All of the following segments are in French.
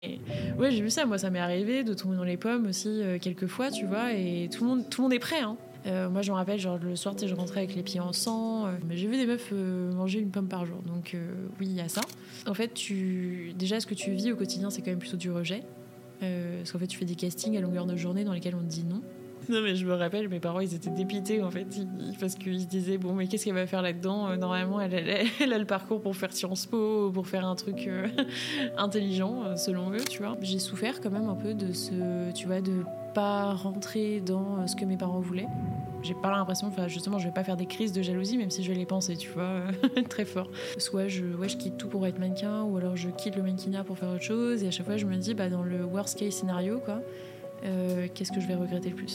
Ouais, j'ai vu ça. Moi, ça m'est arrivé de tomber dans les pommes aussi quelques fois, tu vois, et tout le monde est prêt, hein. Moi, je me rappelle, genre le soir, je rentrais avec les pieds en sang. Mais j'ai vu des meufs manger une pomme par jour. Donc, oui, il y a ça. En fait, déjà, ce que tu vis au quotidien, c'est quand même plutôt du rejet. Parce qu'en fait, tu fais des castings à longueur de journée dans lesquels on te dit non. Non, mais je me rappelle, mes parents, ils étaient dépités, en fait, parce qu'ils se disaient, bon, mais qu'est-ce qu'elle va faire là-dedans ? Normalement, elle a le parcours pour faire Sciences Po, pour faire un truc intelligent, selon eux, tu vois. J'ai souffert quand même un peu de de pas rentrer dans ce que mes parents voulaient. J'ai pas l'impression, enfin justement, je vais pas faire des crises de jalousie, même si je vais les penser, tu vois, très fort. Soit je quitte tout pour être mannequin, ou alors je quitte le mannequinat pour faire autre chose, et à chaque fois je me dis, dans le worst case scénario, quoi, qu'est-ce que je vais regretter le plus ?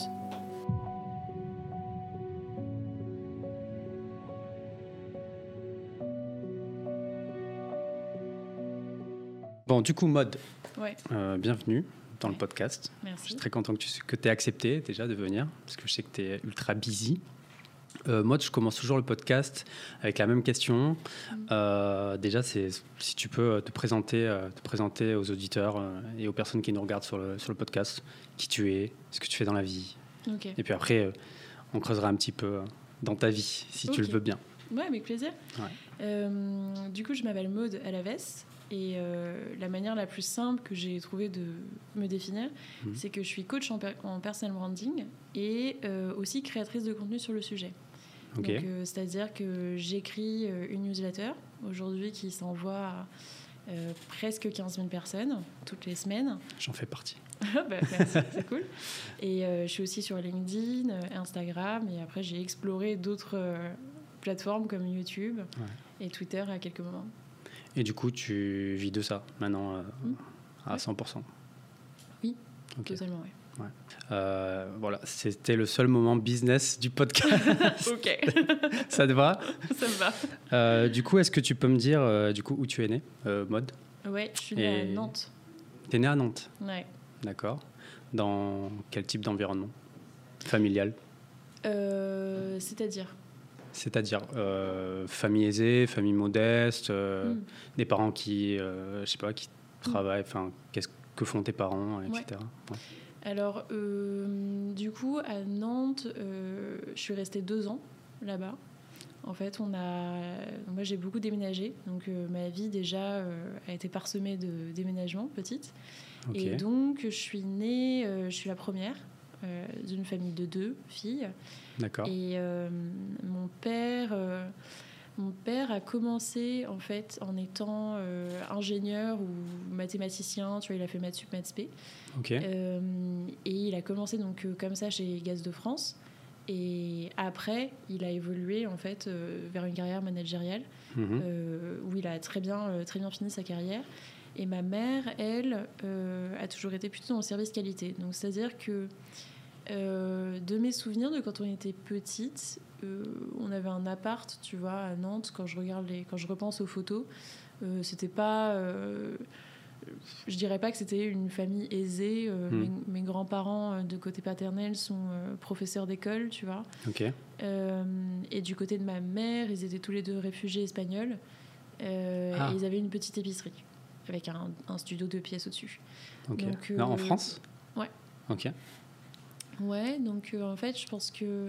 Bon, du coup, Maud, ouais. Bienvenue dans le podcast. Merci. Je suis très content que tu aies accepté déjà de venir, parce que je sais que tu es ultra busy. Maud, je commence toujours le podcast avec la même question. Déjà, c'est si tu peux te présenter aux auditeurs et aux personnes qui nous regardent sur le podcast, qui tu es, ce que tu fais dans la vie. Okay. Et puis après, on creusera un petit peu dans ta vie, si tu le veux bien. Ouais, avec plaisir. Ouais. Du coup, je m'appelle Maud Alavès. Et la manière la plus simple que j'ai trouvé de me définir, c'est que je suis coach en personal branding et aussi créatrice de contenu sur le sujet. Okay. Donc, c'est-à-dire que j'écris une newsletter aujourd'hui qui s'envoie à presque 15 000 personnes toutes les semaines. J'en fais partie. Merci, c'est cool. Et je suis aussi sur LinkedIn, Instagram, et après j'ai exploré d'autres plateformes comme YouTube et Twitter à quelques moments. Et du coup, tu vis de ça maintenant à 100%. Oui, okay. Totalement, oui. Ouais. Voilà, c'était le seul moment business du podcast. Ok. Ça te va ? Ça me va. Du coup, est-ce que tu peux me dire où tu es née, Maud ? Ouais, je suis née à Nantes. T'es née à Nantes ? Ouais. D'accord. Dans quel type d'environnement ? Familial ? C'est-à-dire famille aisée, famille modeste, des parents qui, qui travaillent, qu'est-ce que font tes parents, etc. Ouais. Alors, du coup, à Nantes, je suis restée 2 ans là-bas. En fait, moi j'ai beaucoup déménagé, donc ma vie déjà a été parsemée de déménagements petites. Okay. Et donc, je suis la première d'une famille de 2 filles. D'accord. Et mon père a commencé en fait en étant ingénieur ou mathématicien, tu vois, il a fait maths sup, maths spé. Okay. Et il a commencé donc comme ça chez Gaz de France. Et après, il a évolué en fait vers une carrière managériale où il a très bien fini sa carrière. Et ma mère, elle, a toujours été plutôt dans le service qualité. Donc, c'est-à-dire que de mes souvenirs de quand on était petite, on avait un appart, tu vois, à Nantes. Quand je repense aux photos, c'était pas... je dirais pas que c'était une famille aisée. Mes grands-parents, de côté paternel, sont professeurs d'école, tu vois. Okay. Et du côté de ma mère, ils étaient tous les 2 réfugiés espagnols. Et ils avaient une petite épicerie avec un studio 2 pièces au-dessus. Okay. Donc, là, en France ? Ouais. Ok. Ouais, donc en fait, je pense que...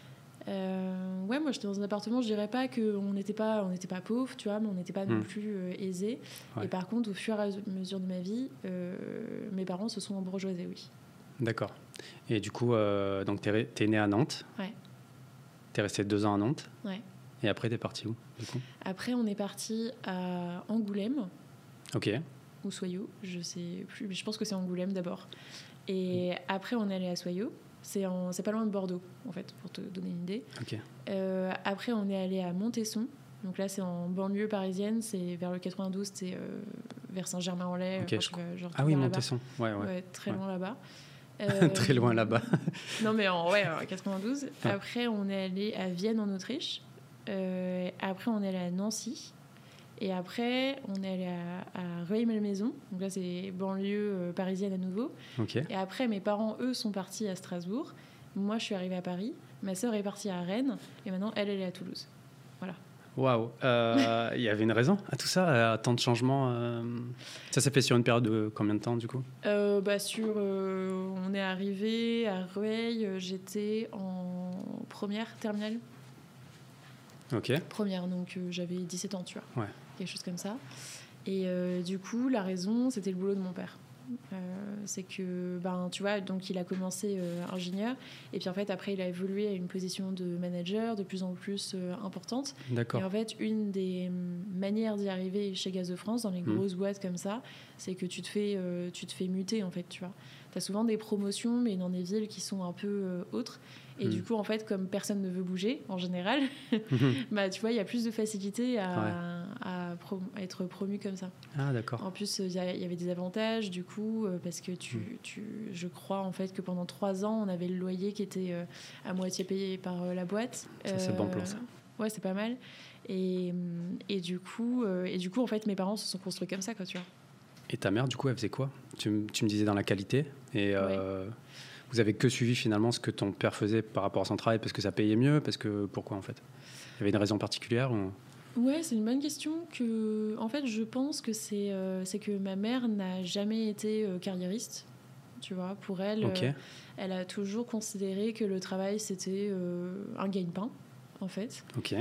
moi, j'étais dans un appartement, je dirais pas qu'on n'était pas pauvres, tu vois, mais on n'était pas non plus aisés. Ouais. Et par contre, au fur et à mesure de ma vie, mes parents se sont embourgeoisés, oui. D'accord. Et du coup, donc t'es née à Nantes ? Ouais. T'es restée 2 ans à Nantes ? Ouais. Et après, t'es partie où, du coup ? Après, on est parti à Angoulême. Ok. Ou Soyaux, je sais plus, mais je pense que c'est Angoulême d'abord. Et après, on est allé à Soyaux. C'est pas loin de Bordeaux, en fait, pour te donner une idée. Okay. Après, on est allé à Montesson. Donc là, c'est en banlieue parisienne. C'est vers le 92, c'est vers Saint-Germain-en-Laye. Okay, oui, Montesson. Ouais, très loin là-bas. Très loin là-bas. Non, mais en 92. Ouais. Après, on est allé à Vienne, en Autriche. Après, on est allé à Nancy. Et après, on est allé à Rueil-Malmaison. Donc là, c'est banlieue parisienne à nouveau. Okay. Et après, mes parents, eux, sont partis à Strasbourg. Moi, je suis arrivée à Paris. Ma sœur est partie à Rennes. Et maintenant, elle est à Toulouse. Voilà. Waouh. Il y avait une raison à tout ça, à tant de changements. Ça s'est fait sur une période de combien de temps, du coup? On est arrivé à Rueil, j'étais en première terminale. Ok. Première, donc j'avais 17 ans, tu vois. Ouais. Quelque chose comme ça. Et du coup, la raison, c'était le boulot de mon père. C'est que, tu vois, donc il a commencé ingénieur, et puis en fait, après, il a évolué à une position de manager de plus en plus importante. D'accord. Et en fait, une des manières d'y arriver chez Gaz de France, dans les grosses boîtes comme ça, c'est que tu te fais muter, en fait, tu vois. T'as souvent des promotions, mais dans des villes qui sont un peu autres. Et du coup, en fait, comme personne ne veut bouger, en général, tu vois, il y a plus de facilité à être promu comme ça. Ah, d'accord. En plus, il y avait des avantages, du coup, parce que je crois, en fait, que pendant 3 ans, on avait le loyer qui était à moitié payé par la boîte. Ça, c'est bon plan, ça. Ouais, c'est pas mal. Et du coup, en fait, mes parents se sont construits comme ça, quoi, tu vois. Et ta mère, du coup, elle faisait quoi? Tu me disais dans la qualité. Et vous avez que suivi finalement ce que ton père faisait par rapport à son travail parce que ça payait mieux? Pourquoi, en fait? Il y avait une raison particulière ou... Ouais, c'est une bonne question. En fait, je pense que c'est que ma mère n'a jamais été carriériste. Tu vois, pour elle, elle a toujours considéré que le travail, c'était un gagne-pain, en fait. Ok.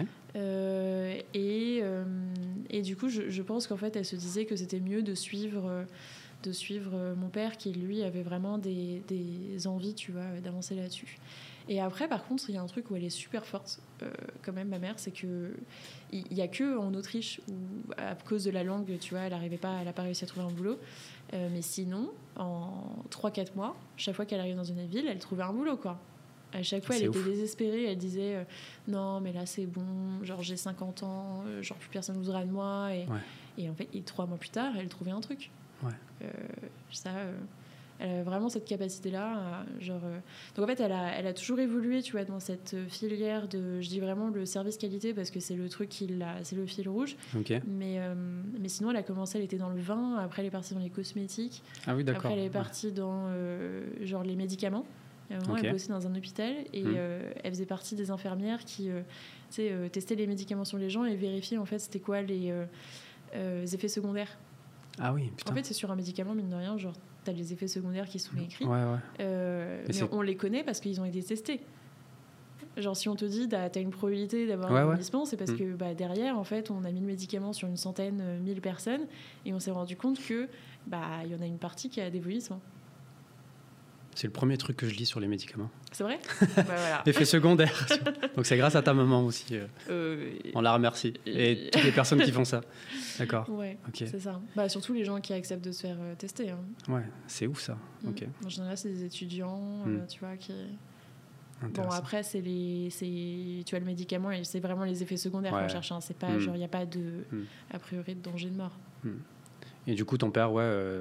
Et du coup, je pense qu'en fait, elle se disait que c'était mieux de suivre mon père qui, lui, avait vraiment des envies, tu vois, d'avancer là-dessus. Et après, par contre, il y a un truc où elle est super forte, quand même, ma mère, c'est que il y a que en Autriche où, à cause de la langue, tu vois, elle a pas réussi à trouver un boulot. Mais sinon, en 3-4 mois, chaque fois qu'elle arrive dans une ville, elle trouvait un boulot, quoi. À chaque fois, elle était désespérée. Elle disait non, mais là, c'est bon. Genre, j'ai 50 ans. Genre, plus personne ne voudra de moi. Et en fait, 3 mois plus tard, elle trouvait un truc. Ouais. Elle a vraiment cette capacité-là. Donc, en fait, elle a toujours évolué, tu vois, dans cette filière de... Je dis vraiment le service qualité parce que c'est le truc c'est le fil rouge. Okay. Mais sinon, elle a commencé, elle était dans le vin. Après, elle est partie dans les cosmétiques. Ah oui, d'accord. Après, elle est partie dans genre les médicaments. À un moment, elle bossait dans un hôpital et elle faisait partie des infirmières qui testaient les médicaments sur les gens et vérifiaient en fait c'était quoi les effets secondaires. Ah oui, putain. En fait, c'est sur un médicament, mine de rien, genre t'as les effets secondaires qui sont écrits. Ouais. Mais on les connaît parce qu'ils ont été testés. Genre si on te dit t'as une probabilité d'avoir un vomissement, c'est parce que derrière, en fait, on a mis le médicament sur une centaine, 1000 personnes et on s'est rendu compte que il y en a une partie qui a des vomissements. C'est le premier truc que je lis sur les médicaments. C'est vrai? Voilà. Effets secondaires. Donc c'est grâce à ta maman aussi. On la remercie. Et toutes les personnes qui font ça. D'accord. Ouais, c'est ça. Surtout les gens qui acceptent de se faire tester. Hein. Ouais, c'est ouf ça. Okay. En général, c'est des étudiants, tu vois, qui... Bon, après, tu vois, le médicament, c'est vraiment les effets secondaires qu'on cherche. Hein. C'est pas, genre, il n'y a pas a priori de danger de mort. Et du coup, ton père,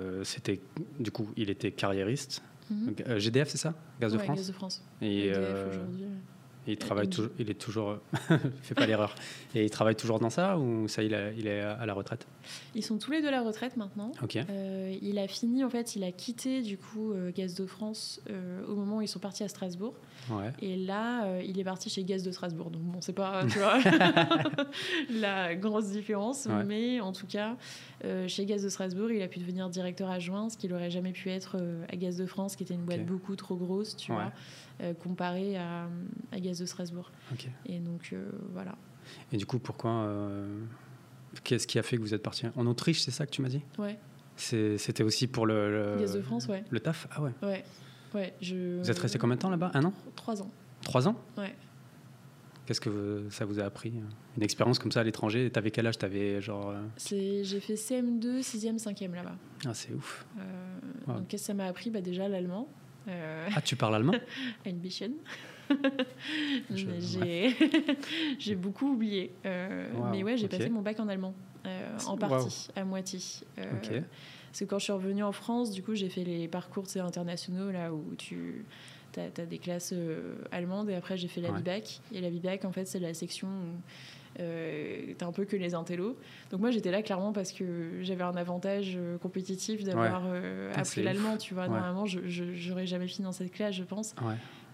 il était carriériste. Donc, GDF, c'est ça? Gaz de France? Gaz de France. Et GDF aujourd'hui. Il travaille toujours. Il est toujours. Fais pas l'erreur. Et il travaille toujours dans ça ou ça, il est à la retraite? Ils sont tous les deux à la retraite maintenant. Ok. Il a fini, en fait, il a quitté du coup Gaz de France au moment où ils sont partis à Strasbourg. Ouais. Et là, il est parti chez Gaz de Strasbourg. Donc bon, c'est pas, tu vois, la grosse différence. Ouais. Mais en tout cas, chez Gaz de Strasbourg, il a pu devenir directeur adjoint, ce qu'il n'aurait jamais pu être à Gaz de France, qui était une boîte beaucoup trop grosse, tu vois, comparé à Gaz de Strasbourg. Okay. Et donc, voilà. Et du coup, pourquoi... Qu'est-ce qui a fait que vous êtes parti en Autriche, c'est ça que tu m'as dit? Ouais. C'était aussi pour le Gaz de France, ouais. Le taf? Ah ouais. Ouais. Vous êtes resté combien de temps là-bas? 1 an? 3 ans. 3 ans? Ouais. Qu'est-ce que ça vous a appris? Une expérience comme ça à l'étranger? T'avais quel âge? T'avais genre... J'ai fait CM2, 6e, 5e là-bas. Ah, c'est ouf. Donc, qu'est-ce que ça m'a appris? Déjà, l'allemand. Ah, tu parles allemand? Ein bisschen. J'ai beaucoup oublié. Mais ouais, j'ai passé mon bac en allemand. En partie, à moitié. Parce que quand je suis revenue en France, du coup, j'ai fait les parcours internationaux là où tu as des classes allemandes et après j'ai fait la BIBAC. Et la BIBAC, en fait, c'est la section où t'as un peu que les intellos. Donc moi, j'étais là clairement parce que j'avais un avantage compétitif d'avoir appris l'allemand, tu vois. Normalement, j'aurais jamais fini dans cette classe, je pense.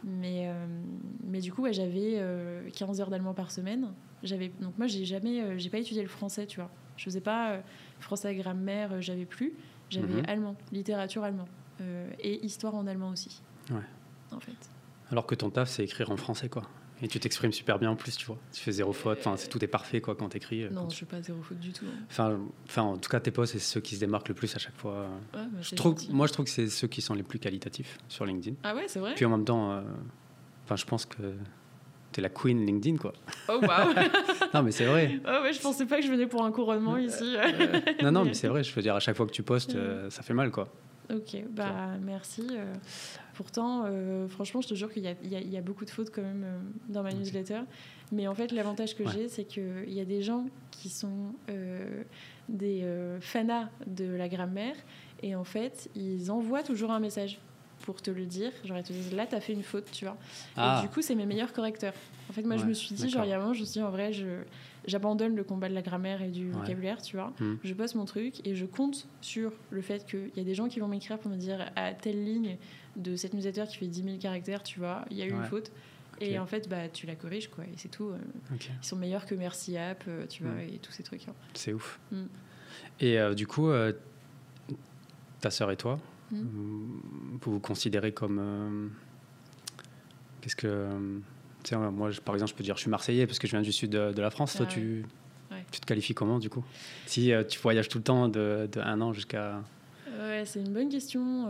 Mais du coup, ouais, j'avais 15 heures d'allemand par semaine. Donc moi, j'ai pas étudié le français, tu vois. Je faisais pas français grammaire, j'avais plus. J'avais allemand, littérature allemand. Et histoire en allemand aussi. Ouais. En fait. Alors que ton taf, c'est écrire en français, quoi. Et tu t'exprimes super bien en plus, tu vois. Tu fais zéro faute, tout est parfait, quoi, quand t'écris. Non, je fais pas zéro faute du tout. Enfin, en tout cas, tes posts, c'est ceux qui se démarquent le plus à chaque fois. Ouais, bah, je trouve que c'est ceux qui sont les plus qualitatifs sur LinkedIn. Ah ouais, c'est vrai. Puis en même temps, je pense que t'es la queen LinkedIn, quoi. Oh, waouh. Non, mais c'est vrai. Oh, ouais, je pensais pas que je venais pour un couronnement ici. Non, mais c'est vrai. Je veux dire, à chaque fois que tu postes, ça fait mal, quoi. Ok, bah merci. Pourtant, franchement, je te jure qu'il y a beaucoup de fautes quand même dans ma newsletter. Mais en fait, l'avantage que j'ai, c'est qu'il y a des gens qui sont des fanas de la grammaire. Et en fait, ils envoient toujours un message pour te le dire. Genre, ils te disent, là, t'as fait une faute, tu vois. Et du coup, c'est mes meilleurs correcteurs. En fait, moi, je me suis dit, genre, il y a un moment, je me suis dit, en vrai, j'abandonne le combat de la grammaire et du vocabulaire, tu vois. Je poste mon truc et je compte sur le fait qu'il y a des gens qui vont m'écrire pour me dire, à telle ligne de cette newsletter qui fait 10 000 caractères, tu vois, il y a eu une faute. Et en fait, bah, tu la corriges, quoi. Et c'est tout. Ils sont meilleurs que Merci App, tu vois, et tous ces trucs. Hein. C'est ouf. Et du coup, ta sœur et toi, vous vous considérez comme... qu'est-ce que... moi, par exemple, je peux dire je suis Marseillais parce que je viens du sud de la France. Toi, tu te qualifies comment, du coup ? Si tu voyages tout le temps de 1 an jusqu'à... Ouais, c'est une bonne question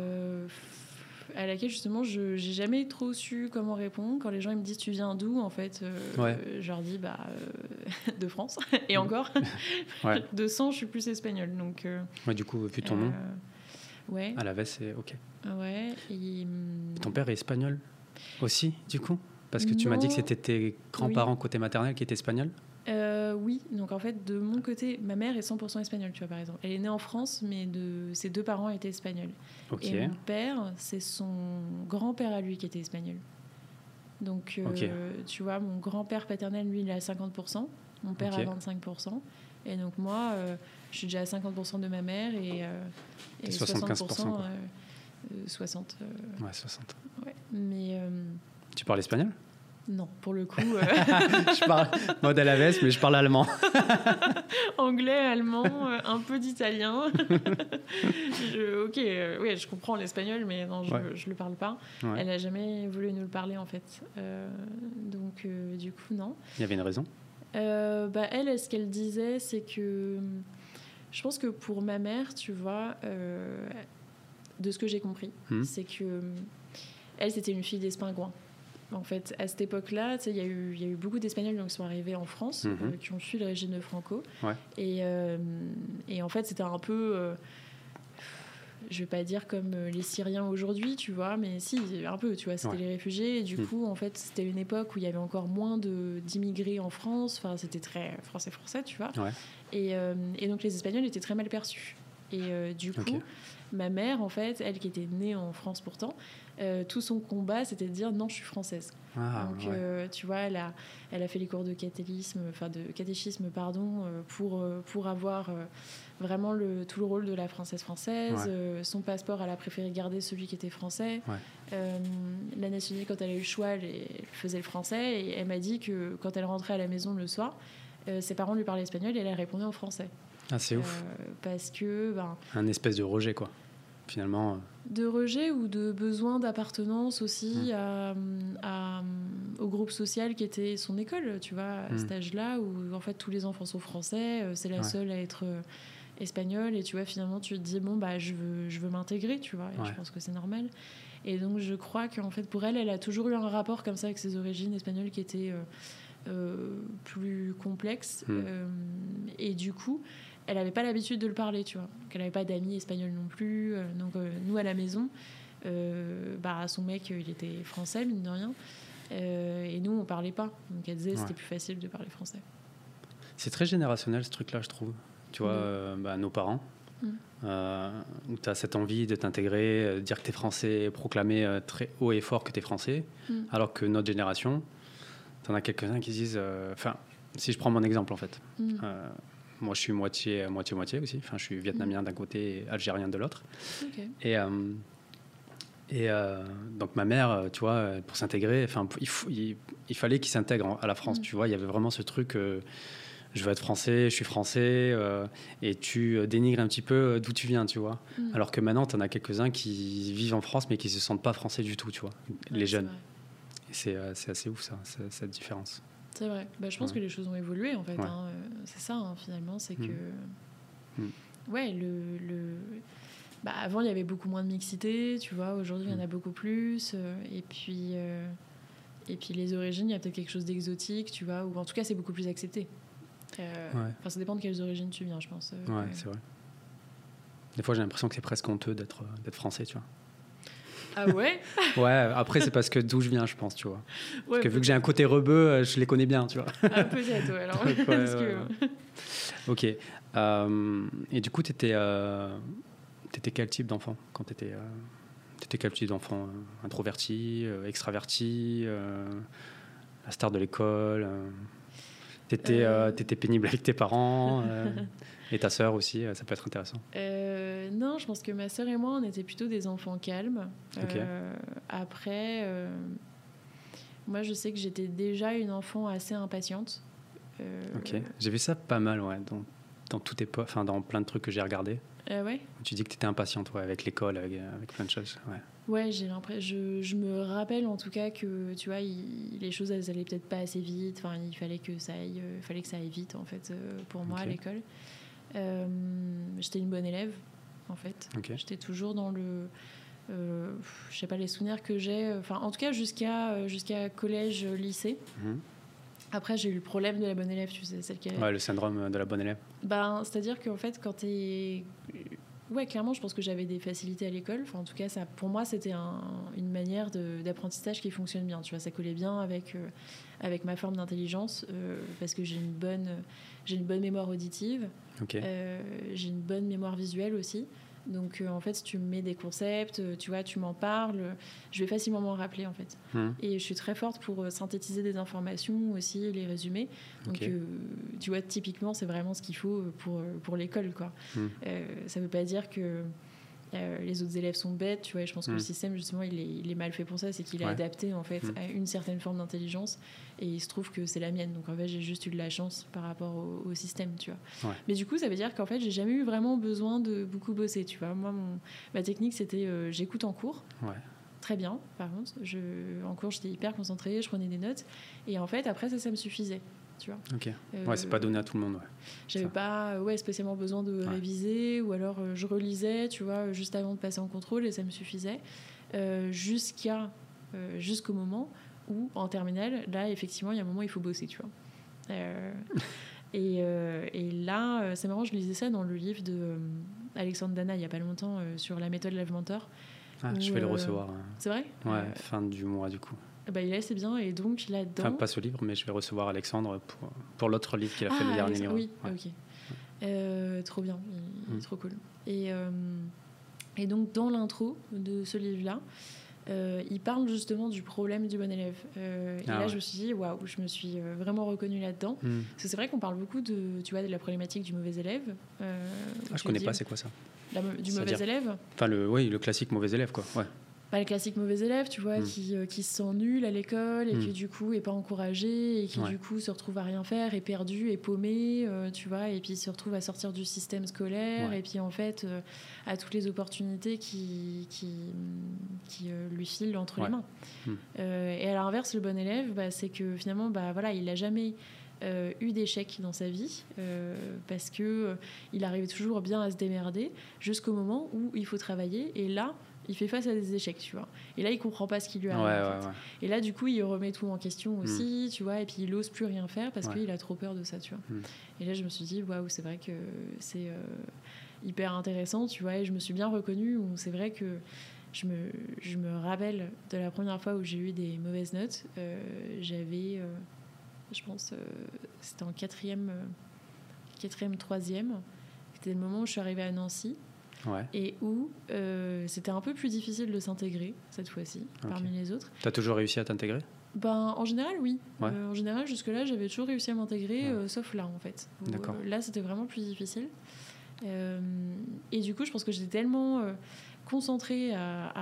à laquelle, justement, j'ai jamais trop su comment répondre. Quand les gens ils me disent « Tu viens d'où ?» En fait, je leur dis de France. Et encore, de sang, je suis plus espagnole. Donc, du coup, vu ton nom, ouais. à la veste, c'est OK. Ouais. Et ton père est espagnol aussi, du coup ? Parce que tu m'as dit que c'était tes grands-parents côté maternel qui étaient espagnols. Oui, donc en fait, de mon côté, ma mère est 100% espagnole, tu vois, par exemple. Elle est née en France, mais ses 2 parents étaient espagnols. Okay. Et mon père, c'est son grand-père à lui qui était espagnol. Donc, tu vois, mon grand-père paternel, lui, il est à 50%, mon père à 25%. Et donc moi, je suis déjà à 50% de ma mère et 75%. 60. Ouais, 60. Ouais, mais... Tu parles espagnol ? Non, pour le coup... Je parle mode à la veste, mais je parle allemand. Anglais, allemand, un peu d'italien. Je comprends l'espagnol, mais non, je le parle pas. Ouais. Elle n'a jamais voulu nous le parler, en fait. Donc, du coup, non. Il y avait une raison ? Elle, ce qu'elle disait, c'est que... Je pense que pour ma mère, tu vois, de ce que j'ai compris, c'est que elle, c'était une fille d'Espingouin. En fait, à cette époque-là, il y a eu beaucoup d'Espagnols qui sont arrivés en France, qui ont fui le régime de Franco. Ouais. Et en fait, c'était un peu... je vais pas dire comme les Syriens aujourd'hui, tu vois, mais si, un peu, tu vois, c'était les réfugiés. Et du coup, en fait, c'était une époque où il y avait encore moins d'immigrés en France. Enfin, c'était très français, tu vois. Ouais. Et donc, les Espagnols étaient très mal perçus. Et du coup, ma mère, en fait, elle qui était née en France pourtant, tout son combat, c'était de dire non, je suis française. Donc, tu vois, elle a fait les cours de catéchisme, pour avoir vraiment tout le rôle de la française. Son passeport, elle a préféré garder celui qui était français. La nationalité, quand elle a eu le choix, elle faisait le français. Et elle m'a dit que quand elle rentrait à la maison le soir, ses parents lui parlaient espagnol et elle répondait en français. Ah, c'est ouf. Parce que... un espèce de rejet, quoi, finalement. De rejet ou de besoin d'appartenance aussi au groupe social qui était son école, tu vois, à cet âge-là, où en fait tous les enfants sont français, c'est la seule à être espagnole, et tu vois, finalement, tu te dis, je veux m'intégrer, tu vois, et je pense que c'est normal. Et donc, je crois qu'en fait, pour elle, elle a toujours eu un rapport comme ça avec ses origines espagnoles qui était plus complexe. Et du coup... elle n'avait pas l'habitude de le parler, tu vois. Elle n'avait pas d'amis espagnols non plus. Donc, nous, à la maison, son mec, il était français, mine de rien. Et nous, on ne parlait pas. Donc, elle disait que c'était plus facile de parler français. C'est très générationnel, ce truc-là, je trouve. Tu vois, nos parents, où tu as cette envie de t'intégrer, de dire que tu es français, proclamer très haut et fort que tu es français. Alors que notre génération, tu en as quelques-uns qui disent... si je prends mon exemple, en fait... moi, je suis moitié aussi. Enfin, je suis vietnamien d'un côté et algérien de l'autre. Okay. Et donc ma mère, tu vois, pour s'intégrer, il fallait qu'il s'intègre à la France, tu vois. Il y avait vraiment ce truc, je veux être français, je suis français, et tu dénigres un petit peu d'où tu viens, tu vois. Alors que maintenant, tu en as quelques-uns qui vivent en France, mais qui ne se sentent pas français du tout, tu vois, les jeunes. Et c'est assez ouf, ça, cette différence. C'est vrai. Je pense que les choses ont évolué, en fait. Hein. C'est ça, hein, finalement, c'est que... Ouais, avant, il y avait beaucoup moins de mixité, tu vois. Aujourd'hui, il y en a beaucoup plus. Et puis, les origines, il y a peut-être quelque chose d'exotique, tu vois. Ou en tout cas, c'est beaucoup plus accepté. Ça dépend de quelles origines tu viens, je pense. C'est vrai. Des fois, j'ai l'impression que c'est presque honteux d'être français, tu vois. Ah ouais? Ouais, après, c'est parce que d'où je viens, je pense, tu vois. Parce que vu que j'ai un côté rebeu, je les connais bien, tu vois. Ah, peut-être, ouais. Alors, Ok. Et du coup, t'étais quel type d'enfant quand t'étais quel type d'enfant? Introverti, extraverti, la star de l'école T'étais pénible avec tes parents et ta sœur aussi, ça peut être intéressant. Non, je pense que ma sœur et moi, on était plutôt des enfants calmes. Okay. Après, moi, je sais que j'étais déjà une enfant assez impatiente. Ok, j'ai vu ça pas mal, ouais, dans plein de trucs que j'ai regardés. Ouais. Tu dis que tu étais impatiente, ouais, avec l'école, avec plein de choses. Ouais, j'ai l'impression. Je me rappelle en tout cas que, tu vois, les choses elles allaient peut-être pas assez vite. Enfin, il fallait que ça aille vite en fait pour moi à l'école. J'étais une bonne élève en fait. Okay. J'étais toujours dans le. Je sais pas les souvenirs que j'ai. Enfin, en tout cas jusqu'à collège, lycée. Après, j'ai eu le problème de la bonne élève, tu sais, celle qui le syndrome de la bonne élève. C'est-à-dire qu'en fait, quand t'es... Ouais, clairement, je pense que j'avais des facilités à l'école. Enfin, en tout cas, ça, pour moi, c'était une manière d'apprentissage qui fonctionne bien. Tu vois, ça collait bien avec ma forme d'intelligence parce que j'ai une bonne mémoire auditive. Okay. J'ai une bonne mémoire visuelle aussi. Donc, en fait, si tu me mets des concepts, tu vois, tu m'en parles, je vais facilement m'en rappeler, en fait. Et je suis très forte pour synthétiser des informations aussi, les résumer. Donc, tu vois, typiquement, c'est vraiment ce qu'il faut pour l'école, quoi. Ça veut pas dire que les autres élèves sont bêtes, tu vois. Je pense que le système, justement, il est mal fait pour ça. C'est qu'il est adapté, en fait, à une certaine forme d'intelligence. Et il se trouve que c'est la mienne. Donc, en fait, j'ai juste eu de la chance par rapport au système, tu vois. Mais du coup, ça veut dire qu'en fait, j'ai jamais eu vraiment besoin de beaucoup bosser, tu vois. Moi, ma technique, c'était j'écoute en cours. Très bien, par contre. En cours, j'étais hyper concentrée, je prenais des notes. Et en fait, après, ça me suffisait. Tu vois. Ok. C'est pas donné à tout le monde. J'avais pas spécialement besoin de réviser, ou alors je relisais, tu vois, juste avant de passer en contrôle, et ça me suffisait. Jusqu'au moment où, en terminale, là, effectivement, il y a un moment où il faut bosser, tu vois. Et là, c'est marrant, je lisais ça dans le livre de Alexandre Dana, il y a pas longtemps, sur la méthode Love Mentor. Je vais le recevoir. C'est vrai ? Ouais, fin du mois, du coup. Il est assez bien, et donc là-dedans... Enfin, pas ce livre, mais je vais recevoir Alexandre pour l'autre livre qu'il a fait, le dernier livre. Oui, ok. Trop bien, il est trop cool. Et donc, dans l'intro de ce livre-là, il parle justement du problème du bon élève. Je me suis dit, waouh, je me suis vraiment reconnue là-dedans. Parce que c'est vrai qu'on parle beaucoup de la problématique du mauvais élève. Je connais pas, c'est quoi ça? Du mauvais élève? Enfin, le classique mauvais élève, quoi. Ouais. Le classique mauvais élève, tu vois, qui se sent nul à l'école et qui du coup est pas encouragé et qui du coup se retrouve à rien faire, est perdu, est paumé, tu vois, et puis se retrouve à sortir du système scolaire et puis en fait à toutes les opportunités qui lui filent entre les mains. Et à l'inverse, le bon élève, c'est que finalement, il a jamais eu d'échecs dans sa vie parce que il arrivait toujours bien à se démerder jusqu'au moment où il faut travailler, et là il fait face à des échecs, tu vois. Et là, il comprend pas ce qui lui arrive. En fait. Et là, du coup, il remet tout en question aussi, tu vois. Et puis, il ose plus rien faire parce qu'il a trop peur de ça, tu vois. Et là, je me suis dit, waouh, c'est vrai que c'est hyper intéressant, tu vois. Et je me suis bien reconnue où c'est vrai que je me rappelle de la première fois où j'ai eu des mauvaises notes. J'avais, je pense, c'était en quatrième, troisième. C'était le moment où je suis arrivée à Nancy. Et où c'était un peu plus difficile de s'intégrer cette fois-ci parmi les autres. T'as toujours réussi à t'intégrer? En général, oui. En général, jusque-là, j'avais toujours réussi à m'intégrer, sauf là, en fait. D'accord. Là, c'était vraiment plus difficile. Et du coup, je pense que j'étais tellement concentrée à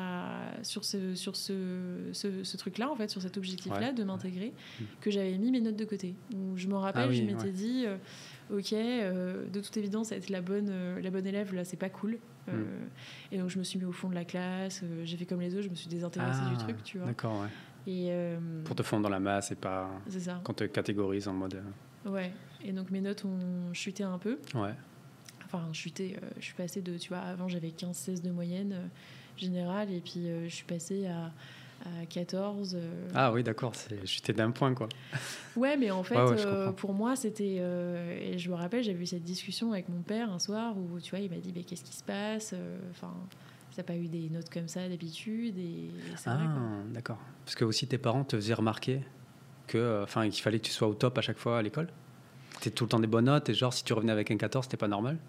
sur ce truc-là, en fait, sur cet objectif-là, de m'intégrer, Ouais. que j'avais mis mes notes de côté. Donc, je me rappelle, je m'étais dit, ok, de toute évidence, être la bonne élève, là, c'est pas cool. Et donc, je me suis mis au fond de la classe, j'ai fait comme les autres, je me suis désintéressée du truc, tu vois. D'accord, ouais. Et, pour te fondre dans la masse et pas c'est ça. qu'on te catégorise en mode... Ouais, et donc mes notes ont chuté un peu. Ouais. Enfin, chuté, je suis passée de, tu vois, avant j'avais 15-16 de moyenne générale, et puis je suis passée à 14. Ah oui, d'accord, c'est chuté d'un point, quoi. Ouais, mais en fait, ouais, pour moi, c'était... et je me rappelle, j'avais eu cette discussion avec mon père un soir où, tu vois, il m'a dit, mais qu'est-ce qui se passe? Enfin, t'as pas eu des notes comme ça d'habitude, et c'est vrai, quoi. D'accord. Parce que aussi tes parents te faisaient remarquer que, qu'il fallait que tu sois au top à chaque fois à l'école? T'es tout le temps des bonnes notes, et genre, si tu revenais avec un 14, c'était pas normal?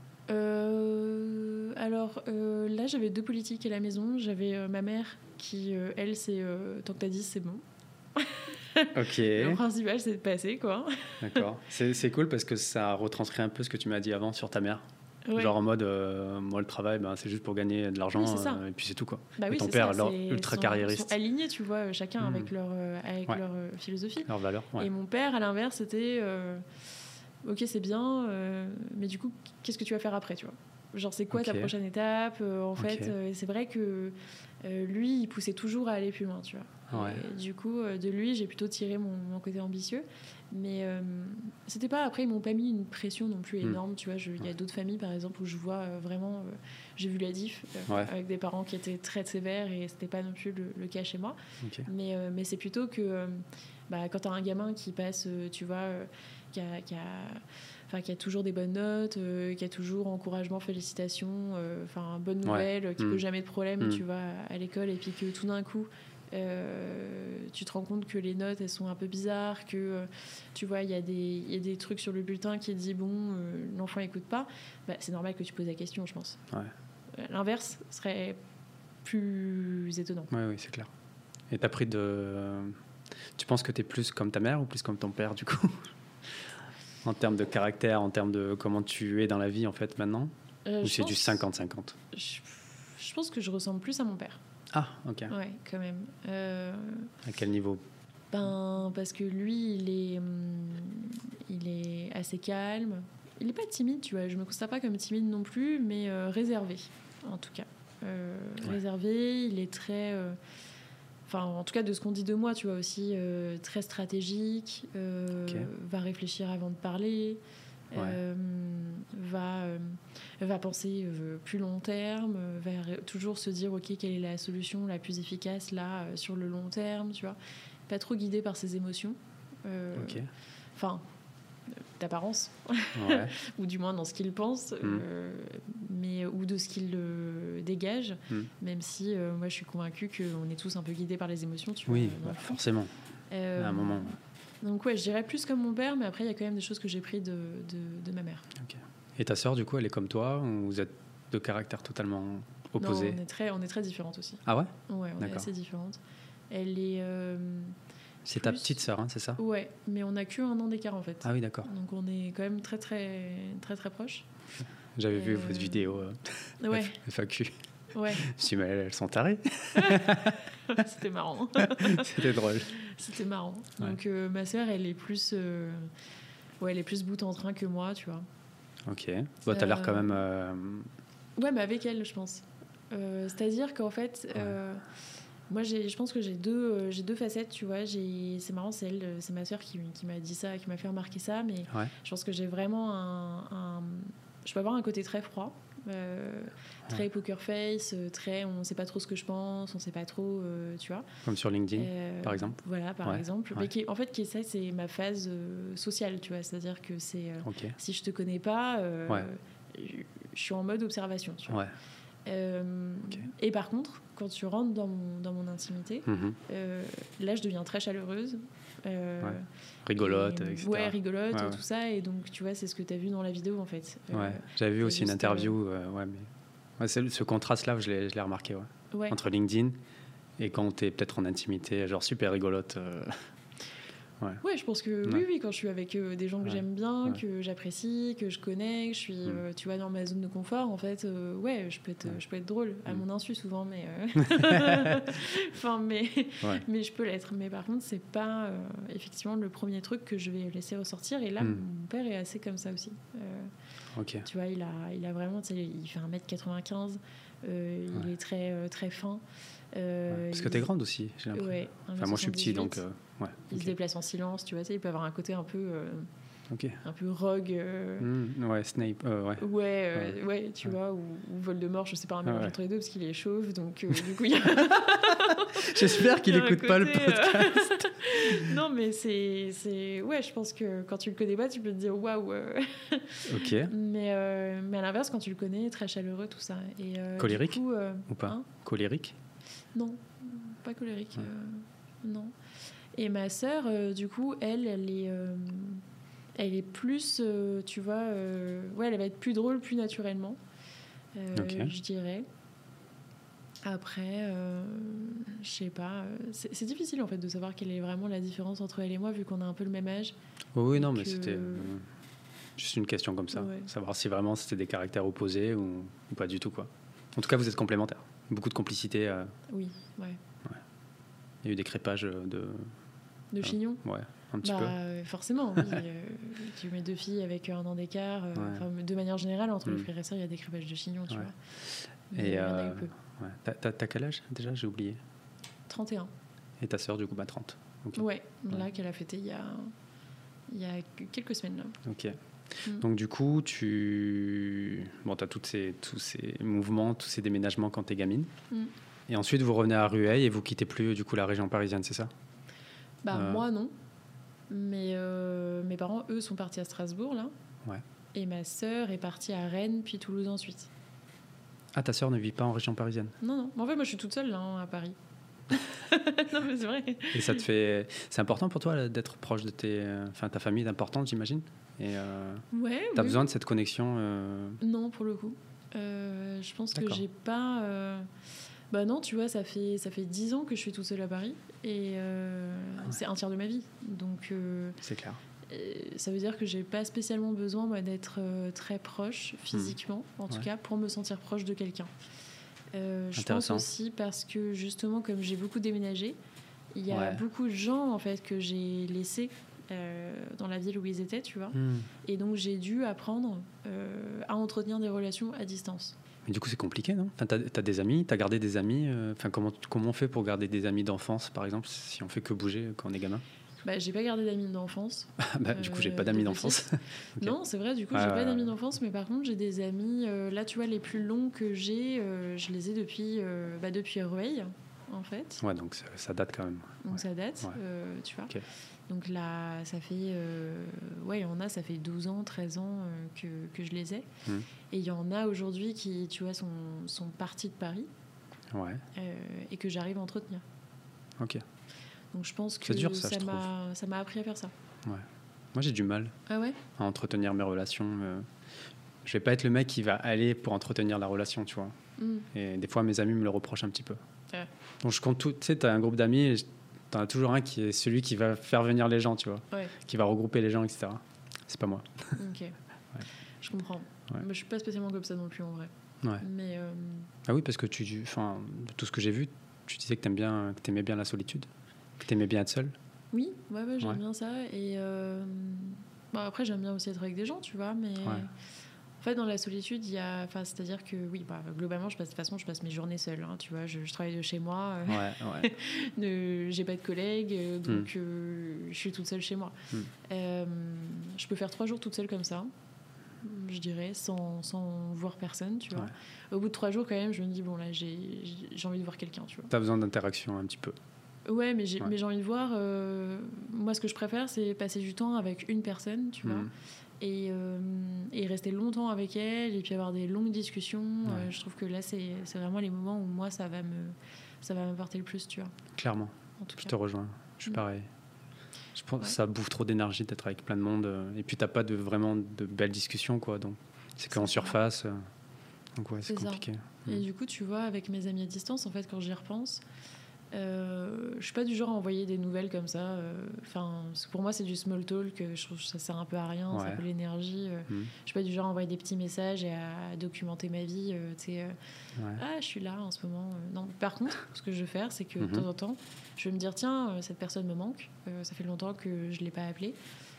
Alors là, j'avais 2 politiques à la maison. J'avais ma mère qui, elle, c'est tant que t'as 10, c'est bon. Ok. Le principal, c'est de passer, quoi. D'accord. C'est cool parce que ça retranscrit un peu ce que tu m'as dit avant sur ta mère. Ouais. Genre en mode, moi le travail, c'est juste pour gagner de l'argent, Oui, c'est ça. et puis c'est tout, quoi. Bah Et oui, ton c'est père, ça, alors, c'est- ultra sont- carriériste. sont alignés, tu vois, chacun avec leur philosophie. Leurs valeurs, ouais. Et mon père, à l'inverse, c'était ok, c'est bien, mais du coup, qu'est-ce que tu vas faire après, tu vois? Genre, c'est quoi ta Ok. prochaine étape? En fait, et c'est vrai que lui, il poussait toujours à aller plus loin, tu vois. Ouais. Et du coup, de lui, j'ai plutôt tiré mon côté ambitieux. Mais c'était pas. Après, ils m'ont pas mis une pression non plus énorme, tu vois. Il y a d'autres familles, par exemple, où je vois vraiment. J'ai vu la diff Ouais. avec des parents qui étaient très sévères, et c'était pas non plus le cas chez moi. Ok. Mais c'est plutôt que quand t'as un gamin qui passe, tu vois, qui a toujours des bonnes notes, qui a toujours encouragement, félicitations, bonne nouvelle, qui peut jamais de problème, tu vois, à l'école, et puis que tout d'un coup, tu te rends compte que les notes, elles sont un peu bizarres, que tu vois, il y a des trucs sur le bulletin qui dit l'enfant écoute pas, c'est normal que tu poses la question, je pense. Ouais. L'inverse serait plus étonnant. Oui, c'est clair. Et t'as pris tu penses que t'es plus comme ta mère ou plus comme ton père, du coup? En termes de caractère, en termes de comment tu es dans la vie, en fait, maintenant? Ou c'est du 50-50? Je pense que je ressemble plus à mon père. Ah, ok. Ouais, quand même. À quel niveau? Parce que lui, il est assez calme. Il n'est pas timide, tu vois. Je me considère pas comme timide non plus, mais réservé, en tout cas. Réservé, il est très... en tout cas, de ce qu'on dit de moi, tu vois, aussi, très stratégique, va réfléchir avant de parler, va penser plus long terme, va toujours se dire, ok, quelle est la solution la plus efficace, là, sur le long terme, tu vois. Pas trop guidé par ses émotions. D'apparence, ou du moins dans ce qu'il pense, ou de ce qu'il dégage, même si moi je suis convaincue qu'on est tous un peu guidés par les émotions, tu vois. Forcément, à un moment. Donc je dirais plus comme mon père, mais après il y a quand même des choses que j'ai prises de ma mère. Okay. Et ta sœur, du coup, elle est comme toi, ou vous êtes de caractère totalement opposés? Non, on est très différentes aussi. Ah ouais? Ouais, on est assez différentes. Elle est... c'est ta petite sœur, hein, c'est ça? Ouais, mais on n'a que 1 an d'écart, en fait. Ah oui, d'accord. Donc on est quand même très, très, très, très proches. J'avais vu votre vidéo FAQ. Ouais. Je me suis dit, mais elles sont tarées. C'était marrant. C'était drôle. C'était marrant. Donc ma sœur, elle est plus bout en train que moi, tu vois. Ok. T'as l'air quand même... Ouais, mais avec elle, je pense. C'est-à-dire qu'en fait... moi, je pense que j'ai deux facettes, tu vois. C'est marrant, c'est ma sœur qui m'a dit ça, qui m'a fait remarquer ça, mais je pense que j'ai vraiment je peux avoir un côté très froid, très poker face, très on sait pas trop ce que je pense, on sait pas trop, tu vois. Comme sur LinkedIn, par exemple. Voilà, par exemple. Mais ça, c'est ma phase sociale, tu vois. C'est-à-dire que c'est si je te connais pas, je suis en mode observation, tu vois. Et par contre, quand tu rentres dans mon intimité, là je deviens très chaleureuse, rigolote, etc. Ouais, rigolote, tout ça. Et donc tu vois, c'est ce que tu as vu dans la vidéo, en fait. J'avais vu aussi une interview, mais ce contraste-là, je l'ai remarqué, entre LinkedIn et quand tu es peut-être en intimité, genre super rigolote. Ouais, je pense que oui, quand je suis avec des gens que j'aime bien, que j'apprécie, que je connais, que je suis, tu vois, dans ma zone de confort, en fait, je peux être drôle, à mon insu souvent, mais mais je peux l'être. Mais par contre, c'est pas effectivement le premier truc que je vais laisser ressortir. Et là, mon père est assez comme ça aussi. Tu vois, il a vraiment, il fait 1m95, il est très, très fin. Parce que t'es grande aussi, j'ai l'impression. Ouais, moi, je suis petit, donc... Il se déplace en silence, tu vois, il peut avoir un côté un peu rogue. Snape. Tu vois, ou Voldemort, je sais pas, un mélange entre les deux, parce qu'il est chauve, donc du coup, il y a... J'espère qu'il écoute pas le podcast. Non, mais c'est... Ouais, je pense que quand tu le connais pas, tu peux te dire waouh. Ok. Mais à l'inverse, quand tu le connais, très chaleureux, tout ça. Et, colérique du coup, ou pas colérique? Non, pas colérique. Non. Et ma sœur, du coup, elle est plus, tu vois, elle va être plus drôle, plus naturellement, je dirais. Après, je sais pas, c'est difficile en fait de savoir quelle est vraiment la différence entre elle et moi, vu qu'on a un peu le même âge. Oui, non, mais c'était juste une question comme ça, savoir si vraiment c'était des caractères opposés ou pas du tout, quoi. En tout cas, vous êtes complémentaires. Beaucoup de complicité. Oui, ouais. Il y a eu des crépages de chignons. Ouais, un petit peu. Forcément, oui. Tu mets 2 filles avec 1 an d'écart. De manière générale, entre les frères et sœurs, il y a des crépages de chignons, tu vois. Mais il y en a eu peu. T'as quel âge déjà? J'ai oublié. 31. Et ta sœur, du coup, 30. Okay. Ouais, là, qu'elle a fêté il y a quelques semaines. Là. Ok. Donc du coup, t'as tous ces mouvements, tous ces déménagements quand t'es gamine. Et ensuite, vous revenez à Rueil et vous quittez plus du coup la région parisienne, c'est ça? Moi non. Mais mes parents, eux, sont partis à Strasbourg là. Ouais. Et ma sœur est partie à Rennes puis Toulouse ensuite. Ah, ta sœur ne vit pas en région parisienne? Non. En fait, moi, je suis toute seule là, à Paris. Non, mais c'est vrai. Et ça te fait... C'est important pour toi là, d'être proche de ta famille est importante, j'imagine. Et t'as besoin de cette connexion Non, pour le coup. Je pense que j'ai pas... non, tu vois, ça fait 10 ans que je suis toute seule à Paris. Et c'est un tiers de ma vie. Donc... c'est clair. Ça veut dire que j'ai pas spécialement besoin d'être très proche, physiquement, en tout cas, pour me sentir proche de quelqu'un. Je pense aussi parce que justement, comme j'ai beaucoup déménagé, il y a beaucoup de gens en fait que j'ai laissés dans la ville où ils étaient, tu vois. Et donc j'ai dû apprendre à entretenir des relations à distance. Mais du coup, c'est compliqué, non? T'as des amis, t'as gardé des amis. Comment on fait pour garder des amis d'enfance, par exemple, si on fait que bouger quand on est gamin? J'ai pas gardé d'amis d'enfance. Du coup, j'ai pas d'amis d'enfance. Okay. Non, c'est vrai, du coup, j'ai pas d'amis d'enfance, mais par contre, j'ai des amis. Là, tu vois, les plus longs que j'ai, je les ai depuis Rueil, en fait. Ouais, donc ça date quand même. Donc ça date, tu vois. Okay. Donc là, ça fait. Il y en a, ça fait 12 ans, 13 ans que je les ai. Et il y en a aujourd'hui qui, tu vois, sont partis de Paris. Ouais. Et que j'arrive à entretenir. Ok. Donc je pense que dur, ça m'a appris à faire ça. Ouais. Moi j'ai du mal à entretenir mes relations. Je vais pas être le mec qui va aller pour entretenir la relation, tu vois. Et des fois mes amis me le reprochent un petit peu. Donc je compte tout. Tu sais, t'as un groupe d'amis et t'en as toujours un qui est celui qui va faire venir les gens, tu vois. Qui va regrouper les gens, etc. C'est pas moi. Ok. Je comprends. Moi je suis pas spécialement comme ça non plus en vrai. Ouais. Mais Ah oui, parce que de tout ce que j'ai vu, tu disais que t'aimais bien la solitude. Que t'aimais bien être seule? Oui, j'aime bien ça. Et après, j'aime bien aussi être avec des gens, tu vois. Mais en fait, dans la solitude, il y a... c'est-à-dire que, globalement, je passe mes journées seule. Hein, tu vois, je travaille de chez moi. J'ai pas de collègues, donc je suis toute seule chez moi. Je peux faire 3 jours toute seule comme ça, je dirais, sans voir personne, tu vois. Au bout de 3 jours, quand même, je me dis, bon, là, j'ai envie de voir quelqu'un, tu vois. T'as besoin d'interaction un petit peu. Ouais, mais j'ai envie de voir... moi, ce que je préfère, c'est passer du temps avec une personne, tu vois, et rester longtemps avec elle, et puis avoir des longues discussions. Je trouve que là, c'est vraiment les moments où moi, ça va m'apporter le plus, tu vois. Clairement. Je te rejoins. Je suis pareil. Je pense que ça bouffe trop d'énergie d'être avec plein de monde. Et puis, t'as pas vraiment de belles discussions, quoi. Donc, c'est qu'en surface. Donc, c'est compliqué. Et du coup, tu vois, avec mes amis à distance, en fait, quand j'y repense... Je suis pas du genre à envoyer des nouvelles comme ça. Parce que pour moi, c'est du small talk. Je trouve que ça sert un peu à rien, ça peut l'énergie. Je suis pas du genre à envoyer des petits messages et à documenter ma vie. Je suis là en ce moment. Non. Par contre, ce que je vais faire, c'est que de temps en temps, je vais me dire tiens, cette personne me manque. Ça fait longtemps que je l'ai pas appelée.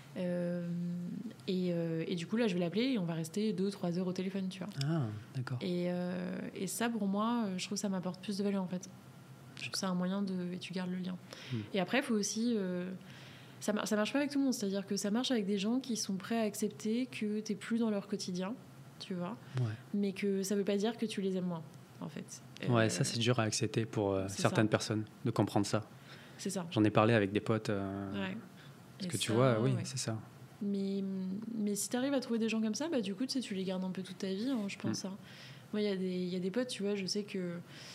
Et du coup, là, je vais l'appeler et on va rester 2-3 heures au téléphone, tu vois. Ah, d'accord. Et ça, pour moi, je trouve que ça m'apporte plus de valeur en fait. Je trouve que c'est un moyen et tu gardes le lien. Et après, il faut aussi... ça marche pas avec tout le monde. C'est-à-dire que ça marche avec des gens qui sont prêts à accepter que t'es plus dans leur quotidien, tu vois. Mais que ça veut pas dire que tu les aimes moins, en fait. Ça, c'est dur à accepter pour certaines personnes, de comprendre ça. C'est ça. J'en ai parlé avec des potes. Parce que tu vois, c'est ça. Mais si t'arrives à trouver des gens comme ça, bah, du coup, tu les gardes un peu toute ta vie, hein, je pense. Moi, il y a des potes, tu vois, je sais que...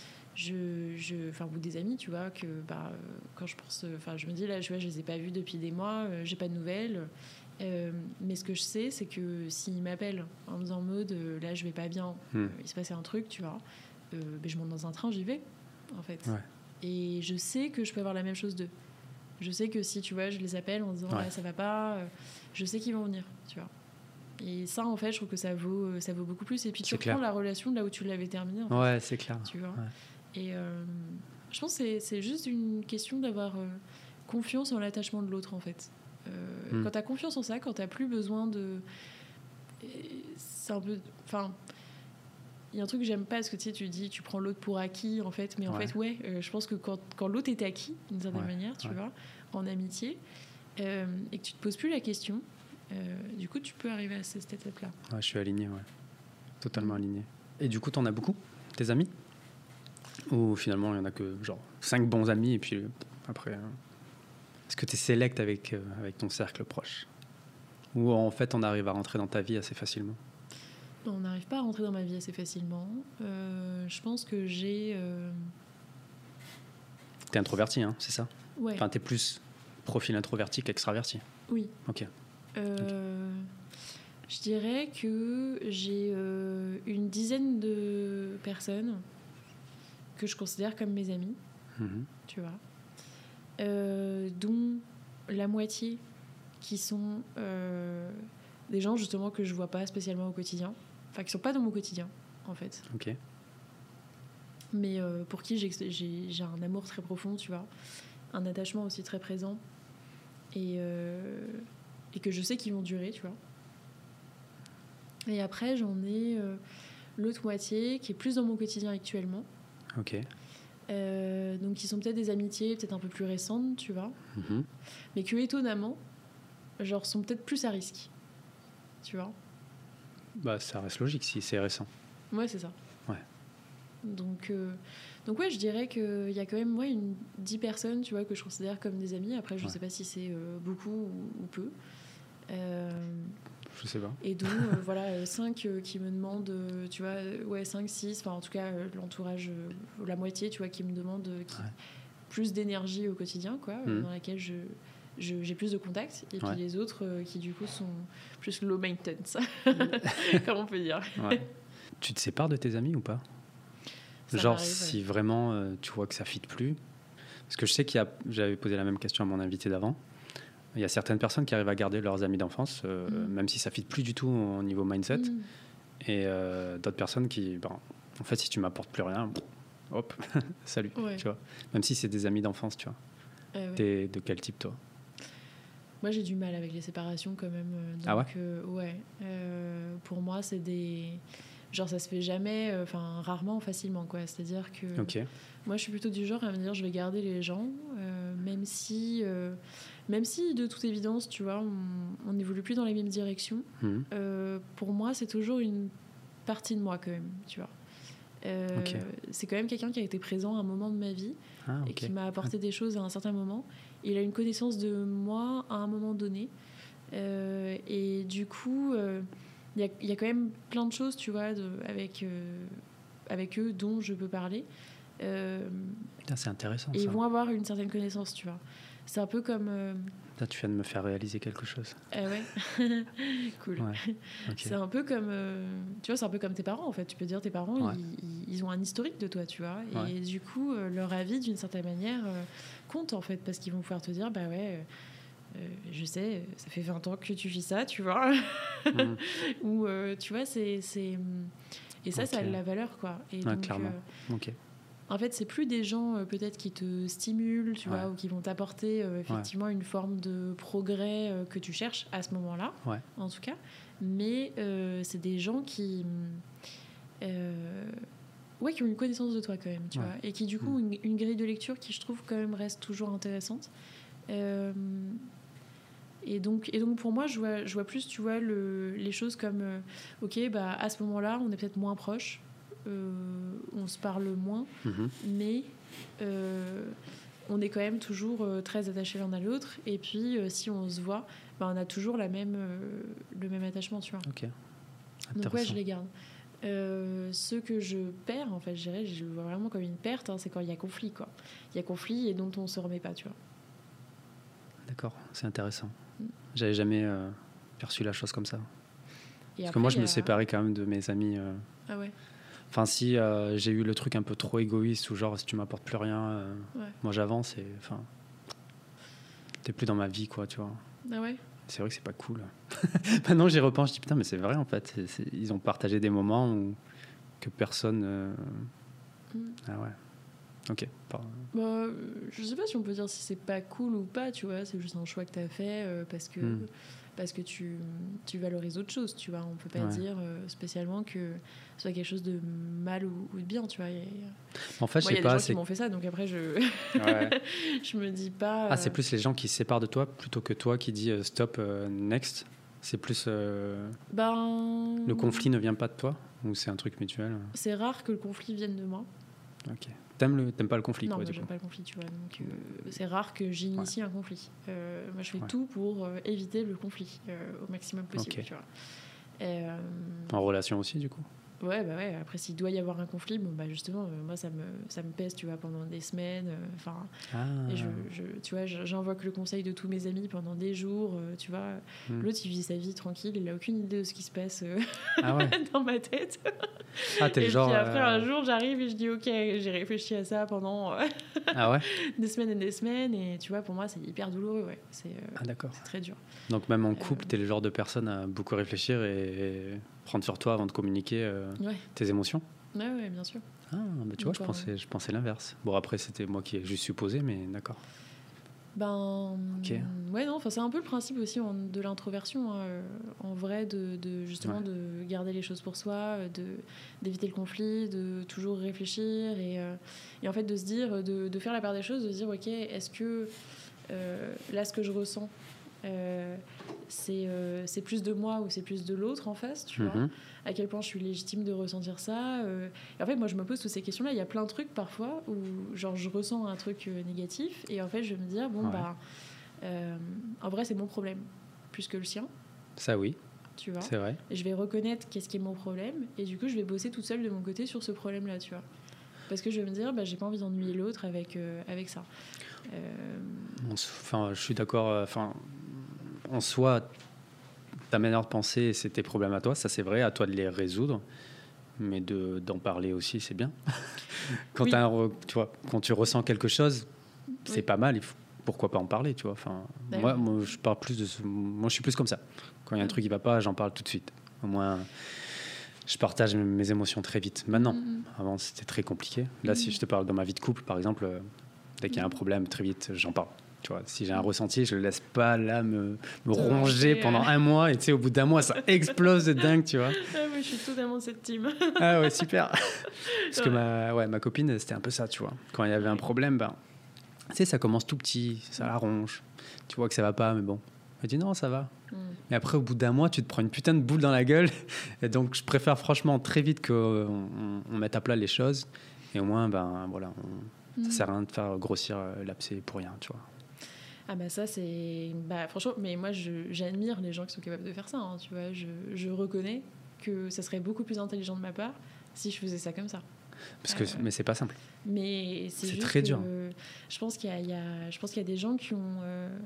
ou des amis, tu vois, que quand je pense, je me dis là, je les ai pas vus depuis des mois, j'ai pas de nouvelles, mais ce que je sais, c'est que s'ils m'appellent en me disant mode là je vais pas bien, il se passait un truc, tu vois, je monte dans un train, j'y vais en fait, et je sais que je peux avoir la même chose d'eux. Je sais que si tu vois, je les appelle en disant là ça va pas, je sais qu'ils vont venir, tu vois. Et ça, en fait, je trouve que ça vaut beaucoup plus. Et puis tu reprends la relation de là où tu l'avais terminée. En fait, c'est clair. Tu vois. Et je pense que c'est juste une question d'avoir confiance en l'attachement de l'autre, en fait. Quand tu as confiance en ça, quand tu n'as plus besoin de... C'est un peu... Il y a un truc que j'aime pas, parce que tu dis, tu prends l'autre pour acquis, en fait. Mais en fait, je pense que quand l'autre est acquis, d'une certaine manière, tu vois, en amitié, et que tu te poses plus la question, du coup, tu peux arriver à cette étape-là. Ouais, je suis aligné, totalement aligné. Et du coup, t'en as beaucoup, tes amis ? Ou finalement, il y en a que genre 5 bons amis, et puis après, est-ce que tu es select avec ton cercle proche ? Ou en fait, on arrive à rentrer dans ta vie assez facilement ? Non, on n'arrive pas à rentrer dans ma vie assez facilement. Je pense que j'ai... T'es introverti, hein, c'est ça ? Ouais. Enfin, t'es plus profil introverti qu'extraverti ? Oui. Ok. Je dirais que j'ai une dizaine de personnes que je considère comme mes amis, tu vois, dont la moitié qui sont des gens justement que je vois pas spécialement au quotidien, qui sont pas dans mon quotidien en fait. Ok. Mais pour qui j'ai un amour très profond, tu vois, un attachement aussi très présent, et que je sais qu'ils vont durer, tu vois. Et après j'en ai l'autre moitié qui est plus dans mon quotidien actuellement. Ok. Donc qui sont peut-être des amitiés peut-être un peu plus récentes, tu vois, mais que étonnamment genre sont peut-être plus à risque, tu vois. Bah ça reste logique si c'est récent. Ouais, c'est ça. Ouais. Donc ouais, je dirais qu'il y a quand même 10 personnes, tu vois, que je considère comme des amis. Après je sais pas si c'est beaucoup ou peu. Je sais pas. Et donc, 5 qui me demandent, tu vois, 5, 6, enfin en tout cas, l'entourage, la moitié, tu vois, qui me demandent plus d'énergie au quotidien, quoi, dans laquelle j'ai plus de contacts. Et puis les autres qui, du coup, sont plus low maintenance, comme on peut dire. Ouais. Tu te sépares de tes amis ou pas ? Ça genre, m'arrive, si vraiment tu vois que ça ne fit plus. Parce que je sais j'avais posé la même question à mon invité d'avant. Il y a certaines personnes qui arrivent à garder leurs amis d'enfance, même si ça ne fit plus du tout au niveau mindset. Et d'autres personnes qui, en fait, si tu ne m'apportes plus rien, hop, salut, tu vois. Même si c'est des amis d'enfance, tu vois. T'es de quel type, toi ? Moi, j'ai du mal avec les séparations quand même. Donc, ah ouais pour moi, c'est des... Genre, ça se fait jamais, rarement, facilement, quoi. C'est-à-dire que moi, je suis plutôt du genre à me dire, je vais garder les gens, même si, de toute évidence, tu vois, on n'évolue plus dans les mêmes directions. Pour moi, c'est toujours une partie de moi, quand même, tu vois. C'est quand même quelqu'un qui a été présent à un moment de ma vie et qui m'a apporté des choses à un certain moment. Il a une connaissance de moi à un moment donné. Et du coup... Il y a quand même plein de choses, tu vois, avec eux dont je peux parler. Putain, c'est intéressant. Et ça. Ils vont avoir une certaine connaissance, tu vois. c'est un peu comme... Là, tu viens de me faire réaliser quelque chose. Ouais. Cool. Ouais. Okay. C'est un peu comme... tu vois, c'est un peu comme tes parents, en fait. Tu peux dire, tes parents, Ouais. ils ont un historique de toi, tu vois. Ouais. Et du coup, leur avis, d'une certaine manière, compte, en fait. Parce qu'ils vont pouvoir te dire, bah ouais... je sais, ça fait 20 ans que tu vis ça, tu vois. Ou, tu vois, c'est... Et ça, ça a de la valeur, quoi. Et ouais, donc, clairement. Ok. en fait, c'est plus des gens peut-être qui te stimulent, tu vois, ou qui vont t'apporter effectivement une forme de progrès que tu cherches à ce moment-là, en tout cas. Mais c'est des gens qui ont une connaissance de toi quand même, tu vois, et qui du coup ont une grille de lecture qui, je trouve, quand même reste toujours intéressante. Et donc pour moi, je vois plus, tu vois, les choses comme ok, bah à ce moment-là, on est peut-être moins proches. On se parle moins, mais on est quand même toujours très attachés l'un à l'autre. Et puis, si on se voit, bah, on a toujours le même attachement, tu vois. Ok. Donc ouais, je les garde. Ce que je perds, en fait, je le vois vraiment comme une perte, hein, c'est quand il y a conflit, quoi. Il y a conflit et dont on se remet pas, tu vois. D'accord, c'est intéressant. J'avais jamais perçu la chose comme ça. Et parce après, que moi, je me séparais quand même de mes amis. Ah ouais. Enfin, si j'ai eu le truc un peu trop égoïste, ou genre, si tu m'apportes plus rien, moi j'avance et enfin, t'es plus dans ma vie, quoi, tu vois. Ah ouais. C'est vrai que c'est pas cool. Maintenant, j'y repense, je dis putain, mais c'est vrai en fait. Ils ont partagé des moments que personne. Ah ouais. Ok. Bah, je sais pas si on peut dire si c'est pas cool ou pas, tu vois. C'est juste un choix que t'as fait parce que tu valorises autre chose, tu vois. On peut pas dire spécialement que ce soit quelque chose de mal ou de bien, tu vois. En fait, je sais pas. Il y a des gens qui m'ont fait ça, donc après, je me dis pas... Ah, c'est plus les gens qui se séparent de toi plutôt que toi qui dis stop, next. C'est plus... Le conflit ne vient pas de toi ou c'est un truc mutuel? C'est rare que le conflit vienne de moi. Ok. T'aimes pas le conflit? Non, quoi, moi j'aime pas le conflit, tu vois. Donc c'est rare que j'initie un conflit. Moi je fais tout pour éviter le conflit au maximum possible, tu vois. En relation aussi, du coup? Ouais, bah ouais. Après, s'il doit y avoir un conflit, bon, bah justement, moi ça me pèse, tu vois, pendant des semaines. Et tu vois, j'invoque le conseil de tous mes amis pendant des jours. Tu vois, l'autre il vit sa vie tranquille, il a aucune idée de ce qui se passe dans ma tête. Ah, t'es et le genre. Puis après, un jour, j'arrive et je dis ok, j'ai réfléchi à ça pendant des semaines et des semaines. Et tu vois, pour moi, c'est hyper douloureux. Ouais. D'accord. C'est très dur. Donc même en couple, t'es le genre de personne à beaucoup réfléchir et prendre sur toi avant de communiquer tes émotions? Ouais, bien sûr. Ah, bah tu vois, je pensais l'inverse. Bon, après, c'était moi qui ai juste supposé, mais d'accord. Ouais, non, c'est un peu le principe aussi de l'introversion, hein, en vrai, justement de garder les choses pour soi, d'éviter le conflit, de toujours réfléchir et en fait de se dire, de faire la part des choses, de se dire ok, est-ce que là ce que je ressens c'est plus de moi ou c'est plus de l'autre en face, tu vois, à quel point je suis légitime de ressentir ça, et en fait moi je me pose toutes ces questions là. Il y a plein de trucs parfois où genre je ressens un truc négatif et en fait je vais me dire en vrai c'est mon problème plus que le sien, ça oui, tu vois, c'est vrai, et je vais reconnaître qu'est-ce qui est mon problème et du coup je vais bosser toute seule de mon côté sur ce problème là, tu vois, parce que je vais me dire j'ai pas envie d'ennuyer l'autre avec ça. Enfin, je suis d'accord. En soi, ta manière de penser, c'est tes problèmes à toi, ça c'est vrai, à toi de les résoudre, mais d'en parler aussi, c'est bien. Quand, tu vois, quand tu ressens quelque chose, c'est pas mal, pourquoi pas en parler, tu vois. Enfin, moi, je parle plus de moi, je suis plus comme ça. Quand il y a un truc qui va pas, j'en parle tout de suite. Au moins, je partage mes émotions très vite. Maintenant, avant, c'était très compliqué. Là, si je te parle dans ma vie de couple, par exemple, dès qu'il y a un problème, très vite, j'en parle. Tu vois, si j'ai un ressenti, je le laisse pas là me ronger pendant un mois, et tu sais, au bout d'un mois, ça explose de dingue, tu vois. Je suis totalement de cette team. Ah ouais, super. Parce que ma copine, c'était un peu ça, tu vois. Quand il y avait un problème, tu sais, ça commence tout petit, ça la ronge. Tu vois que ça va pas, mais bon. Elle dit non, ça va. Mais après, au bout d'un mois, tu te prends une putain de boule dans la gueule. Et donc, je préfère franchement très vite qu'on mette à plat les choses. Et au moins, voilà, ça sert à rien de faire grossir l'abcès pour rien, tu vois. Ah bah ça c'est... franchement, mais moi j'admire les gens qui sont capables de faire ça, hein, tu vois. Je reconnais que ça serait beaucoup plus intelligent de ma part si je faisais ça comme ça. Mais c'est pas simple. Mais c'est juste très dur. Je pense qu'il y a des gens qui ont...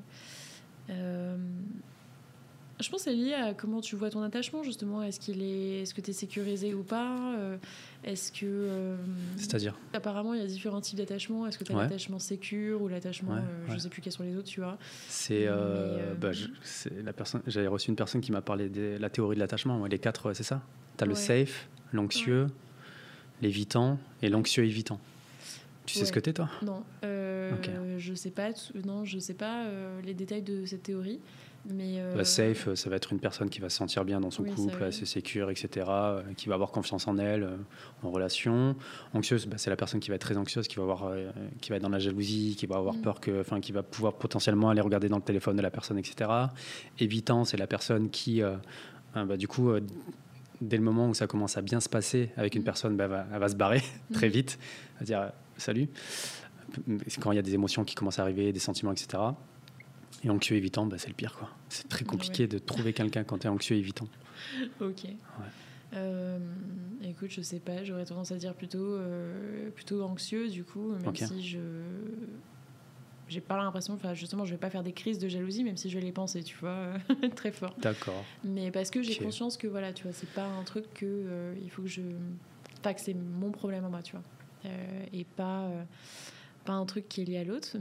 je pense que c'est lié à comment tu vois ton attachement, justement. Est-ce que tu es sécurisé ou pas Est-ce que... C'est-à-dire apparemment, il y a différents types d'attachement. Est-ce que tu as l'attachement sécure ou l'attachement... je sais plus quels sont les autres, tu vois. C'est la personne... J'avais reçu une personne qui m'a parlé de la théorie de l'attachement. Les 4, c'est ça. Tu as le safe, l'anxieux, l'évitant et l'anxieux évitant. Tu sais ce que t'es, toi? Non. Je sais pas. Je sais pas les détails de cette théorie. Mais safe, ça va être une personne qui va se sentir bien dans son couple, assez sécure, etc., qui va avoir confiance en elle, en relation. Anxieuse, c'est la personne qui va être très anxieuse, qui va être dans la jalousie, qui va avoir peur qui va pouvoir potentiellement aller regarder dans le téléphone de la personne, etc. Évitant, c'est la personne qui, du coup, dès le moment où ça commence à bien se passer avec une personne, elle va se barrer très vite, elle va dire salut. Quand il y a des émotions qui commencent à arriver, des sentiments, etc. Et anxieux évitant, c'est le pire, quoi. C'est très compliqué de trouver quelqu'un quand tu es anxieux évitant. Ok. Écoute, je sais pas, j'aurais tendance à dire plutôt anxieux, du coup, même si j'ai pas l'impression, justement, je vais pas faire des crises de jalousie, même si je vais les penser, tu vois, très fort. D'accord. Mais parce que j'ai conscience que, voilà, tu vois, c'est pas un truc que il faut que que c'est mon problème en moi, tu vois. Et pas un truc qui est lié à l'autre,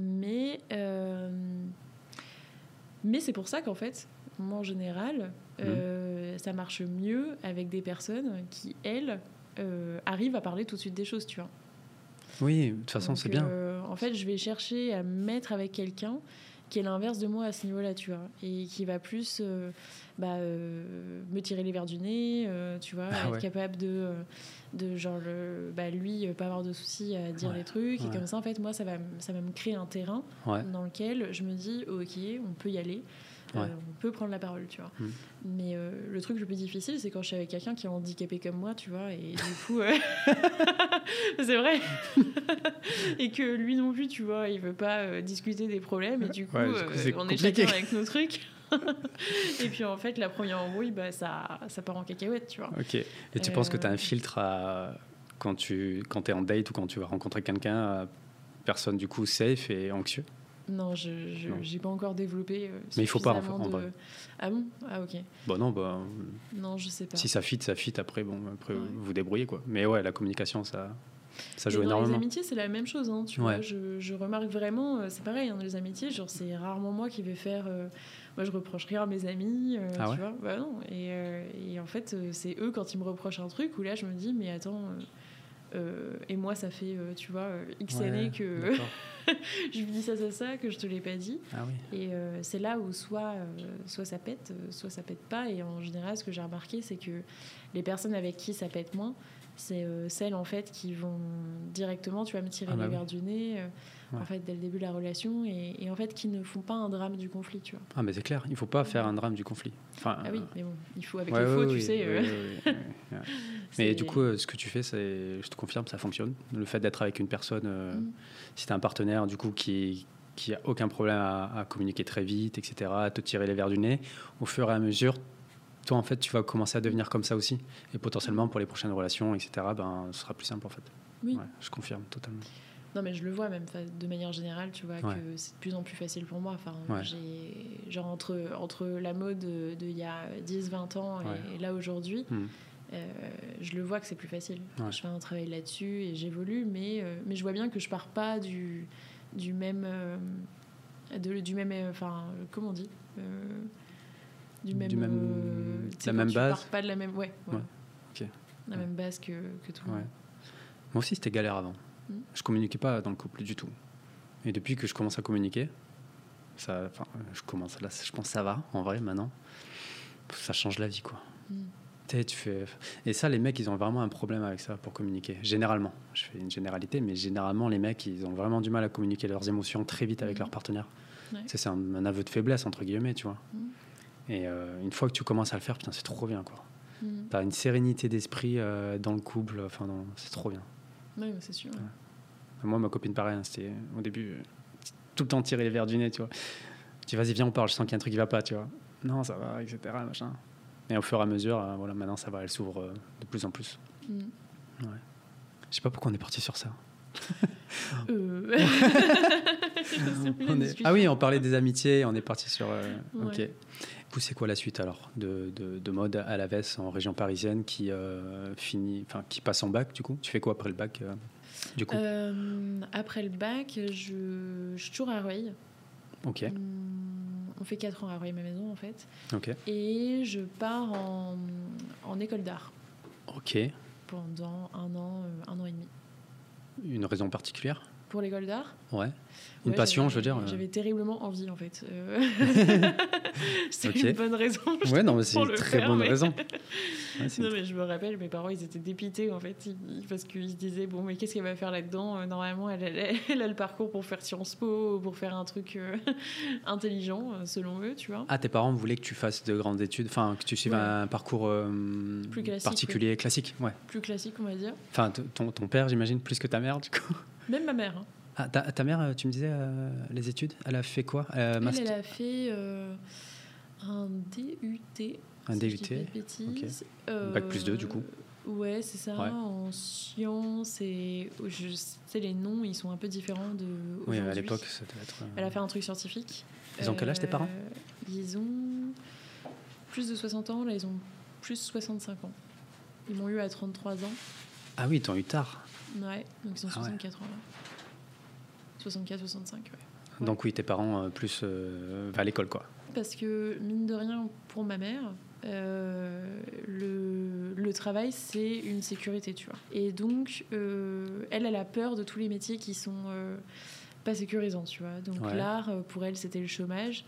mais c'est pour ça qu'en fait, moi en général, ça marche mieux avec des personnes qui, elles, arrivent à parler tout de suite des choses, tu vois. Oui, de toute façon, c'est bien. En fait, je vais chercher à me mettre avec quelqu'un qui est l'inverse de moi à ce niveau-là, tu vois, et qui va plus me tirer les verres du nez, tu vois, être capable de genre lui pas avoir de soucis à dire les trucs, et comme ça en fait moi ça va me créer un terrain dans lequel je me dis ok, on peut y aller, on peut prendre la parole, tu vois. Mais le truc le plus difficile, c'est quand je suis avec quelqu'un qui est handicapé comme moi, tu vois, et du coup c'est vrai et que lui non plus, tu vois, il veut pas discuter des problèmes, et du coup on est chacun avec nos trucs. Et puis en fait la première embrouille, ça part en cacahuète, tu vois. Ok. Et tu penses que tu as un filtre quand tu es en date ou quand tu vas rencontrer quelqu'un, personne du coup safe et anxieux? Non, j'ai pas encore développé. Mais il faut pas, en vrai. Ah bon? Ah ok. Non, je sais pas. Si ça fit, après vous débrouillez, quoi. Mais ouais, la communication, ça joue énormément. Dans les amitiés, c'est la même chose, hein, tu vois. Je remarque vraiment, c'est pareil, dans les amitiés, genre c'est rarement moi qui vais faire. Moi, je reproche rien à mes amis, tu vois. Bah non. Et en fait, c'est eux quand ils me reprochent un truc où là, je me dis, mais attends. Et moi, ça fait, tu vois, X années que je lui dis ça, que je te l'ai pas dit. Ah oui. Et c'est là où soit ça pète, soit ça pète pas. Et en général, ce que j'ai remarqué, c'est que les personnes avec qui ça pète moins, c'est celles en fait qui vont directement, tu vas me tirer les verres du nez, en fait, dès le début de la relation, et en fait qui ne font pas un drame du conflit, tu vois. Ah mais c'est clair, il faut pas faire un drame du conflit. Ah oui, mais bon, il faut avec les faux, tu sais. Mais du coup, ce que tu fais, je te confirme, ça fonctionne. Le fait d'être avec une personne, si tu as un partenaire du coup qui a aucun problème à communiquer très vite, etc., à te tirer les verres du nez, au fur et à mesure, toi, en fait, tu vas commencer à devenir comme ça aussi. Et potentiellement, pour les prochaines relations, etc., ce sera plus simple, en fait. Oui. Ouais, je confirme totalement. Non, mais je le vois même de manière générale, tu vois, que c'est de plus en plus facile pour moi. Enfin, genre entre la mode d'il y a 10-20 ans et là, aujourd'hui, je le vois que c'est plus facile. Je fais un travail là-dessus et j'évolue, mais je vois bien que je pars pas du même... enfin, comment on dit la même base. Tu pars pas de la même... Ouais. Okay. La même base que tout le monde. Moi aussi, c'était galère avant. Je communiquais pas dans le couple du tout. Et depuis que je commence à communiquer, je pense que ça va, en vrai, maintenant. Ça change la vie, quoi. Et ça, les mecs, ils ont vraiment un problème avec ça pour communiquer. Généralement. Je fais une généralité, mais généralement, les mecs, ils ont vraiment du mal à communiquer leurs émotions très vite avec leur partenaire. Ouais. C'est un aveu de faiblesse, entre guillemets, tu vois. Et une fois que tu commences à le faire, putain, c'est trop bien, quoi. T'as une sérénité d'esprit dans le couple, c'est trop bien. Oui, c'est sûr. Ouais. Moi, ma copine, pareil, c'était au début tout le temps tirer les verres du nez, tu vois. Tu dis, vas-y, viens, on parle, je sens qu'il y a un truc qui va pas, tu vois. Non, ça va, etc. Machin. Et au fur et à mesure, maintenant, ça va, elle s'ouvre de plus en plus. Ouais. Je sais pas pourquoi on est parti sur ça. Ah oui, on parlait des amitiés, on est parti sur... Ouais. Ok. Du coup, c'est quoi la suite alors de Maud à la Vesse en région parisienne qui passe en bac du coup? Tu fais quoi après le bac du coup? Après le bac, je suis toujours à Rueil. Ok. On fait 4 ans à Rueil, ma maison en fait. Ok. Et je pars en école d'art. Ok. Pendant un an et demi. Une raison particulière? Pour l'école d'art? Ouais. Une passion, je veux dire. J'avais terriblement envie, en fait. C'est Ok. une bonne raison. Ouais, non, mais c'est une très bonne raison. Ouais, Non, mais je me rappelle, mes parents, ils étaient dépités, en fait, parce qu'ils se disaient, bon, mais qu'est-ce qu'elle va faire là-dedans? Normalement, elle a le parcours pour faire Sciences Po, pour faire un truc intelligent, selon eux, tu vois. Ah, tes parents voulaient que tu fasses de grandes études, enfin, que tu suives un parcours plus classique, particulier, classique, ouais. Plus classique, on va dire. Enfin, ton père, j'imagine, plus que ta mère, du coup. Même ma mère. Hein. Ah, ta mère, tu me disais, les études, elle a fait quoi? Elle a fait un DUT. Un si DUT, je dis pas de bêtises. Bac plus 2, du coup. Ouais, c'est ça. Ouais. En sciences, et je sais, les noms, ils sont un peu différents de aujourd'hui. Oui, à l'époque, ça devait être... Elle a fait un truc scientifique. Ils ont quel âge, tes parents? Ils ont plus de 60 ans. Là, ils ont plus de 65 ans. Ils m'ont eu à 33 ans. Ah oui, ils t'ont eu tard. Ouais, donc ils ont 64 ans, là. 64, 65, ouais. Donc oui, tes parents plus va à l'école, quoi. Parce que, mine de rien, pour ma mère, le travail, c'est une sécurité, tu vois. Et donc, elle a peur de tous les métiers qui sont pas sécurisants, tu vois. Donc l'art, pour elle, c'était le chômage.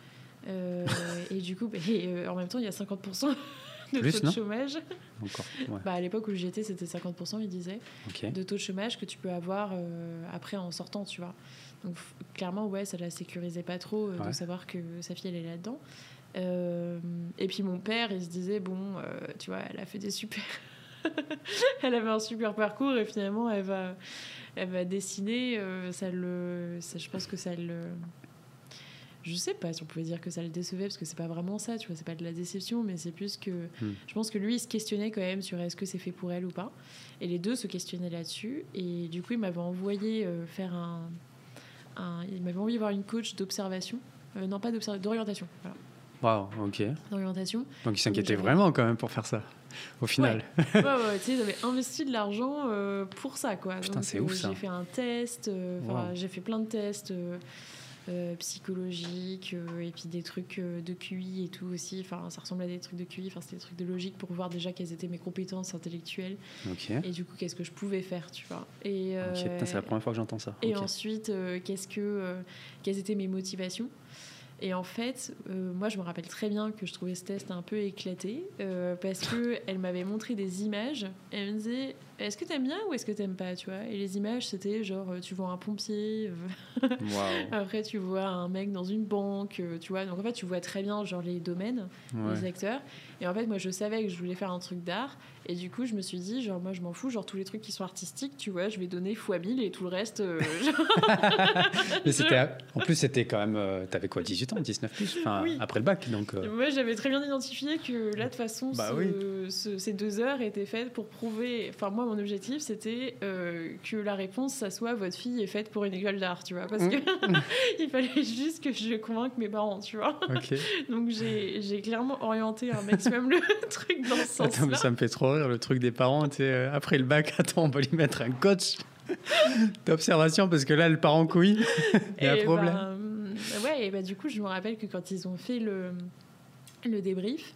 Et du coup, en même temps, il y a 50% de taux de chômage. Encore, ouais. À l'époque où j'y étais, c'était 50%, il disait, de taux de chômage que tu peux avoir après en sortant, tu vois. Donc clairement, ouais, ça la sécurisait pas trop de savoir que sa fille, elle est là-dedans. Et puis mon père, il se disait, bon, tu vois, elle a fait des super... elle avait un super parcours et finalement, elle va dessiner. Je pense que ça le... Je sais pas si on pouvait dire que ça le décevait, parce que c'est pas vraiment ça, tu vois, c'est pas de la déception, mais c'est plus que je pense que lui, il se questionnait quand même sur est-ce que c'est fait pour elle ou pas. Et les deux se questionnaient là-dessus. Et du coup, il m'avait envoyé faire il m'avait envoyé voir une coach d'observation. Non, pas d'observation, d'orientation. Voilà. Waouh, ok. D'orientation. Donc il s'inquiétait vraiment quand même pour faire ça, au final. Ouais, tu sais, ils avaient investi de l'argent pour ça, quoi. Putain, donc, c'est ouf ça. J'ai fait un test, j'ai fait plein de tests psychologiques et puis des trucs de QI et tout aussi. Enfin, ça ressemble à des trucs de QI, enfin, c'était des trucs de logique pour voir déjà quelles étaient mes compétences intellectuelles. Et du coup, qu'est-ce que je pouvais faire, tu vois. Et, putain, c'est la première fois que j'entends ça. Et ensuite, quelles étaient mes motivations. Et en fait, moi, je me rappelle très bien que je trouvais ce test un peu éclaté parce qu'elle m'avait montré des images. Elle me disait, est-ce que t'aimes bien ou est-ce que t'aimes pas, tu vois? Et les images, c'était genre, tu vois un pompier, après tu vois un mec dans une banque, tu vois. Donc en fait, tu vois très bien genre les domaines, les acteurs. Et en fait, moi, je savais que je voulais faire un truc d'art. Et du coup, je me suis dit, genre, moi, je m'en fous, genre, tous les trucs qui sont artistiques, tu vois, je vais donner x 1000 et tout le reste... Mais en plus, c'était quand même... t'avais quoi, 18 ans, 19 plus, après le bac, donc... Moi, j'avais très bien identifié que là, de toute façon, ces 2 heures étaient faites pour prouver... Enfin, moi, mon objectif, c'était que la réponse, ça soit, votre fille est faite pour une école d'art, tu vois, parce que il fallait juste que je convainque mes parents, tu vois. Donc, j'ai clairement orienté un maximum le truc dans ce sens-là. Attends, mais ça me fait trop rire, le truc des parents, tu sais, après le bac, attends, on va lui mettre un coach d'observation, parce que là, le parent couille, il y a un problème. Et du coup, je me rappelle que quand ils ont fait le débrief,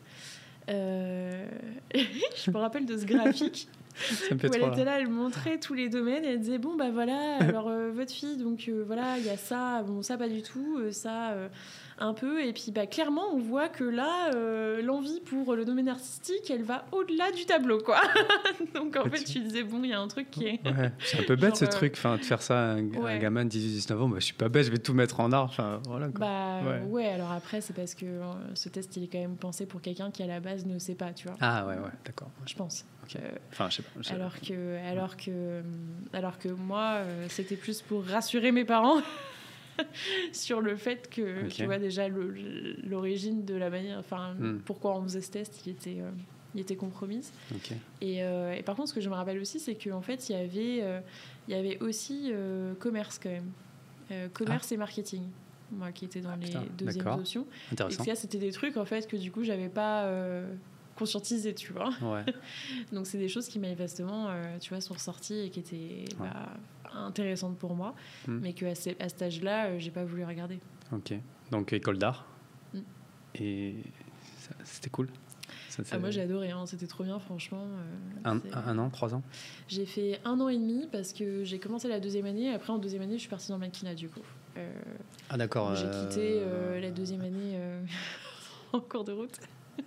je me rappelle de ce graphique ça me fait où elle trop était là, elle montrait tous les domaines et elle disait, bon, bah voilà, alors votre fille, donc voilà, il y a ça, bon, ça pas du tout, ça... un peu, et puis clairement on voit que là l'envie pour le domaine artistique elle va au-delà du tableau, quoi. Donc en fait tu disais bon, il y a un truc qui est c'est un peu bête ce truc, enfin, de faire ça à un gamin de 18-19 ans, je suis pas bête, je vais tout mettre en art, enfin voilà, quoi. Alors après c'est parce que ce test il est quand même pensé pour quelqu'un qui à la base ne sait pas, tu vois. D'accord, je pense. Enfin, je sais pas. Alors que moi c'était plus pour rassurer mes parents sur le fait que tu vois déjà l'origine de la manière, enfin pourquoi on faisait ce test, il était compromise. Ok. Et par contre, ce que je me rappelle aussi, c'est qu'en fait, il y avait aussi commerce quand même. Commerce et marketing, moi, qui étaient dans les deuxièmes options. Intéressant. Et ça, c'était des trucs, en fait, que du coup, j'avais pas conscientisé, tu vois. Ouais. Donc, c'est des choses qui, manifestement, tu vois, sont ressorties et qui étaient intéressantes pour moi, mais qu'à cet âge-là, j'ai pas voulu regarder. Ok. Donc, école d'art. Et c'était cool. Moi, j'ai adoré, hein. C'était trop bien, franchement. Un an, 3 ans? J'ai fait 1 an et demi parce que j'ai commencé la deuxième année. Après, en deuxième année, je suis partie dans le mannequinat, du coup. Ah, d'accord. J'ai quitté la deuxième année en cours de route.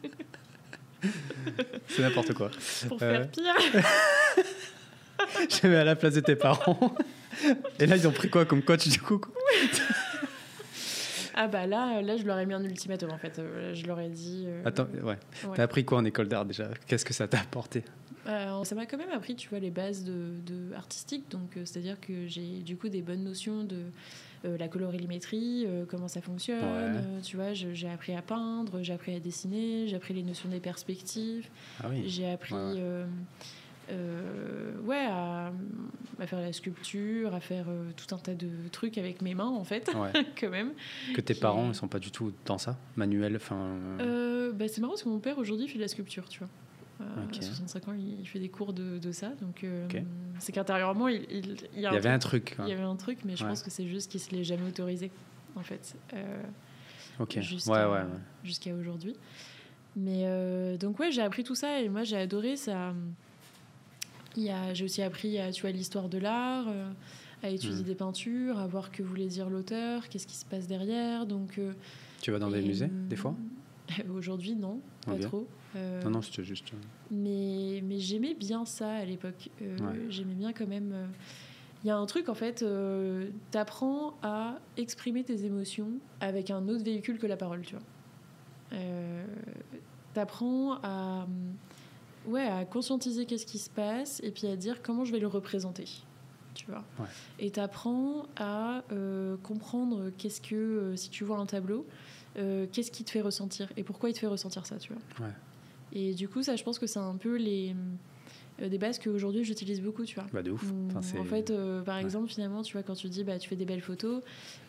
C'est n'importe quoi. Pour faire pire. Je me mets à la place de tes parents. Et là, ils ont pris quoi comme coach, du coup? Ah bah là, je leur ai mis un ultimatum, en fait. Je leur ai dit... Attends, ouais. T'as appris quoi en école d'art, déjà? Qu'est-ce que ça t'a apporté? Ça m'a quand même appris, tu vois, les bases de artistiques. Donc, c'est-à-dire que j'ai, du coup, des bonnes notions de la colorimétrie, comment ça fonctionne. Tu vois, j'ai appris à peindre, j'ai appris à dessiner, j'ai appris les notions des perspectives. Ah oui. J'ai appris... à faire la sculpture, à faire tout un tas de trucs avec mes mains, en fait, quand même. Que tes parents ne sont pas du tout dans ça, manuel, c'est marrant parce que mon père, aujourd'hui, fait de la sculpture, tu vois. À 65 ans, il fait des cours de ça. Donc, c'est qu'intérieurement, il y avait un truc. Il y avait un truc, mais je pense que c'est juste qu'il ne se l'est jamais autorisé, en fait. Jusqu'à aujourd'hui. Mais donc, j'ai appris tout ça et moi, j'ai adoré ça. J'ai aussi appris à l'histoire de l'art, à étudier des peintures, à voir que voulait dire l'auteur, qu'est-ce qui se passe derrière. Donc, tu vas dans des musées, des fois? Aujourd'hui, non, pas trop. Non, c'était juste... Mais j'aimais bien ça à l'époque. J'aimais bien quand même... Il y a un truc, en fait, t'apprends à exprimer tes émotions avec un autre véhicule que la parole, tu vois. T'apprends à conscientiser qu'est-ce qui se passe et puis à dire comment je vais le représenter, tu vois. Et t'apprends à comprendre qu'est-ce que, si tu vois un tableau, qu'est-ce qui te fait ressentir et pourquoi il te fait ressentir ça, tu vois. Et du coup, ça, je pense que c'est un peu des bases qu'aujourd'hui j'utilise beaucoup, tu vois. De ouf. En fait, par exemple, finalement, tu vois, quand tu dis tu fais des belles photos,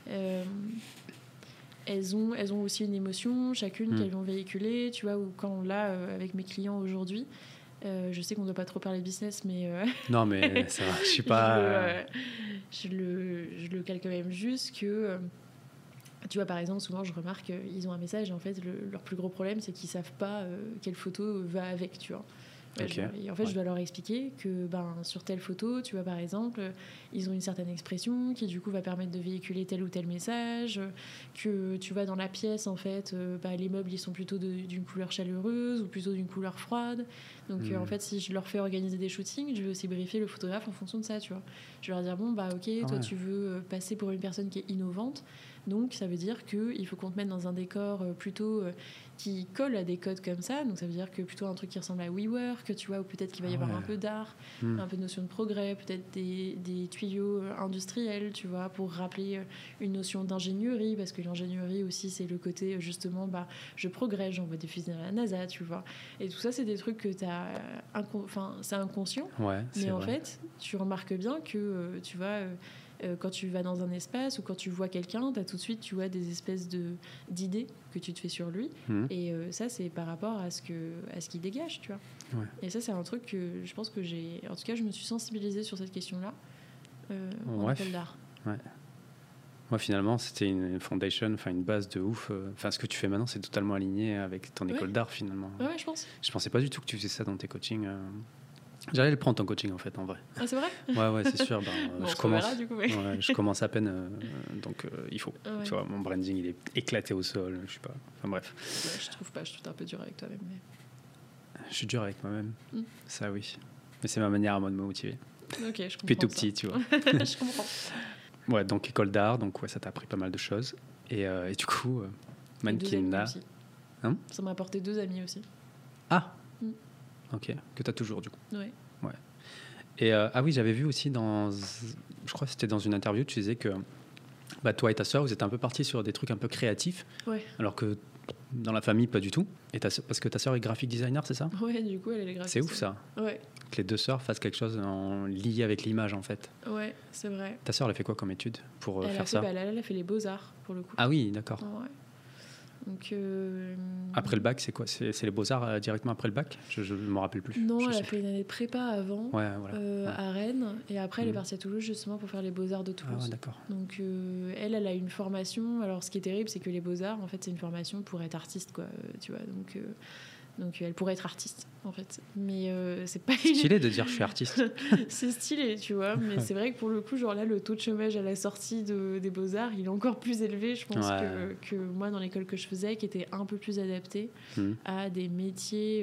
elles ont aussi une émotion, chacune, qu'elles vont véhiculer, tu vois, ou quand là, avec mes clients aujourd'hui, je sais qu'on ne doit pas trop parler business, mais... Non, mais ça va, je suis pas... je le cale quand même juste que... tu vois, par exemple, souvent, je remarque qu'ils ont un message, et en fait, leur plus gros problème, c'est qu'ils ne savent pas quelle photo va avec, tu vois. Et en fait, je dois leur expliquer que sur telle photo, tu vois, par exemple, ils ont une certaine expression qui, du coup, va permettre de véhiculer tel ou tel message, que tu vois, dans la pièce, en fait, les meubles, ils sont plutôt d'une couleur chaleureuse ou plutôt d'une couleur froide. Donc, en fait, si je leur fais organiser des shootings, je vais aussi briefer le photographe en fonction de ça, tu vois. Je vais leur dire, toi, tu veux passer pour une personne qui est innovante, donc ça veut dire qu'il faut qu'on te mette dans un décor plutôt qui colle à des codes comme ça. Donc ça veut dire que plutôt un truc qui ressemble à WeWork, tu vois, ou peut-être qu'il va y avoir un peu d'art, un peu de notion de progrès, peut-être des tuyaux industriels, tu vois, pour rappeler une notion d'ingénierie, parce que l'ingénierie aussi, c'est le côté justement, je progresse, j'envoie des fusées à la NASA, tu vois. Et tout ça, c'est des trucs que c'est inconscient, mais en fait, tu remarques bien que, tu vois... quand tu vas dans un espace ou quand tu vois quelqu'un, tu as tout de suite, tu vois, des espèces d'idées que tu te fais sur lui. Et ça, c'est par rapport à ce qu'il dégage, tu vois. Et ça, c'est un truc que je pense que en tout cas, je me suis sensibilisée sur cette question-là en école d'art. Moi, finalement, c'était une foundation, une base de ouf. Ce que tu fais maintenant, c'est totalement aligné avec ton école d'art, finalement. Ouais, je pense. Je pensais pas du tout que tu faisais ça dans tes coachings. J'allais le prendre ton coaching en fait, en vrai. Ah, c'est vrai? Ouais, c'est sûr. Je commence. Verra, du coup, je commence à peine, donc il faut. Tu vois, mon branding il est éclaté au sol. Je sais pas. Enfin bref. Ouais, je trouve pas. Je suis un peu dur avec toi-même. Mais... Je suis dur avec moi-même. Ça oui. Mais c'est ma manière à moi de me motiver. Ok, je comprends. Puis tout petit, tu vois. Je comprends. Ouais, donc école d'art, donc ça t'a appris pas mal de choses. Et du coup, mannequinat. Ça m'a apporté 2 amis aussi. Ah. Ok, que tu as toujours du coup. Ouais. Et oui, j'avais vu aussi je crois que c'était dans une interview, tu disais que Bah, toi et ta sœur, vous êtes un peu partis sur des trucs un peu créatifs, Ouais. alors que dans la famille, pas du tout. Et parce que ta sœur est graphic designer, c'est ça? Ouais, du coup, elle est les graphistes. C'est ouf ça, Ouais, que les deux sœurs fassent quelque chose lié avec l'image en fait. ouais, c'est vrai. Ta sœur, elle a fait quoi comme étude pour Elle a faire fait, ça? bah, elle a fait les beaux-arts, pour le coup. Ah oui, d'accord. Ouais. Donc, Après le bac, c'est quoi? C'est les beaux-arts directement après le bac? Je ne me rappelle plus. Non, Je elle sais a fait une année de prépa avant, plus. Ouais, voilà. Ouais. à Rennes. Et après, elle est Mhm. partie à Toulouse, justement, pour faire les beaux-arts de Ah Toulouse. ouais, d'accord. Donc, elle a une formation. Alors, ce qui est terrible, c'est que les beaux-arts, en fait, c'est une formation pour être artiste, quoi. Tu vois, donc, elle pourrait être artiste, en fait. Mais c'est pas Stylé de dire je suis artiste. c'est stylé, tu vois. Mais c'est vrai que pour le coup, genre là, le taux de chômage à la sortie des beaux-arts, il est encore plus élevé, je pense, Ouais. que moi, dans l'école que je faisais, qui était un peu plus adaptée Mhm. à des métiers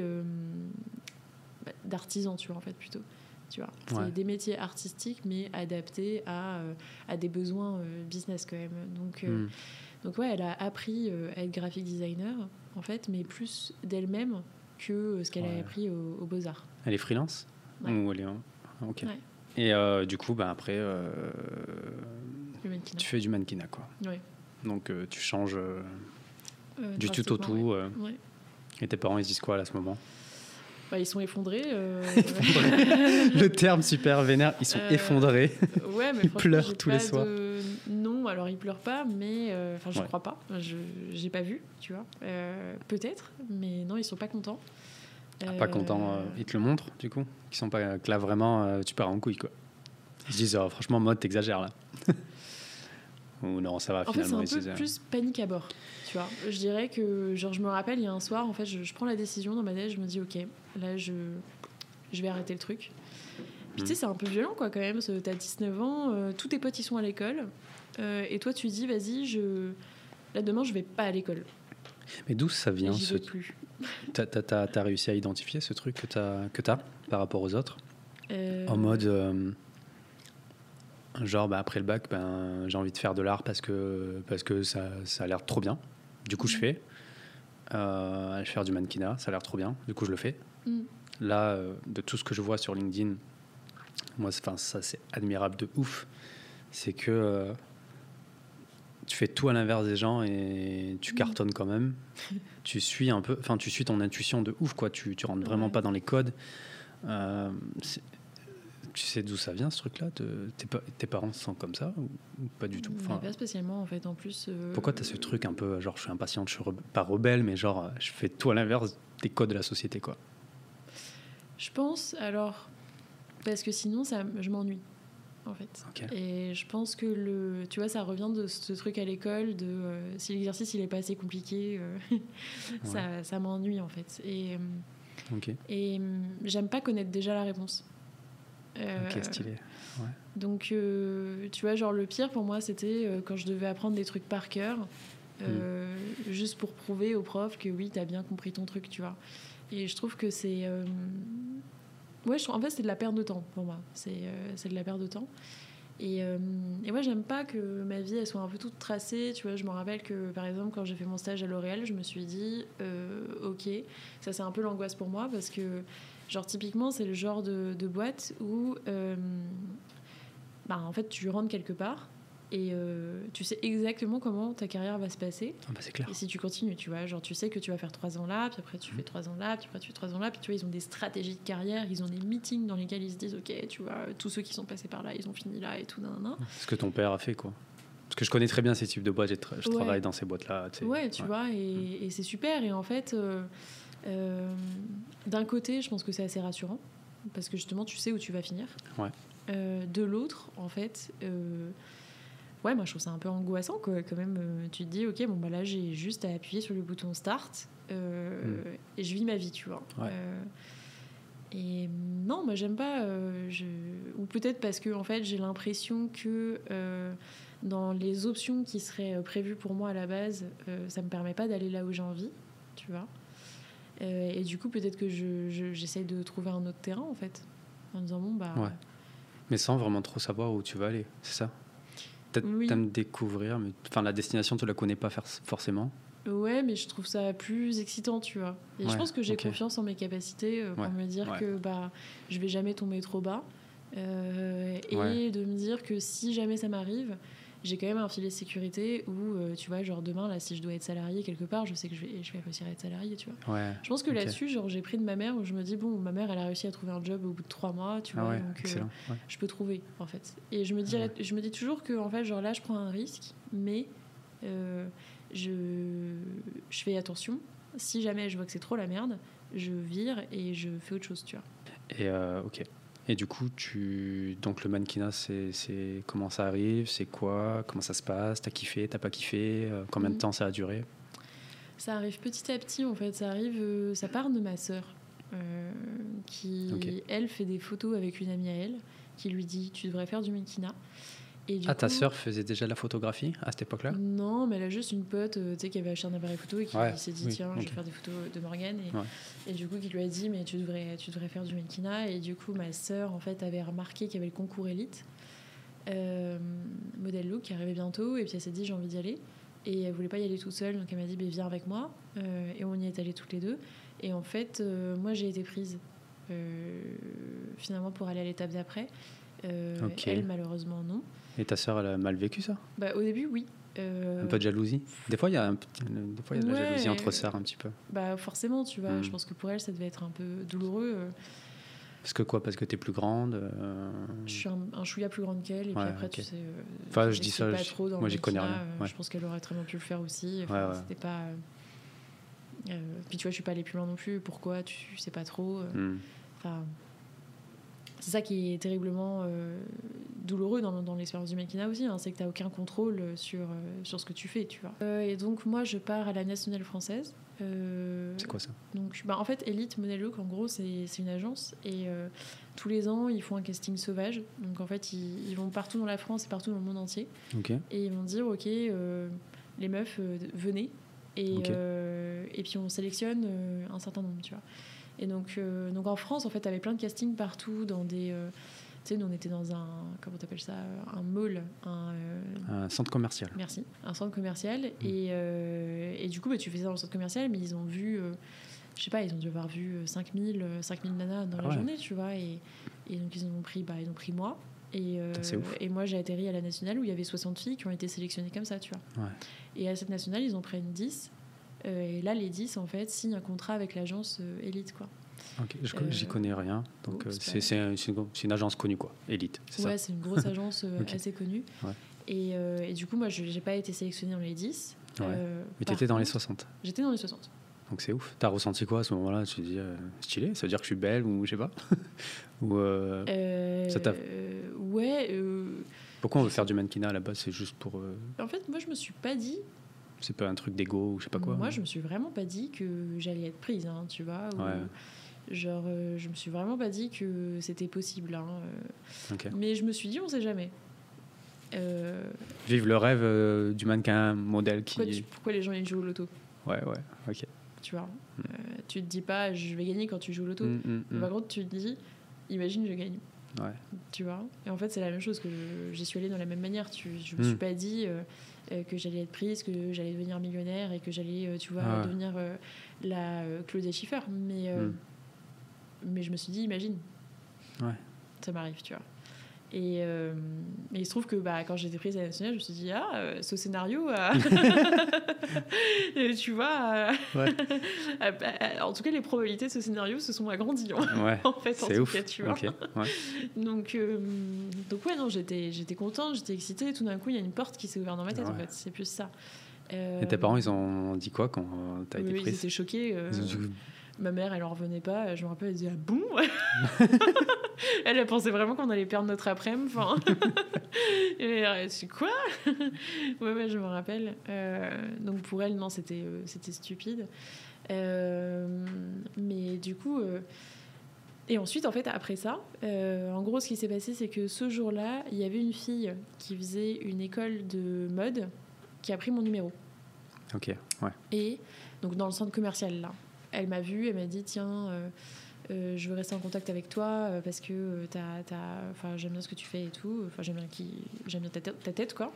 d'artisans, tu vois, en fait, plutôt. Tu vois, c'est Ouais. des métiers artistiques, mais adaptés à des besoins business, quand même. Mhm. Donc ouais, elle a appris à être graphic designer, en fait, mais plus d'elle-même que ce qu'elle Ouais. a appris aux Beaux-Arts. Elle est freelance? Ouais. Ou elle est ok. Ouais. Et du coup, bah, après, Le mannequinat. tu fais du mannequinat, quoi. Ouais. Donc tu changes du tout au drastiquement, tout. ouais. Ouais. Et tes parents, ils se disent quoi là, à ce moment? Bah, ils sont effondrés. Le terme super vénère, ils sont effondrés. Ouais, mais Ils franchement, pleurent j'ai tous les pas soirs. Non, alors ils pleurent pas, mais enfin, je Ouais. crois pas. J'ai pas vu, tu vois. Peut-être, mais non, ils sont pas contents. Pas contents, ils te le montrent, du coup? Ils sont pas que là, vraiment, tu pars en couille, quoi. Ils se disent, oh, franchement, mode, t'exagères là. Ou non, ça va, En fait, c'est finalement. un ils se peu disent, plus panique à bord, tu vois. Je dirais que, genre, je me rappelle, il y a un soir, en fait, je prends la décision dans ma tête, je me dis, ok, là, je vais arrêter le truc. Puis tu sais, c'est un peu violent, quoi, quand même. T'as 19 ans, tous tes potes, ils sont à l'école. Et toi, tu dis, vas-y, là, demain, je vais pas à l'école. Mais d'où ça Et vient j'y vais plus. T'as réussi à identifier ce truc que t'as par rapport aux autres? Euh, En mode, genre, bah, après le bac, ben, j'ai envie de faire de l'art parce que ça a l'air trop bien. Du coup, je fais. Aller faire du mannequinat, ça a l'air trop bien. Du coup, je le fais. mm, Là, de tout ce que je vois sur LinkedIn, moi, ça, c'est admirable de ouf. C'est que tu fais tout à l'inverse des gens et tu cartonnes quand même. Tu suis un peu, enfin, tu suis ton intuition de ouf, quoi. Tu rentres vraiment Ouais. pas dans les codes. Tu sais d'où ça vient, ce truc-là? Tes parents sont comme ça ou pas du tout? mais pas spécialement, en fait. En plus. Pourquoi tu as ce truc un peu, genre, je suis impatiente, je suis pas rebelle, mais genre, je fais tout à l'inverse des codes de la société, quoi? Je pense, alors. Parce que sinon, je m'ennuie, en fait. Ok. Et je pense que tu vois, ça revient de ce truc à l'école de si l'exercice il est pas assez compliqué, ça m'ennuie, en fait. Ok. Et j'aime pas connaître déjà la réponse. Ok, stylé. Ouais. Donc, tu vois, genre le pire pour moi, c'était quand je devais apprendre des trucs par cœur, juste pour prouver au prof que oui, t'as bien compris ton truc, tu vois. Et je trouve que c'est... Ouais, en fait, c'est de la perte de temps pour moi. C'est de la perte de temps. Et moi, j'aime pas que ma vie, elle soit un peu toute tracée. Tu vois, je me rappelle que, par exemple, quand j'ai fait mon stage à L'Oréal, je me suis dit, ok, ça c'est un peu l'angoisse pour moi parce que, genre, typiquement, c'est le genre de boîte où, en fait, tu rentres quelque part et tu sais exactement comment ta carrière va se passer. Ah bah, c'est clair. Et si tu continues, tu vois, genre, tu sais que tu vas faire 3 ans là, puis après tu fais 3 ans là, puis après tu fais 3 ans là, puis tu vois, ils ont des stratégies de carrière, ils ont des meetings dans lesquels ils se disent, ok, tu vois, tous ceux qui sont passés par là, ils ont fini là et tout, nan. Ce que ton père a fait, quoi. Parce que je connais très bien ces types de boîtes, je Ouais. travaille dans ces boîtes-là. Tu sais. Ouais, tu vois, et c'est super. Et en fait, d'un côté, je pense que c'est assez rassurant, parce que justement, tu sais où tu vas finir. Ouais. De l'autre, en fait, ouais, moi je trouve ça un peu angoissant, quoi. Quand même, tu te dis, ok, bon, bah là, j'ai juste à appuyer sur le bouton start et je vis ma vie, tu vois. Ouais. Et non, moi j'aime pas. Ou peut-être parce que en fait, j'ai l'impression que dans les options qui seraient prévues pour moi à la base, ça me permet pas d'aller là où j'ai envie, tu vois. Et du coup, peut-être que j'essaye de trouver un autre terrain, en fait, en disant bon bah. Ouais. Mais sans vraiment trop savoir où tu vas aller, c'est ça? Oui. T'aimes découvrir, mais enfin la destination, tu la connais pas forcément. Ouais, mais je trouve ça plus excitant, tu vois. Et je pense que j'ai confiance en mes capacités pour me dire que bah, je vais jamais tomber trop bas. Et de me dire que si jamais ça m'arrive, j'ai quand même un filet de sécurité où, tu vois, genre demain, là, si je dois être salariée quelque part, je sais que je vais réussir à être salariée, tu vois. Ouais. Je pense que là-dessus, genre, j'ai pris de ma mère où je me dis, bon, ma mère, elle a réussi à trouver un job au bout de 3 mois, tu vois, Ouais, donc excellent. Ouais. je peux trouver, en fait. Et je me dis toujours que, en fait, genre là, je prends un risque, mais je fais attention. Si jamais je vois que c'est trop la merde, je vire et je fais autre chose, tu vois. Et ok. Et du coup, donc le mannequinat, c'est comment ça arrive, c'est quoi, comment ça se passe, t'as kiffé, t'as pas kiffé, combien de temps ça a duré? Ça arrive petit à petit, en fait. Ça part de ma sœur, qui, elle, fait des photos avec une amie à elle, qui lui dit, tu devrais faire du mannequinat. Et du coup, ta sœur faisait déjà de la photographie à cette époque-là? Non, mais elle a juste une pote, tu sais, qui avait acheté un appareil photo et qui s'est dit, tiens, je vais faire des photos de Morgane. Et du coup, qui lui a dit, mais tu devrais faire du mannequinat. Et du coup, ma sœur, en fait, avait remarqué qu'il y avait le concours élite, Model Look, qui arrivait bientôt. Et puis elle s'est dit, j'ai envie d'y aller. Et elle voulait pas y aller toute seule, donc elle m'a dit, viens avec moi. Et on y est allés toutes les deux. Et en fait, moi, j'ai été prise, finalement, pour aller à l'étape d'après. Elle, malheureusement, non. Et ta sœur, elle a mal vécu ça? Au début, oui. Un peu de jalousie. Des fois, il y a de la jalousie entre sœurs un petit peu. Forcément, tu vois. Je pense que pour elle, ça devait être un peu douloureux. Parce que quoi? Parce que t'es plus grande? Je suis un chouïa plus grande qu'elle. Et puis après, tu sais... Enfin, je dis ça, pas trop dans moi, j'y connais rien. Je pense qu'elle aurait très bien pu le faire aussi. Enfin, c'était pas... puis tu vois, je suis pas allée plus loin non plus. Pourquoi? Tu sais pas trop. Enfin... C'est ça qui est terriblement douloureux dans l'expérience du mannequinat aussi, hein, c'est que tu n'as aucun contrôle sur ce que tu fais, tu vois. Et donc moi, je pars à la Nationale française. C'est quoi ça? Donc, en fait, Elite Model Look, en gros, c'est une agence et tous les ans, ils font un casting sauvage. Donc en fait, ils vont partout dans la France et partout dans le monde entier. Et ils vont dire, ok, les meufs, venez. Et puis on sélectionne un certain nombre, tu vois. Et donc en France, en fait, t'avais plein de castings partout dans des... tu sais, nous, on était dans un... Comment t'appelles ça? Un mall. Un centre commercial. Merci. Un centre commercial. Et du coup, tu fais ça dans le centre commercial, mais ils ont vu... je sais pas, ils ont dû avoir vu 5000 nanas dans la journée, tu vois. Et donc, ils ont pris moi. C'est ouf. Et moi, j'ai atterri à la Nationale où il y avait 60 filles qui ont été sélectionnées comme ça, tu vois. Et à cette Nationale, ils en prennent 10. Et là, les 10, en fait, signent un contrat avec l'agence Elite, quoi. Ok, j'y connais rien. Donc, c'est une agence connue, quoi. Elite, c'est ça? Ouais, c'est une grosse agence assez connue. Et du coup, moi, je n'ai pas été sélectionnée dans les 10. Mais tu étais dans les 60. J'étais dans les 60. Donc, c'est ouf. T'as ressenti quoi à ce moment-là? Tu te dis, stylé, ça veut dire que je suis belle ou je sais pas? Ou ça t'a... Ouais. Pourquoi on veut faire du mannequinat à la base? C'est juste pour... En fait, moi, je me suis pas dit... C'est pas un truc d'ego ou je sais pas quoi? Moi, je me suis vraiment pas dit que j'allais être prise, hein, tu vois. Genre, je me suis vraiment pas dit que c'était possible. Hein, mais je me suis dit, on sait jamais. Vive le rêve du mannequin modèle qui... Pourquoi les gens ils jouent au loto? Ouais, ok. Tu vois, tu te dis pas, je vais gagner quand tu joues au loto. Par contre, tu te dis, imagine, je gagne. Tu vois. Et en fait, c'est la même chose que j'y suis allée dans la même manière. Je me suis pas dit que j'allais être prise, que j'allais devenir millionnaire et que j'allais, tu vois, devenir la Claudia Schiffer. Mais je me suis dit, imagine. Ça m'arrive, tu vois. Et il se trouve que quand j'étais prise à la Nationale, je me suis dit, ce scénario, tu vois, en tout cas, les probabilités de ce scénario se sont agrandies. En fait, c'est ouf. Cas, tu vois. Donc ouais, non, j'étais contente, j'étais excitée. Et tout d'un coup, il y a une porte qui s'est ouverte dans ma tête, en fait. C'est plus ça. Et tes parents, ils ont dit quoi quand t'as été prise? Ils étaient choqués. Ma mère, elle en revenait pas. Je me rappelle, elle disait, ah bon? Elle pensait vraiment qu'on allait perdre notre après-midi. Enfin... c'est quoi? ouais, je me rappelle. Donc pour elle, non, c'était stupide. Mais du coup... Et ensuite, en fait, après ça, en gros, ce qui s'est passé, c'est que ce jour-là, il y avait une fille qui faisait une école de mode qui a pris mon numéro. Ok, ouais. Et donc dans le centre commercial, là. Elle m'a vue, elle m'a dit, tiens... je veux rester en contact avec toi parce que j'aime bien ce que tu fais et tout. Enfin, j'aime bien ta tête, quoi.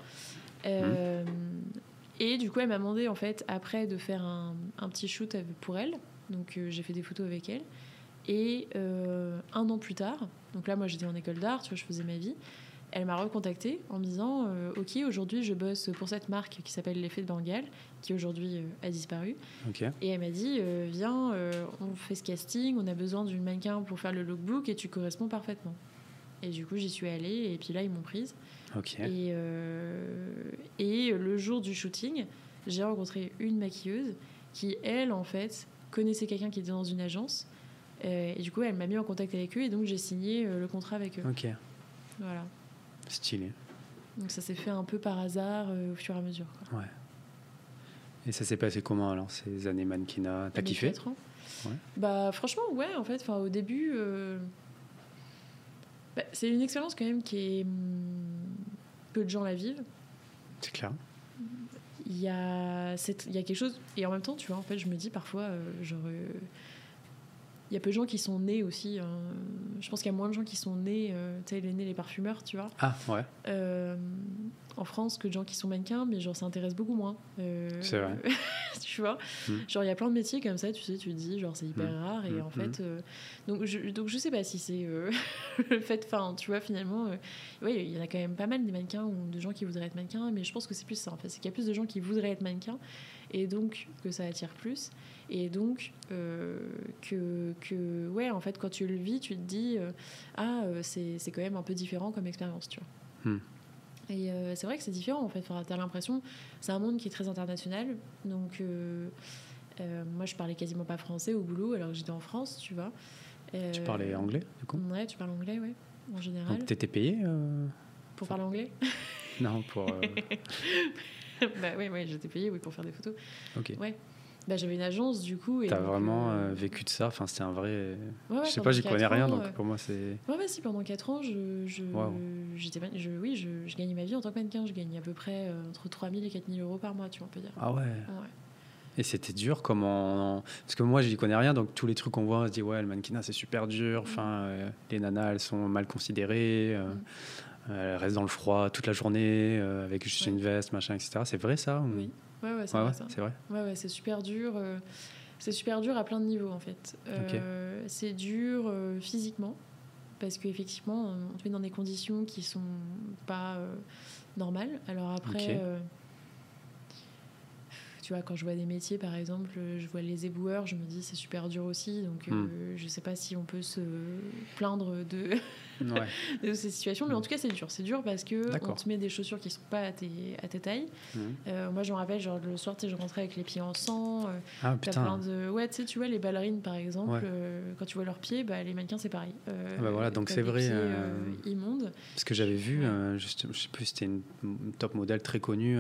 Et du coup, elle m'a demandé, en fait, après, de faire un petit shoot pour elle. Donc, j'ai fait des photos avec elle. Et 1 an plus tard, donc là, moi, j'étais en école d'art, tu vois, je faisais ma vie. elle m'a recontactée en me disant ok, aujourd'hui je bosse pour cette marque qui s'appelle l'Effet de Bengale, qui aujourd'hui a disparu. Ok. Et elle m'a dit viens, on fait ce casting, on a besoin d'une mannequin pour faire le lookbook et tu corresponds parfaitement. Et du coup j'y suis allée et puis là ils m'ont prise. Ok. Et le jour du shooting, j'ai rencontré une maquilleuse qui, elle, en fait, connaissait quelqu'un qui était dans une agence. Et du coup, elle m'a mis en contact avec eux et donc j'ai signé le contrat avec eux. Ok. Voilà. Stylé. Donc ça s'est fait un peu par hasard au fur et à mesure. Quoi. Ouais. Et ça s'est passé comment alors, ces années mannequinat? T'as kiffé? 4 ans. Ouais. Bah franchement, ouais, en fait, au début, c'est une expérience quand même qui est... peu de gens la vivent. C'est clair. Il y a quelque chose... Et en même temps, tu vois, en fait, je me dis parfois, il y a peu de gens qui sont nés aussi. Je pense qu'il y a moins de gens qui sont nés, tu sais, les parfumeurs, tu vois. Ah, ouais. En France que de gens qui sont mannequins, mais genre ça intéresse beaucoup moins. C'est vrai. Tu vois, genre il y a plein de métiers comme ça, tu sais, tu te dis genre c'est hyper rare et en fait, donc je sais pas si c'est le fait, enfin tu vois finalement, oui il y en a quand même pas mal des mannequins ou de gens qui voudraient être mannequins, mais je pense que c'est plus ça en fait, c'est qu'il y a plus de gens qui voudraient être mannequins et donc que ça attire plus et donc que ouais en fait quand tu le vis tu te dis c'est quand même un peu différent comme expérience, tu vois. Et c'est vrai que c'est différent en fait. Enfin, t'as l'impression, c'est un monde qui est très international. Donc moi je parlais quasiment pas français au boulot alors que j'étais en France, tu vois. Tu parlais anglais du coup? Ouais, tu parles anglais, ouais, en général. Donc t'étais payé pour parler anglais? Non, pour. Bah oui, j'étais payée pour faire des photos. Ok. Ouais. Bah, j'avais une agence du coup. T'as vraiment vécu de ça, enfin c'était un vrai. Ouais, je sais pas, j'y connais rien ans, donc pour moi c'est. Ouais, si pendant 4 ans, Wow. je gagnais ma vie en tant que mannequin. Je gagnais à peu près entre 3 000 et 4 000 euros par mois, tu vois, on peut dire. Ah ouais. Ouais. Et c'était dur comment. Parce que moi j'y connais rien donc tous les trucs qu'on voit on se dit ouais le mannequinat c'est super dur, enfin les nanas elles sont mal considérées. Elle reste dans le froid toute la journée avec juste une veste, machin, etc. C'est vrai ça ou... Oui, ouais, c'est vrai ça. C'est vrai. Ouais, c'est super dur. C'est super dur à plein de niveaux en fait. C'est dur physiquement parce qu'effectivement on te met dans des conditions qui sont pas normales. Alors après, tu vois, quand je vois des métiers par exemple, je vois les éboueurs, je me dis c'est super dur aussi. Donc je sais pas si on peut se plaindre de ces situations, mais en tout cas c'est dur. C'est dur parce que on te met des chaussures qui sont pas à tes tailles. Moi je me rappelle, genre le soir, je rentrais avec les pieds en sang. Ah putain. Plein de... Ouais, tu vois les ballerines par exemple, quand tu vois leurs pieds, les mannequins c'est pareil. Bah voilà, donc c'est vrai. Immondes. Parce que j'avais vu, je sais plus, c'était une top modèle très connue.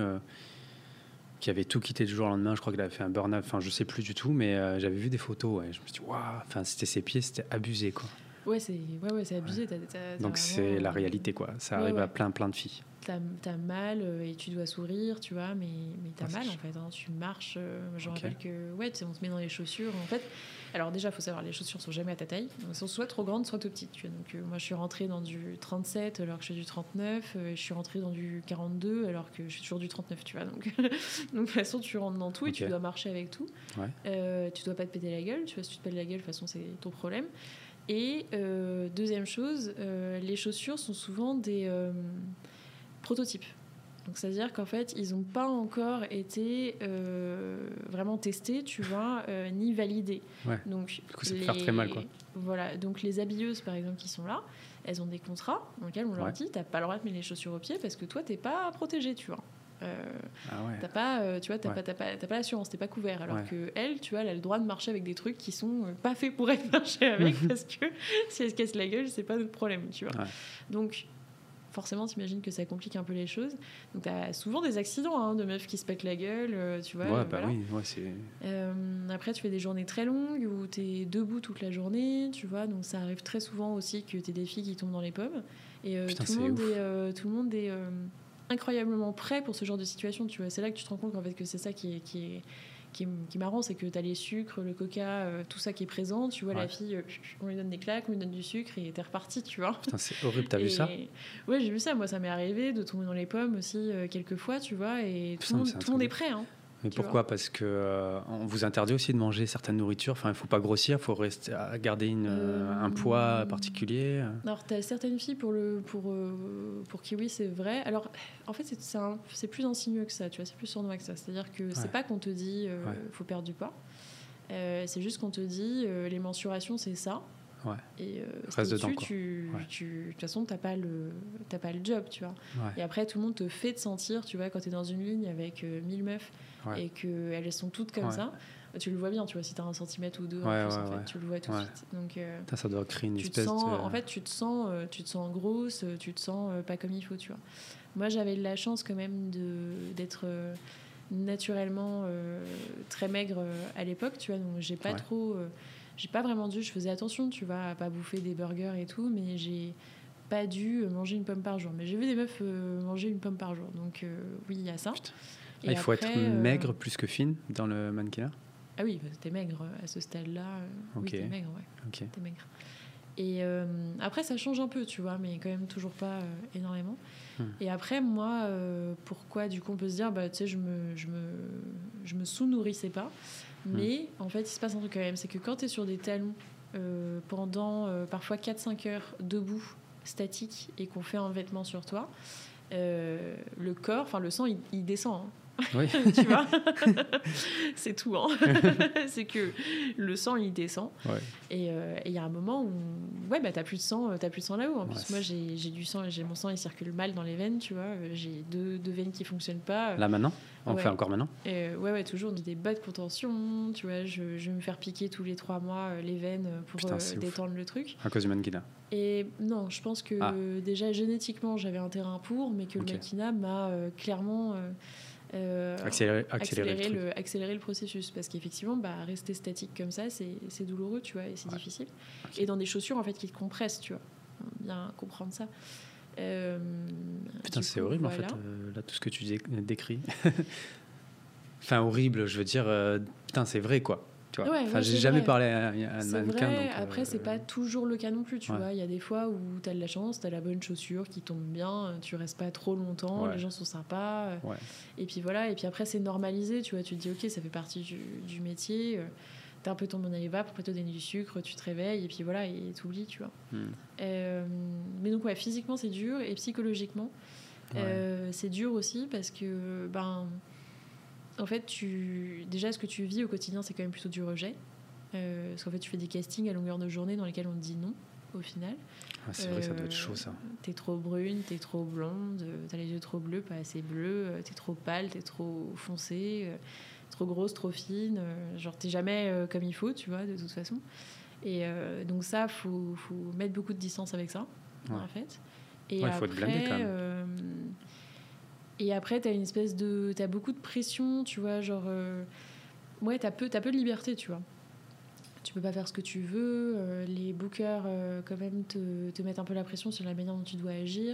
Qui avait tout quitté du jour au lendemain, je crois qu'elle avait fait un burn-out, enfin je sais plus du tout, mais j'avais vu des photos, je me suis dit waouh, enfin c'était ses pieds, c'était abusé quoi. Ouais, c'est abusé. Ouais. T'as donc vraiment, c'est la réalité quoi, ça arrive à plein de filles. T'as mal et tu dois sourire, tu vois, mais t'as mal en fait. Tu marches, je me rappelle que on te met dans les chaussures. En fait, alors déjà, il faut savoir, les chaussures sont jamais à ta taille. Elles sont soit trop grandes, soit trop petites. Tu vois. Donc moi, je suis rentrée dans du 37 alors que je suis du 39. Je suis rentrée dans du 42 alors que je suis toujours du 39, tu vois. Donc de toute façon, tu rentres dans tout et tu dois marcher avec tout. Tu dois pas te péter la gueule. Tu vois, si tu te pètes la gueule, de toute façon, c'est ton problème. Et deuxième chose, les chaussures sont souvent des prototypes. Donc, c'est-à-dire qu'en fait, ils n'ont pas encore été vraiment testés, tu vois, ni validés. Ouais. Donc, du coup, ça peut faire très mal, quoi. Voilà. Donc, les habilleuses, par exemple, qui sont là, elles ont des contrats dans lesquels on leur dit, t'as pas le droit de mettre les chaussures aux pieds parce que toi, t'es pas protégé, tu vois. T'as pas, tu vois, t'as pas l'assurance, t'es pas couvert. Alors que elle, tu vois, elle a le droit de marcher avec des trucs qui sont pas faits pour être marchés avec parce que si elle se casse la gueule, c'est pas notre problème, tu vois. Donc forcément, t'imagines que ça complique un peu les choses. Donc t'as souvent des accidents de meufs qui se pètent la gueule, tu vois. Voilà. Oui, c'est. Après, tu fais des journées très longues où t'es debout toute la journée, tu vois. Donc ça arrive très souvent aussi que t'aies des filles qui tombent dans les pommes. Et putain, tout le monde est incroyablement prêt pour ce genre de situation, tu vois. C'est là que tu te rends compte en fait que c'est ça qui est marrant, c'est que t'as les sucres, le coca, tout ça qui est présent, tu vois. La fille, on lui donne des claques, on lui donne du sucre et t'es reparti, tu vois. Putain, c'est horrible, t'as vu ça? Ouais, j'ai vu ça, moi ça m'est arrivé de tomber dans les pommes aussi quelques fois, tu vois, et tout le monde est prêt, hein. Mais pourquoi ? Parce qu'on vous interdit aussi de manger certaines nourritures. Enfin, il ne faut pas grossir, il faut rester à garder un poids particulier. Alors, tu as certaines filles pour qui, oui, c'est vrai. Alors, en fait, c'est plus insinueux que ça, tu vois, c'est plus sournois que ça. C'est-à-dire que c'est pas qu'on te dit faut perdre du poids. C'est juste qu'on te dit les mensurations, c'est ça. Ouais. Et reste dedans, quoi. de toute façon, t'as pas le job, tu vois. Ouais. Et après, tout le monde te fait te sentir, tu vois, quand t'es dans une ligne avec 1000 meufs et qu'elles sont toutes comme ça, tu le vois bien, tu vois, si t'as 1 centimètre ou 2 en plus, en fait, tu le vois tout de suite. Donc, ça doit créer une espèce de... En fait, tu te sens grosse, tu te sens pas comme il faut, tu vois. Moi, j'avais de la chance quand même d'être naturellement très maigre à l'époque, tu vois, donc j'ai pas trop... j'ai pas vraiment dû, je faisais attention, tu vois, à pas bouffer des burgers et tout, mais j'ai pas dû manger une pomme par jour. Mais j'ai vu des meufs manger une pomme par jour, donc oui, il y a ça. Et il faut être maigre plus que fine dans le mannequinat ? Ah oui, bah, t'es maigre à ce stade-là. Oui, t'es maigre, ouais. Okay. T'es maigre. Et après, ça change un peu, tu vois, mais quand même toujours pas énormément. Et après, moi, pourquoi, du coup, on peut se dire, bah, tu sais, je me sous-nourrissais pas. Mais en fait, il se passe un truc quand même, c'est que quand tu es sur des talons pendant parfois 4-5 heures debout, statique, et qu'on fait un vêtement sur toi, le corps, enfin le sang, il descend. Hein. Oui. Tu vois, c'est tout. Hein. C'est que le sang, il descend. Ouais. Et il y a un moment où t'as plus de sang là-haut. En plus, moi, j'ai du sang, mon sang, il circule mal dans les veines, tu vois. J'ai deux veines qui fonctionnent pas. Là maintenant ? On fait encore maintenant ? Ouais, toujours des bas de contention, tu vois. Je vais me faire piquer tous les 3 mois les veines pour détendre le truc. À cause du mannequinat ? Et non, je pense que déjà génétiquement, j'avais un terrain pour, mais que le mannequinat m'a clairement... accélérer le processus, parce qu'effectivement rester statique comme ça, c'est douloureux, tu vois, et c'est difficile. Et dans des chaussures en fait qui te compressent, tu vois, bien comprendre ça. Putain, c'est horrible en fait, là tout ce que tu décris. Enfin horrible, je veux dire, putain c'est vrai quoi. Tu vois. J'ai jamais parlé à un mannequin. Donc, après, c'est pas toujours le cas non plus, tu vois. Il y a des fois où t'as de la chance, t'as la bonne chaussure qui tombe bien, tu restes pas trop longtemps, les gens sont sympas. Et puis voilà, et puis après, c'est normalisé, tu vois. Tu te dis, ok, ça fait partie du métier. T'as un peu ton Monaliva pour te donner du sucre, tu te réveilles, et puis voilà, et t'oublies, tu vois. Mais donc, physiquement, c'est dur, et psychologiquement, c'est dur aussi parce que, en fait, déjà, ce que tu vis au quotidien, c'est quand même plutôt du rejet. Parce qu'en fait, tu fais des castings à longueur de journée dans lesquels on te dit non, au final. C'est vrai, ça doit être chaud, ça. T'es trop brune, t'es trop blonde, t'as les yeux trop bleus, pas assez bleus, t'es trop pâle, t'es trop foncée, trop grosse, trop fine. Genre, t'es jamais comme il faut, tu vois, de toute façon. Et donc ça, faut mettre beaucoup de distance avec ça, en fait. Et après, faut te blâmer, quand même. Et après, t'as beaucoup de pression, tu vois, genre... t'as peu de liberté, tu vois. Tu peux pas faire ce que tu veux. Les bookers, quand même, te mettent un peu la pression sur la manière dont tu dois agir.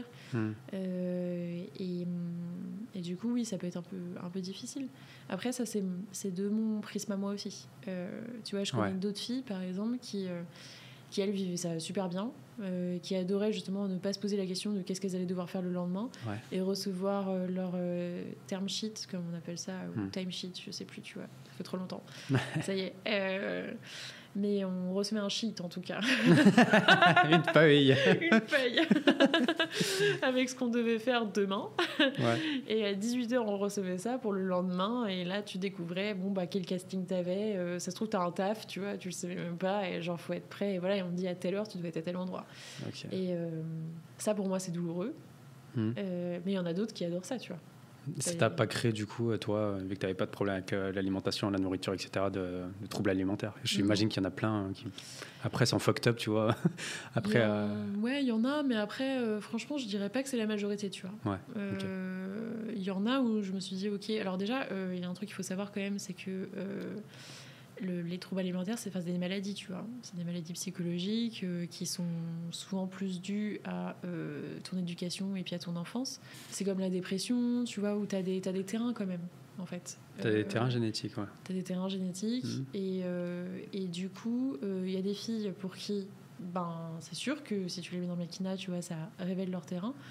Et du coup, oui, ça peut être un peu difficile. Après, ça, c'est de mon prisme à moi aussi. Tu vois, je connais d'autres filles, par exemple, qui elles, vivaient ça super bien, qui adoraient justement ne pas se poser la question de qu'est-ce qu'elles allaient devoir faire le lendemain et recevoir leur term sheet, comme on appelle ça, ou time sheet, je sais plus, tu vois, ça fait trop longtemps. Ça y est. Mais on recevait un sheet, en tout cas. Une feuille. Une feuille. Avec ce qu'on devait faire demain. Et à 18h, on recevait ça pour le lendemain. Et là, tu découvrais, quel casting t'avais. Ça se trouve, t'as un taf, tu vois, tu le savais même pas. Et genre, faut être prêt. Et voilà, et on te dit à telle heure, tu dois être à tel endroit. Et ça, pour moi, c'est douloureux. Mais il y en a d'autres qui adorent ça, tu vois. Si t'as pas créé du coup, toi, vu que t'avais pas de problème avec l'alimentation, la nourriture, etc., de troubles alimentaires. J'imagine qu'il y en a plein qui après sont fucked up, tu vois. Après, il y en a, mais après, franchement, je dirais pas que c'est la majorité, tu vois. Il y en a où je me suis dit, ok. Alors déjà, il y a un truc qu'il faut savoir quand même, c'est que les troubles alimentaires, c'est des maladies, tu vois. C'est des maladies psychologiques qui sont souvent plus dues à ton éducation et puis à ton enfance. C'est comme la dépression, tu vois, où t'as des terrains quand même, en fait. T'as des terrains génétiques, T'as des terrains génétiques et du coup, il y a des filles pour qui... c'est sûr que si tu les mets dans le mannequinat, tu vois, ça révèle leur terrain.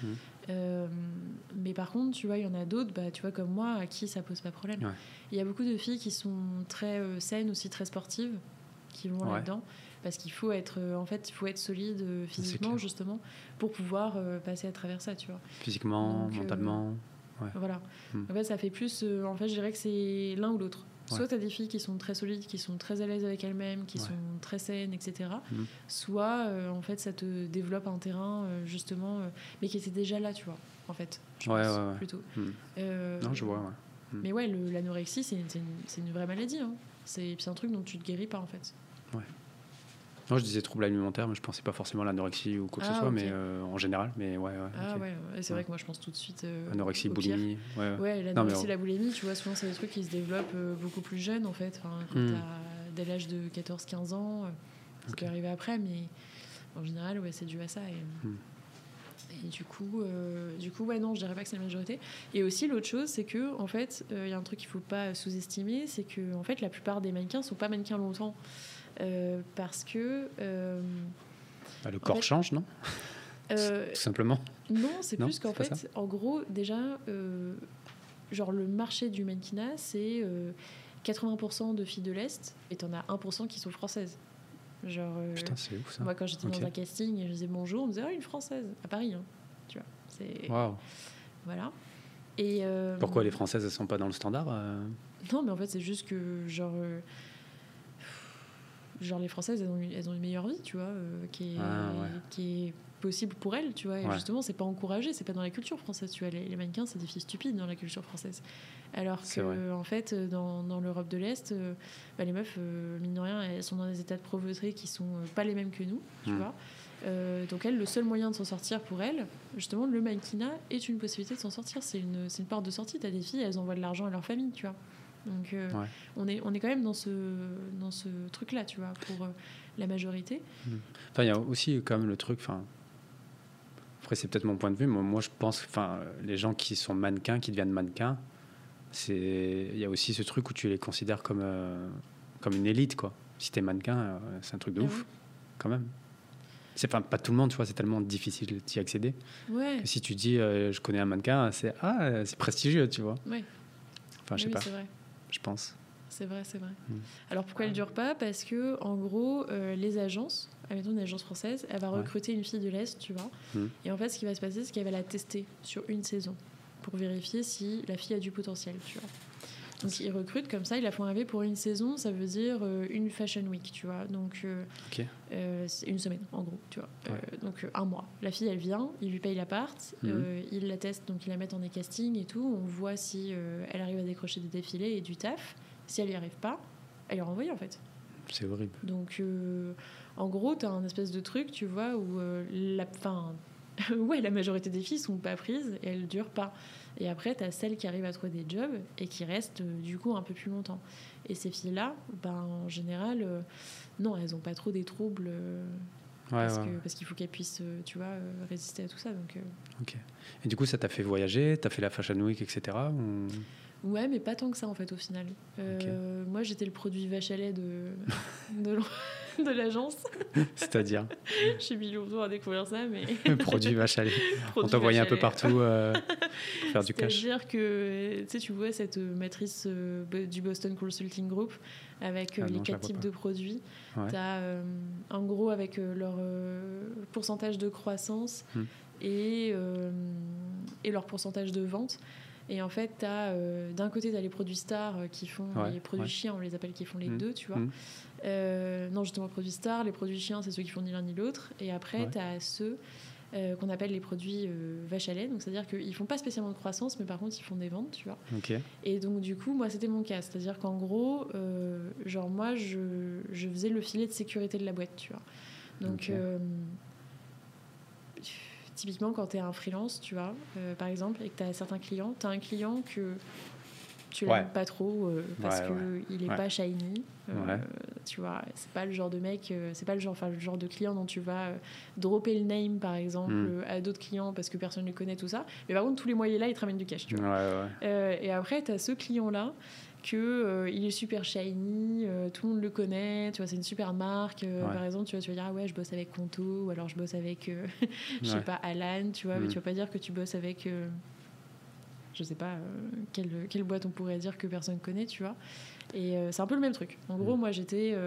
Mais par contre, tu vois, il y en a d'autres, tu vois, comme moi, à qui ça pose pas problème. Ouais. Il y a beaucoup de filles qui sont très saines, aussi très sportives, qui vont là-dedans. Parce qu'il faut être, il faut être solide physiquement, justement, pour pouvoir passer à travers ça, tu vois. Physiquement, mentalement. Voilà. En fait, ça fait plus... en fait, je dirais que c'est l'un ou l'autre. Soit tu as des filles qui sont très solides, qui sont très à l'aise avec elles-mêmes, qui sont très saines, etc. Soit, en fait, ça te développe un terrain, justement, mais qui était déjà là, tu vois, en fait. Je pense, plutôt. Non, je vois, Mais l'anorexie, c'est une vraie maladie. Hein. Puis c'est un truc dont tu te guéris pas, en fait. Ouais. Non, je disais trouble alimentaire, mais je pensais pas forcément à l'anorexie ou quoi que ce soit, mais en général. Mais c'est vrai que moi je pense tout de suite. Anorexie, boulimie. L'anorexie, la boulimie, tu vois, souvent c'est des trucs qui se développent beaucoup plus jeunes en fait. Enfin, quand t'as dès l'âge de 14-15 ans, ça peut arriver après, mais en général, c'est dû à ça. Et du coup, non, je dirais pas que c'est la majorité. Et aussi, l'autre chose, c'est que, en fait, il y a un truc qu'il faut pas sous-estimer, c'est que, en fait, la plupart des mannequins sont pas mannequins longtemps. Parce que le corps change, non tout simplement. Non, c'est plus qu'en fait, en gros, déjà, genre le marché du mannequinat, c'est 80% de filles de l'Est, et t'en as 1% qui sont françaises. Genre, putain, c'est ouf ça. Moi, quand j'étais dans un casting et je disais bonjour, on me disait une française à Paris, hein. Tu vois. C'est... Waouh. Voilà. Et pourquoi les Françaises elles sont pas dans le standard Non, mais en fait, c'est juste que genre les Françaises elles ont une meilleure vie, tu vois, qui est possible pour elles, tu vois, et justement c'est pas encouragé, c'est pas dans la culture française, tu vois, les mannequins c'est des filles stupides dans la culture française, alors que en fait dans l'Europe de l'Est les meufs mine de rien elles sont dans des états de pauvreté qui sont pas les mêmes que nous, tu vois, donc elles, le seul moyen de s'en sortir pour elles, justement le mannequinat est une possibilité de s'en sortir, c'est une porte de sortie. T'as des filles, elles envoient de l'argent à leur famille, tu vois. Donc on est quand même dans ce truc là, tu vois, pour la majorité. Enfin, il y a aussi quand même le truc, enfin, après c'est peut-être mon point de vue, mais moi je pense, enfin, les gens qui sont mannequins, qui deviennent mannequins, il y a aussi ce truc où tu les considères comme une élite, quoi. Si t'es mannequin, c'est un truc de ouf, quand même. C'est pas tout le monde, tu vois, c'est tellement difficile d'y accéder que si tu dis je connais un mannequin, c'est prestigieux, tu vois. Enfin, je sais pas. C'est vrai. Je pense. C'est vrai. Alors pourquoi elle dure pas ? Parce que en gros, les agences, admettons une agence française, elle va recruter une fille de l'Est, tu vois. Et en fait, ce qui va se passer, c'est qu'elle va la tester sur une saison pour vérifier si la fille a du potentiel, tu vois. Donc ils recrutent comme ça, ils la font arriver pour une saison, ça veut dire une fashion week, tu vois. Donc c'est une semaine en gros, tu vois. Donc un mois. La fille elle vient, ils lui payent l'appart, ils la testent, donc ils la mettent en des castings et tout. On voit si elle arrive à décrocher des défilés et du taf. Si elle y arrive pas, elle est renvoyée en fait. C'est horrible. Donc en gros t'as un espèce de truc, tu vois, où la majorité des filles sont pas prises et elles durent pas. Et après, t'as celles qui arrivent à trouver des jobs et qui restent du coup un peu plus longtemps. Et ces filles-là, en général, non, elles ont pas trop des troubles parce qu'il faut qu'elles puissent, tu vois, résister à tout ça. Donc, Ok. Et du coup, ça t'a fait voyager, t'as fait la Fashion Week, etc. Ouais, mais pas tant que ça en fait au final. Moi, j'étais le produit vache à lait de l'agence. C'est-à-dire Je suis mis longtemps à découvrir ça, mais... Produit vache à lait. On t'envoyait un peu partout pour faire du cash. C'est-à-dire que tu vois cette matrice du Boston Consulting Group avec les 4 types de produits. Tu as en gros avec leur pourcentage de croissance et leur pourcentage de vente. Et en fait, d'un côté, tu as les produits stars qui font les produits chiens, on les appelle, qui font les deux, tu vois. Non, justement, produits stars, les produits chiens, c'est ceux qui font ni l'un ni l'autre. Et après, tu as ceux qu'on appelle les produits vache à lait. Donc, c'est-à-dire qu'ils font pas spécialement de croissance, mais par contre, ils font des ventes, tu vois. Et donc, du coup, moi, c'était mon cas. C'est-à-dire qu'en gros, genre, moi, je faisais le filet de sécurité de la boîte, tu vois. Donc... typiquement, quand tu es un freelance, tu vois, par exemple, et que tu as certains clients, tu as un client que tu l'aimes pas trop parce qu'il est pas shiny. Ouais. Tu vois, c'est pas le genre de mec, c'est pas le genre de client dont tu vas dropper le name par exemple à d'autres clients parce que personne ne le connaît, tout ça. Mais par contre, tous les mois il est là, il te ramène du cash. Tu vois. Et après, tu as ce client-là il est super shiny, tout le monde le connaît, tu vois, c'est une super marque. Par exemple, tu vas dire, ah ouais, je bosse avec Conto, ou alors je bosse avec, je sais pas, Alan, tu vois, mais tu vas pas dire que tu bosses avec, je sais pas, quelle boîte on pourrait dire que personne connaît, tu vois. Et c'est un peu le même truc. En gros, moi, j'étais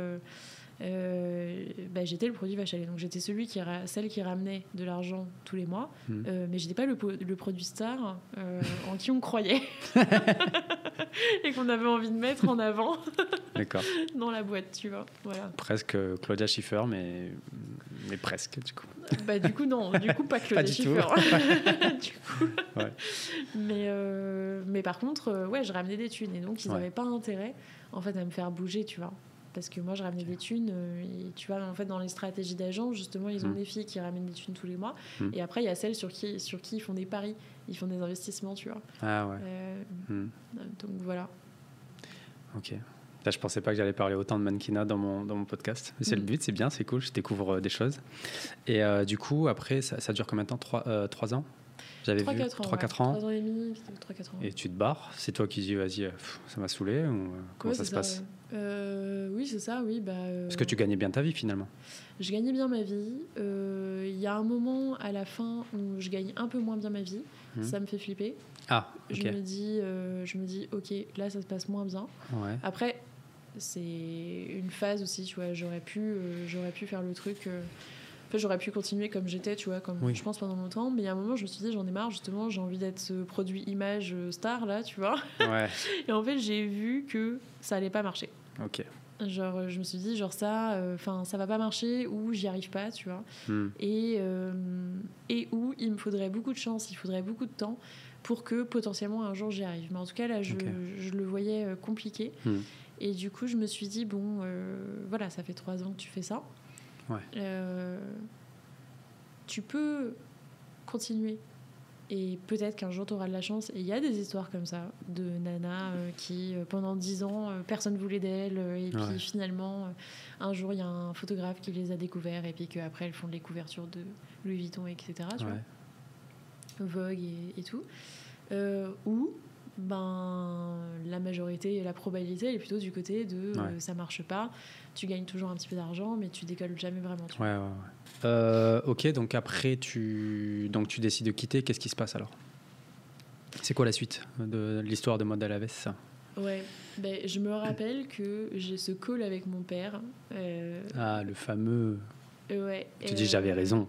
le produit vache à lait. Donc, j'étais celle qui ramenait de l'argent tous les mois, mais j'étais pas le produit star en qui on croyait et qu'on avait envie de mettre en avant dans la boîte, tu vois. Voilà. Presque Claudia Schiffer, mais presque, du coup. Du coup, non. Du coup, pas Claudia Schiffer. Du coup. Ouais. Mais par contre, je ramenais des thunes. Et donc, ils n'avaient pas intérêt, en fait, à me faire bouger, tu vois. Parce que moi, je ramenais des thunes. Et tu vois, en fait, dans les stratégies d'agents, justement, ils ont des filles qui ramènent des thunes tous les mois. Et après, il y a celles sur qui ils font des paris. Ils font des investissements, tu vois. Ah ouais. Donc, voilà. Ok. Là, je pensais pas que j'allais parler autant de mannequinat dans mon podcast. Mais c'est le but, c'est bien, c'est cool. Je découvre des choses. Et du coup, après, ça dure combien de temps 3 ans? J'avais 3-4 vu ans. 3-4 ans. 3 ans et demi, 3-4 ans. Et tu te barres? C'est toi qui dis, vas-y, ça m'a saoulé ou comment ça se passe? Oui, c'est ça, oui. Parce que tu gagnais bien ta vie, finalement. Je gagnais bien ma vie. Il y a un moment à la fin où je gagne un peu moins bien ma vie. Ça me fait flipper. Ah, ok. Je me dis, ok, là, ça se passe moins bien. Ouais. Après, c'est une phase aussi, tu vois. J'aurais pu faire le truc... En fait, j'aurais pu continuer comme j'étais, tu vois, je pense pendant longtemps. Mais il y a un moment, je me suis dit, j'en ai marre, justement, j'ai envie d'être ce produit image star, là, tu vois. Ouais. Et en fait, j'ai vu que ça allait pas marcher. Ok. Genre, je me suis dit, genre ça va pas marcher ou j'y arrive pas, tu vois. Et où il me faudrait beaucoup de chance, il faudrait beaucoup de temps pour que potentiellement un jour j'y arrive. Mais en tout cas, là, je le voyais compliqué. Et du coup, je me suis dit, bon, voilà, ça fait 3 ans que tu fais ça. Ouais. Tu peux continuer et peut-être qu'un jour tu auras de la chance. Et il y a des histoires comme ça de nanas qui pendant 10 ans personne voulait d'elles et puis finalement un jour il y a un photographe qui les a découverts et puis qu'après elles font des couvertures de Louis Vuitton, etc. Tu vois, Vogue et tout, ou la majorité et la probabilité elle est plutôt du côté de ça marche pas, tu gagnes toujours un petit peu d'argent mais tu décolles jamais vraiment, tu vois. Ok, donc après tu décides de quitter, qu'est-ce qui se passe alors? C'est quoi la suite de l'histoire de Maud Allavez, ça? Ouais, je me rappelle que j'ai ce call avec mon père. Le fameux... Ouais. Tu dis j'avais raison.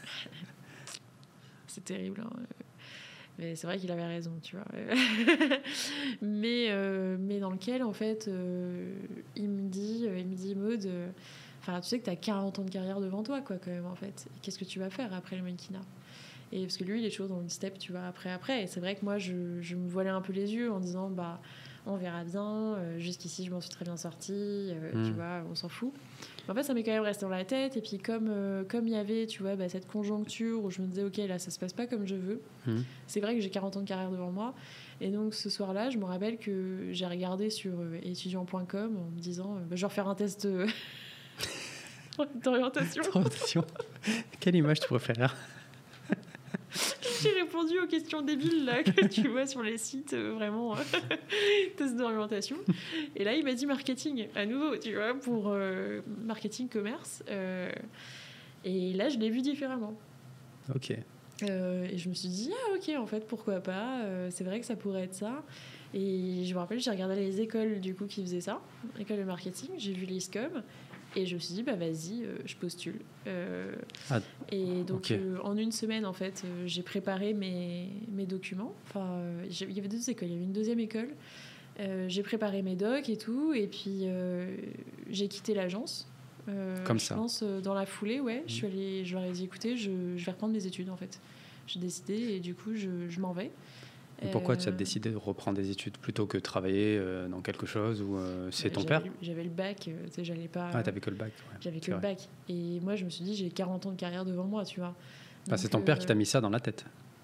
C'est terrible, hein. Mais c'est vrai qu'il avait raison, tu vois. mais dans lequel, en fait, il me dit Maud, tu sais que tu as 40 ans de carrière devant toi, quoi, quand même, en fait. Qu'est-ce que tu vas faire après le mannequinat? Et parce que lui, il est toujours dans une step, tu vois, après. Et c'est vrai que moi, je me voilais un peu les yeux en disant, on verra bien. Jusqu'ici, je m'en suis très bien sortie. Tu vois, on s'en fout. En fait, ça m'est quand même resté dans la tête. Et puis, comme il y avait, tu vois, cette conjoncture où je me disais, OK, là, ça se passe pas comme je veux. C'est vrai que j'ai 40 ans de carrière devant moi. Et donc, ce soir-là, je me rappelle que j'ai regardé sur étudiant.com en me disant, je vais refaire un test d'orientation. Quelle image tu préfères? J'ai répondu aux questions débiles là, que tu vois sur les sites, vraiment, test d'orientation. Et là, il m'a dit marketing, à nouveau, tu vois, pour marketing commerce. Et là, je l'ai vu différemment. Ok. Et je me suis dit, ok, en fait, pourquoi pas, c'est vrai que ça pourrait être ça. Et je me rappelle, j'ai regardé les écoles du coup qui faisaient ça, école de marketing, j'ai vu l'ISCOM. Et je me suis dit, vas-y, je postule. Et donc, en une semaine, en fait, j'ai préparé mes documents. Il y avait 2 écoles. Il y avait une 2e école. J'ai préparé mes docs et tout. Et puis, j'ai quitté l'agence. Comme ça. Je pense, dans la foulée, ouais. Je leur ai dit, écoutez, je vais reprendre mes études, en fait. J'ai décidé et du coup, je m'en vais. Pourquoi tu as décidé de reprendre des études plutôt que de travailler dans quelque chose ou c'est ton père? J'avais le bac, j'allais pas... t'avais que le bac. Ouais. J'avais que le bac. Et moi, je me suis dit, j'ai 40 ans de carrière devant moi, tu vois. C'est ton père qui t'a mis ça dans la tête?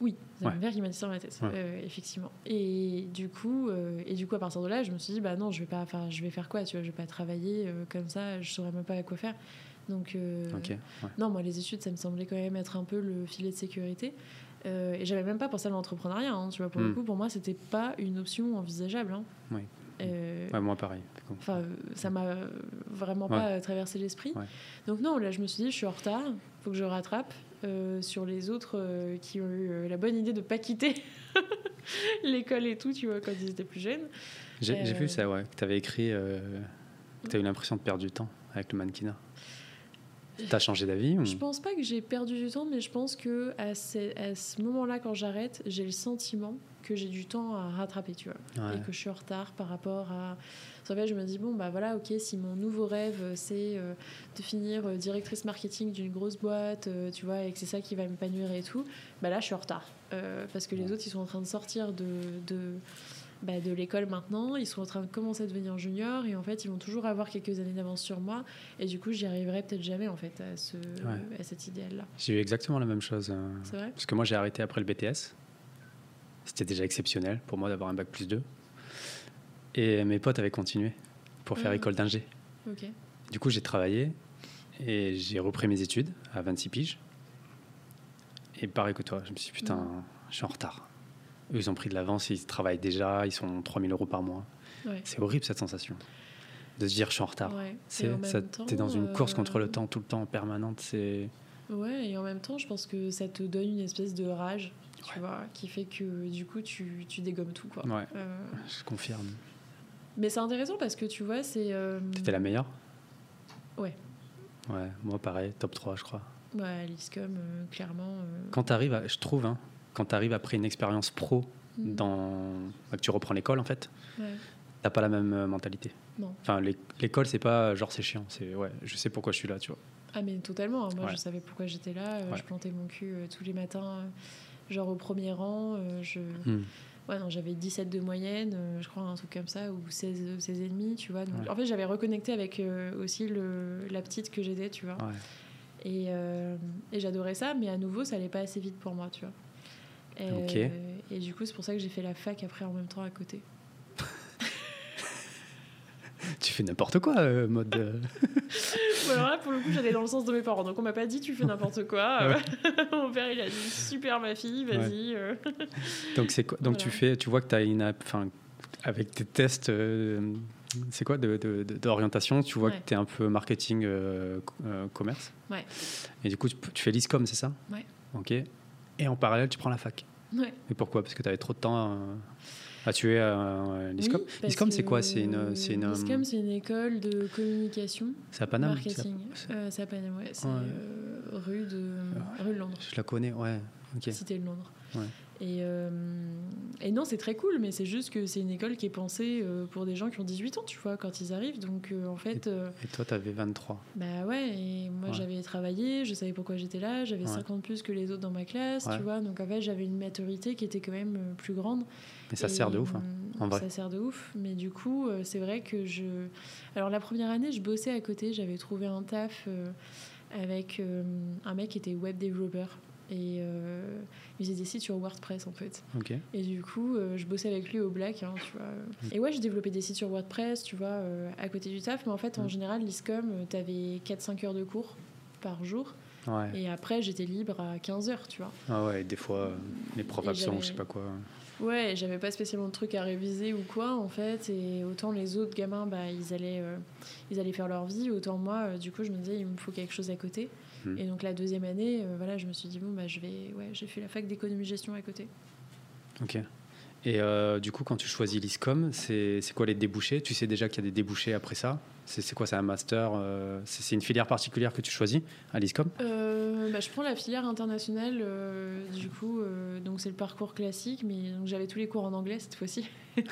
Oui, c'est Ouais. mon père qui m'a dit ça dans la tête, Ouais. effectivement. Et du coup, à partir de là, je me suis dit, bah non, je vais faire quoi, tu vois, je vais pas travailler comme ça, je saurais même pas à quoi faire. Donc, Ok. Ouais. non, moi, les études, ça me semblait quand même être un peu le filet de sécurité. Et j'avais même pas pensé à l'entrepreneuriat, hein, tu vois, pour le coup, pour moi, c'était pas une option envisageable. Hein. Oui. Euh, Ouais, moi pareil. Enfin, ça m'a vraiment pas traversé l'esprit. Ouais. Donc non, là, je me suis dit, je suis en retard, faut que je rattrape sur les autres qui ont eu la bonne idée de pas quitter l'école et tout, tu vois, quand ils étaient plus jeunes. J'ai vu ça, ouais, que tu avais écrit, que tu as eu l'impression de perdre du temps avec le mannequinat. T'as changé d'avis ou... Je pense pas que j'ai perdu du temps, mais je pense que à ce moment-là, quand j'arrête, j'ai le sentiment que j'ai du temps à rattraper, tu vois, Ouais. et que je suis en retard par rapport à... En fait, je me dis, bon, bah voilà, ok, si mon nouveau rêve, c'est de finir directrice marketing d'une grosse boîte, tu vois, et que c'est ça qui va m'épanouir et tout, bah là, je suis en retard. Parce que les autres, ils sont en train de sortir de l'école maintenant, ils sont en train de commencer à devenir juniors, et en fait, ils vont toujours avoir quelques années d'avance sur moi, et du coup, j'y arriverai peut-être jamais, en fait, à cet idéal-là. J'ai eu exactement la même chose. C'est vrai ? Parce que moi, j'ai arrêté après le BTS. C'était déjà exceptionnel pour moi d'avoir un bac plus 2. Et mes potes avaient continué pour faire école d'ingé. Ok. Du coup, j'ai travaillé et j'ai repris mes études à 26 piges. Et pareil que toi, je me suis dit, putain, je suis en retard. Eux, ils ont pris de l'avance, ils travaillent déjà, ils sont 3 000 € par mois. Ouais. C'est horrible cette sensation de se dire, je suis en retard. Ouais. T'es dans une course contre le temps, tout le temps, en permanente. Ouais, et en même temps, je pense que ça te donne une espèce de rage, tu vois, qui fait que du coup, tu dégommes tout, quoi. Ouais, je confirme. Mais c'est intéressant parce que tu vois, c'est... T'étais la meilleure ? Ouais. Ouais, moi pareil, top 3, je crois. Ouais, l'ISCOM, clairement... Quand t'arrives, je trouve, hein, quand t'arrives après une expérience pro, que tu reprends l'école, en fait, t'as pas la même mentalité. Non. Enfin, l'école, c'est pas genre c'est chiant, c'est ouais, je sais pourquoi je suis là, tu vois. Ah, mais totalement. Moi, je savais pourquoi j'étais là. Je plantais mon cul tous les matins, genre au premier rang. Ouais, non, j'avais 17 de moyenne, je crois, un truc comme ça, ou 16 et demi, tu vois. Donc, en fait, j'avais reconnecté avec aussi la petite que j'étais, tu vois. Et j'adorais ça, mais à nouveau, ça allait pas assez vite pour moi, tu vois. Et du coup, c'est pour ça que j'ai fait la fac après en même temps à côté. Tu fais n'importe quoi, mode... Bon, alors là, pour le coup, j'allais dans le sens de mes parents. Donc, on m'a pas dit tu fais n'importe quoi. Mon père, il a dit super, ma fille, vas-y. Donc, c'est quoi ? Donc, voilà. Tu vois que tu as une... Enfin, avec tes tests, c'est quoi d'orientation ? Tu vois que tu es un peu marketing, commerce. Ouais. Et du coup, tu fais l'ISCOM, c'est ça ? Ouais. Ok. Et en parallèle, tu prends la fac. Ouais. Et pourquoi ? Parce que tu avais trop de temps... tu es l'ISCOM. L'ISCOM, c'est quoi ? L'ISCOM, c'est une école de communication. C'est à Paname. Marketing. C'est à Paname, ouais. C'est rue de Londres. Je la connais, ouais. Okay. Cité de Londres. Ouais. Et non, c'est très cool, mais c'est juste que c'est une école qui est pensée pour des gens qui ont 18 ans, tu vois, quand ils arrivent. Donc, en fait... Et toi, t'avais 23. Bah ouais, et moi, j'avais travaillé, je savais pourquoi j'étais là, j'avais 50 plus que les autres dans ma classe, tu vois. Donc, en fait, j'avais une maturité qui était quand même plus grande. Mais ça sert de ouf, hein, en vrai. Ça sert de ouf, mais du coup, c'est vrai que Alors, la première année, je bossais à côté, j'avais trouvé un taf avec un mec qui était web développeur. Et il faisait des sites sur WordPress, en fait. Okay. Et du coup, je bossais avec lui au black, hein, tu vois. Et ouais, je développais des sites sur WordPress, tu vois, à côté du taf. Mais en fait, en général, l'ISCOM, t'avais 4-5 heures de cours par jour. Ouais. Et après, j'étais libre à 15 heures, tu vois. Ah ouais, et des fois, les profs absents, je sais pas quoi. Ouais, j'avais pas spécialement de trucs à réviser ou quoi, en fait. Et autant les autres gamins, bah, ils allaient faire leur vie. Autant moi, du coup, je me disais, il me faut quelque chose à côté. Et donc la deuxième année, voilà, je me suis dit, bon, bah, j'ai fait la fac d'économie-gestion à côté. Ok. Et du coup, quand tu choisis l'ISCOM, c'est quoi les débouchés ? Tu sais déjà qu'il y a des débouchés après ça ? C'est quoi ? C'est un master c'est une filière particulière que tu choisis à l'ISCOM ? Je prends la filière internationale, du coup, donc c'est le parcours classique, mais donc j'avais tous les cours en anglais cette fois-ci.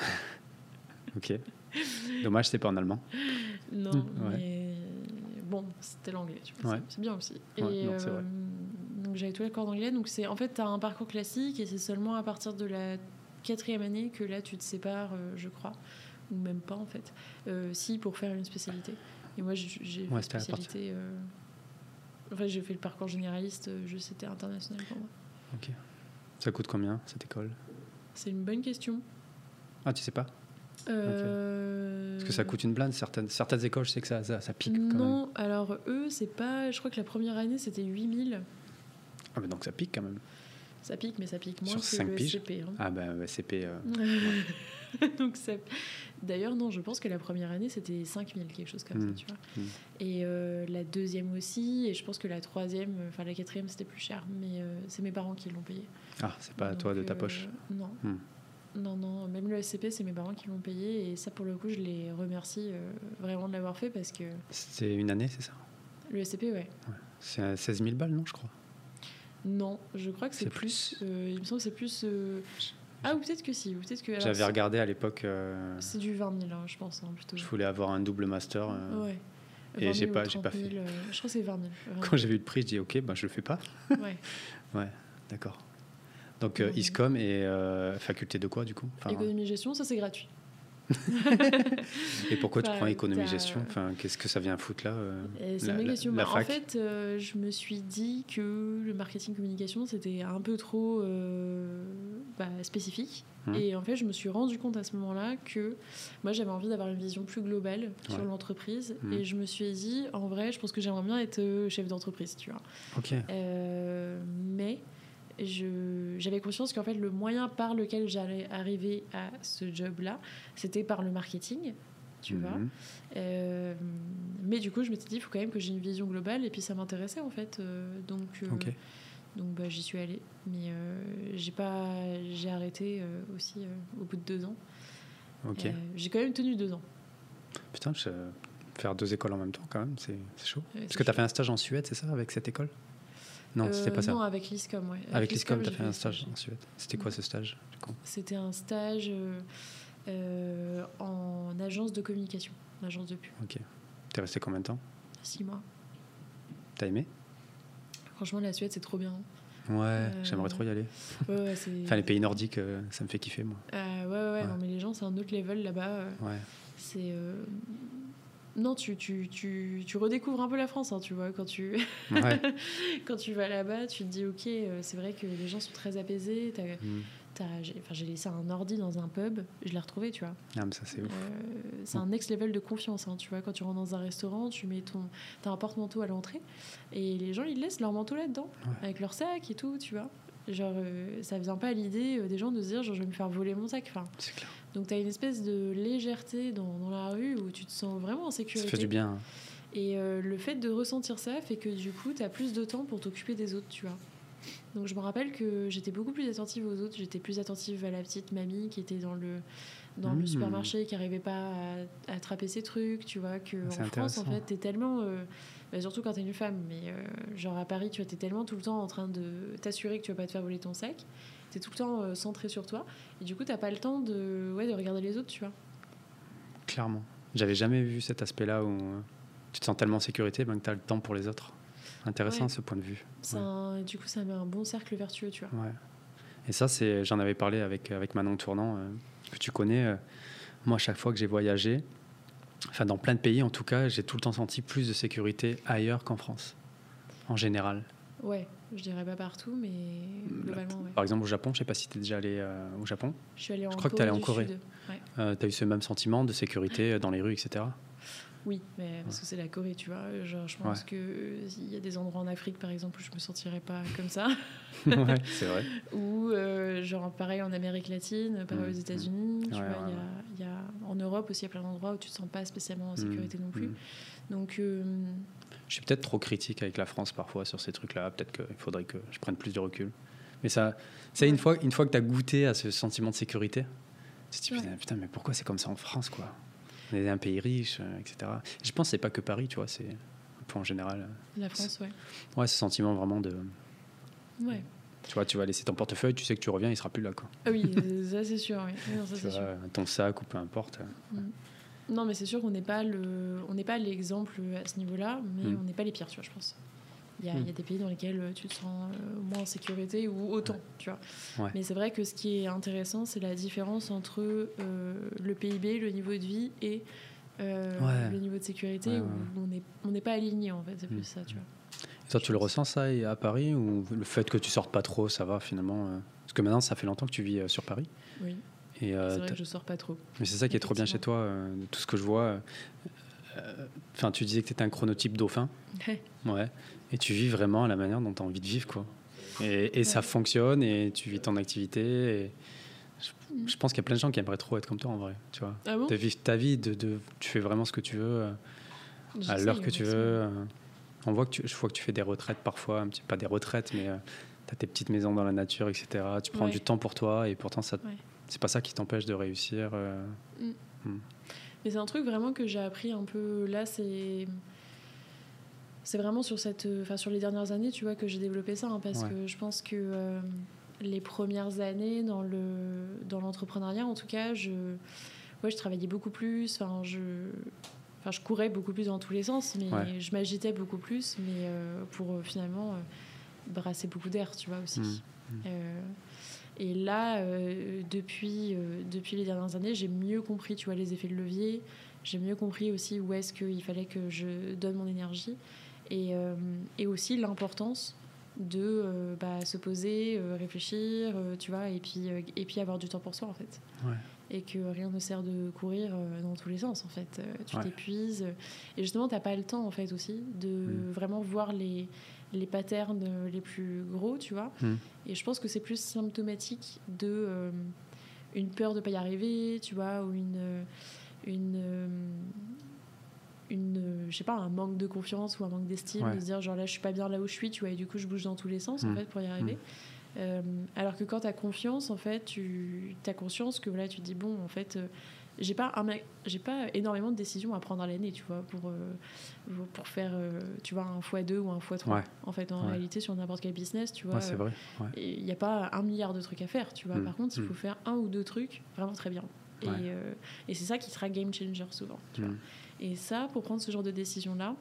Ok. Dommage, c'est pas en allemand. Non, mais bon, c'était l'anglais, tu vois, c'est bien aussi. Et c'est vrai. donc j'avais tous les cours d'anglais, donc c'est en fait t'as un parcours classique et c'est seulement à partir de la 4e année que là tu te sépares, je crois, ou même pas en fait. Si, pour faire une spécialité. Et moi j'ai fait une spécialité. En fait, j'ai fait le parcours généraliste, c'était international pour moi. Ok. Ça coûte combien, cette école? C'est une bonne question. Ah, tu sais pas? Parce que ça coûte une blinde, certaines écoles, je sais que ça pique quand même. Non, alors eux, c'est pas... Je crois que la première année, c'était 8000. Ah, mais donc ça pique quand même. Ça pique, mais ça pique moins Sur que 5 le piges. SCP. Hein. Ah ben, SCP... Donc ça... D'ailleurs, non, je pense que la première année, c'était 5000, quelque chose comme ça, tu vois. Et la deuxième aussi, et je pense que la troisième, enfin la quatrième, c'était plus cher. Mais c'est mes parents qui l'ont payé. Ah, c'est pas toi de ta poche. Non. Non, même le SCP, c'est mes parents qui l'ont payé. Et ça, pour le coup, je les remercie vraiment de l'avoir fait parce que... C'est une année, c'est ça? Le SCP, ouais. C'est à 16 000 balles, non, je crois? Non, je crois que c'est plus... il me semble que c'est plus... Ah, ou peut-être que si. J'avais regardé à l'époque... C'est du 20 000, hein, je pense, hein, plutôt. Je voulais avoir un double master. Ouais. Et j'ai pas fait. 000, je crois que c'est 20 000. Quand j'ai vu le prix, je dis ok, ben je le fais pas. Ouais, d'accord. Donc ISCOM et faculté de quoi du coup? Économie et gestion, ça c'est gratuit. Et pourquoi tu prends économie et gestion? Qu'est-ce que ça vient foutre là? C'est une question. En fait, je me suis dit que le marketing communication c'était un peu trop spécifique. Et en fait, je me suis rendu compte à ce moment-là que moi j'avais envie d'avoir une vision plus globale sur l'entreprise. Et je me suis dit, en vrai, je pense que j'aimerais bien être chef d'entreprise, tu vois. Ok. Mais j'avais conscience qu'en fait le moyen par lequel j'allais arriver à ce job-là, c'était par le marketing, tu vois. Mais du coup, je m'étais dit, il faut quand même que j'ai une vision globale, et puis ça m'intéressait en fait. Donc j'y suis allée. Mais j'ai arrêté aussi au bout de 2 ans. J'ai quand même tenu 2 ans. Putain, faire 2 écoles en même temps, quand même, c'est chaud. Parce que tu as fait un stage en Suède, c'est ça, avec cette école? Non, c'était pas ça. Non, avec l'ISCOM, ouais. Avec l'ISCOM, tu as fait un stage en Suède. C'était quoi ce stage, du coup? C'était un stage en agence de communication, en agence de pub. Ok. T'es resté combien de temps? 6 mois. T'as aimé? Franchement, la Suède, c'est trop bien. Ouais, j'aimerais trop y aller. Ouais, enfin, les pays nordiques, ça me fait kiffer, moi. Ouais, non, mais les gens, c'est un autre level là-bas. Ouais. C'est... Non, tu redécouvres un peu la France, hein, tu vois, quand tu vas là-bas, tu te dis, ok, c'est vrai que les gens sont très apaisés. J'ai laissé un ordi dans un pub, je l'ai retrouvé, tu vois. Ah, mais ça, c'est ouf. C'est un next level de confiance, hein, tu vois. Quand tu rentres dans un restaurant, t'as un porte-manteau à l'entrée, et les gens, ils laissent leur manteau là-dedans, avec leur sac et tout, tu vois. Genre, ça vient pas à l'idée des gens de se dire, genre, je vais me faire voler mon sac. Enfin, c'est clair. Donc, tu as une espèce de légèreté dans la rue où tu te sens vraiment en sécurité. Ça fait du bien. Et le fait de ressentir ça fait que du coup, tu as plus de temps pour t'occuper des autres, tu vois. Donc, je me rappelle que j'étais beaucoup plus attentive aux autres. J'étais plus attentive à la petite mamie qui était dans le supermarché, qui n'arrivait pas à attraper ses trucs, tu vois. En France, en fait, tu es tellement... surtout quand tu es une femme, mais genre à Paris, tu vois, tu es tellement tout le temps en train de t'assurer que tu vas pas te faire voler ton sac. Tu es tout le temps centré sur toi. Et du coup, tu n'as pas le temps de regarder les autres, tu vois. Clairement. J'avais jamais vu cet aspect-là où tu te sens tellement en sécurité que tu as le temps pour les autres. Intéressant, ce point de vue. Du coup, ça met un bon cercle vertueux, tu vois. Ouais. Et ça, j'en avais parlé avec Manon Tournant, que tu connais. Moi, à chaque fois que j'ai voyagé, enfin dans plein de pays en tout cas, j'ai tout le temps senti plus de sécurité ailleurs qu'en France, en général. Ouais, je dirais pas partout, mais globalement, ouais. Par exemple, au Japon, je sais pas si tu es déjà allé au Japon. Je suis allée en Corée. Je crois que tu es allé en Corée. Ouais. Tu as eu ce même sentiment de sécurité dans les rues, etc. Oui, mais parce que c'est la Corée, tu vois. Genre, je pense qu'il y a des endroits en Afrique, par exemple, où je me sentirais pas comme ça. Ouais, c'est vrai. Ou genre pareil en Amérique latine, pareil aux États-Unis. Tu vois, il y a en Europe aussi, il y a plein d'endroits où tu te sens pas spécialement en sécurité non plus. Donc, je suis peut-être trop critique avec la France parfois sur ces trucs-là. Peut-être qu'il faudrait que je prenne plus de recul. Mais ça une fois que tu as goûté à ce sentiment de sécurité, tu te dis putain, mais pourquoi c'est comme ça en France, quoi? On est un pays riche, etc. Je pense que c'est pas que Paris, tu vois, c'est un peu en général. La France, ouais. Ouais, ce sentiment vraiment de... Ouais. Tu vois, tu vas laisser ton portefeuille, tu sais que tu reviens, il sera plus là, quoi. Ah oui, ça c'est sûr, oui. Non, ça, c'est sûr. Ton sac ou peu importe. Non, mais c'est sûr qu'on n'est pas l'exemple à ce niveau-là, mais on n'est pas les pires, tu vois, je pense. Il y a des pays dans lesquels tu te sens moins en sécurité ou autant, tu vois. Ouais. Mais c'est vrai que ce qui est intéressant, c'est la différence entre le PIB, le niveau de vie et le niveau de sécurité, où on n'est pas aligné, en fait. C'est plus ça, tu vois. Ça, tu le ressens ça à Paris, ou le fait que tu sortes pas trop, ça va finalement Parce que maintenant, ça fait longtemps que tu vis sur Paris. Oui. Et, c'est vrai que je sors pas trop. Mais c'est ça qui est trop bien chez toi, de tout ce que je vois. Enfin, tu disais que tu étais un chronotype dauphin. Ouais. Et tu vis vraiment à la manière dont tu as envie de vivre, quoi. Et ça fonctionne, et tu vis ton activité. Et je pense qu'il y a plein de gens qui aimeraient trop être comme toi, en vrai. Tu vois. Ah bon? De vivre ta vie, tu fais vraiment ce que tu veux, à l'heure que tu veux. Je vois que tu fais des retraites parfois, pas des retraites, mais tu as tes petites maisons dans la nature, etc. Tu prends du temps pour toi, et pourtant, c'est pas ça qui t'empêche de réussir. Mais c'est un truc vraiment que j'ai appris un peu là, c'est vraiment sur les dernières années, tu vois, que j'ai développé ça, hein, parce que je pense que les premières années dans l'entrepreneuriat, en tout cas, je travaillais beaucoup plus, je courais beaucoup plus dans tous les sens, mais je m'agitais beaucoup plus, mais pour finalement brasser beaucoup d'air, tu vois, aussi. Et là, depuis les dernières années, j'ai mieux compris, tu vois, les effets de levier. J'ai mieux compris aussi où est-ce qu'il fallait que je donne mon énergie. Et aussi l'importance de se poser, réfléchir, tu vois, et puis avoir du temps pour soi, en fait. Ouais. Et que rien ne sert de courir dans tous les sens, en fait. Tu t'épuises. Et justement, t'as pas le temps, en fait, aussi, de vraiment voir les patterns les plus gros, tu vois. Et je pense que c'est plus symptomatique de une peur de pas y arriver, tu vois, ou je sais pas, un manque de confiance ou un manque d'estime, de se dire genre là je suis pas bien là où je suis, tu vois, et du coup je bouge dans tous les sens en fait pour y arriver. Alors que quand t'as confiance, en fait, t'as conscience que voilà, tu te dis bon, en fait, j'ai pas énormément de décisions à prendre à l'année, tu vois, pour faire, tu vois, un x2 ou un x3. En fait, en réalité, sur n'importe quel business, tu vois, c'est vrai. Il n'y a pas 1 milliard de trucs à faire, tu vois. Par contre, il faut faire 1 ou 2 trucs vraiment très bien. Et c'est ça qui sera game changer souvent, tu vois. Et ça, pour prendre ce genre de décision-là,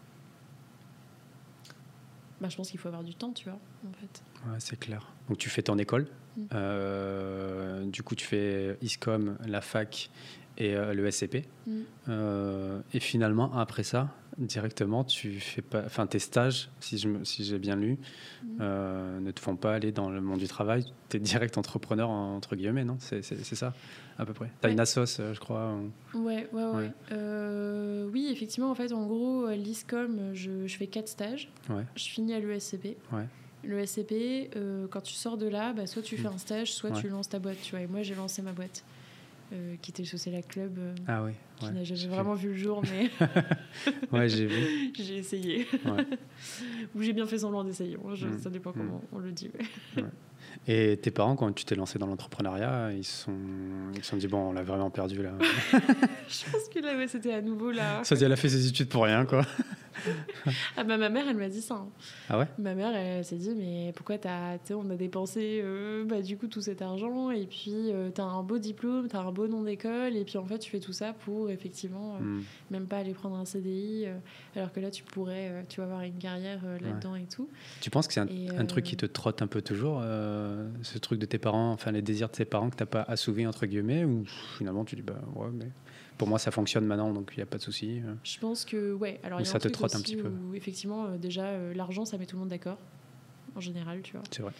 je pense qu'il faut avoir du temps, tu vois, en fait. Ouais, c'est clair. Donc tu fais ton école, du coup tu fais ISCOM, la fac et le SCP. Et finalement, après ça, directement, tu fais pas, tes stages, si j'ai bien lu, ne te font pas aller dans le monde du travail. Tu es direct entrepreneur, entre guillemets, non ? C'est ça, à peu près. Tu as une assoce, je crois. Ouais. Oui, effectivement, en fait, en gros, l'ISCOM, je fais 4 stages. Je finis à l'ESCP. L'ESCP, quand tu sors de là, soit tu fais un stage, soit tu lances ta boîte, tu vois. Et moi, j'ai lancé ma boîte, qui était le Social Club, qui n'a jamais vraiment vu le jour, mais ouais, j'ai vu. J'ai essayé. Ou j'ai bien fait semblant d'essayer. Ça dépend comment on le dit. Et tes parents, quand tu t'es lancé dans l'entrepreneuriat, ils se sont dit bon, on l'a vraiment perdu là. Je pense que là, c'était à nouveau là. Ça dit, elle a fait ses études pour rien, quoi. Ma mère, elle m'a dit ça. Hein. Ah ouais ? Ma mère, elle s'est dit mais pourquoi on a dépensé du coup tout cet argent, et puis t'as un beau diplôme, t'as un beau nom d'école, et puis en fait tu fais tout ça pour effectivement même pas aller prendre un CDI, alors que là tu pourrais tu vas avoir une carrière là-dedans et tout. Tu penses que c'est un truc qui te trotte un peu toujours, ce truc de tes parents, les désirs de tes parents que t'as pas assouvi entre guillemets, ou finalement tu dis mais pour moi ça fonctionne maintenant, donc il n'y a pas de souci. Je pense que alors ça te trotte un petit peu. Où, effectivement déjà l'argent ça met tout le monde d'accord en général, tu vois. C'est vrai.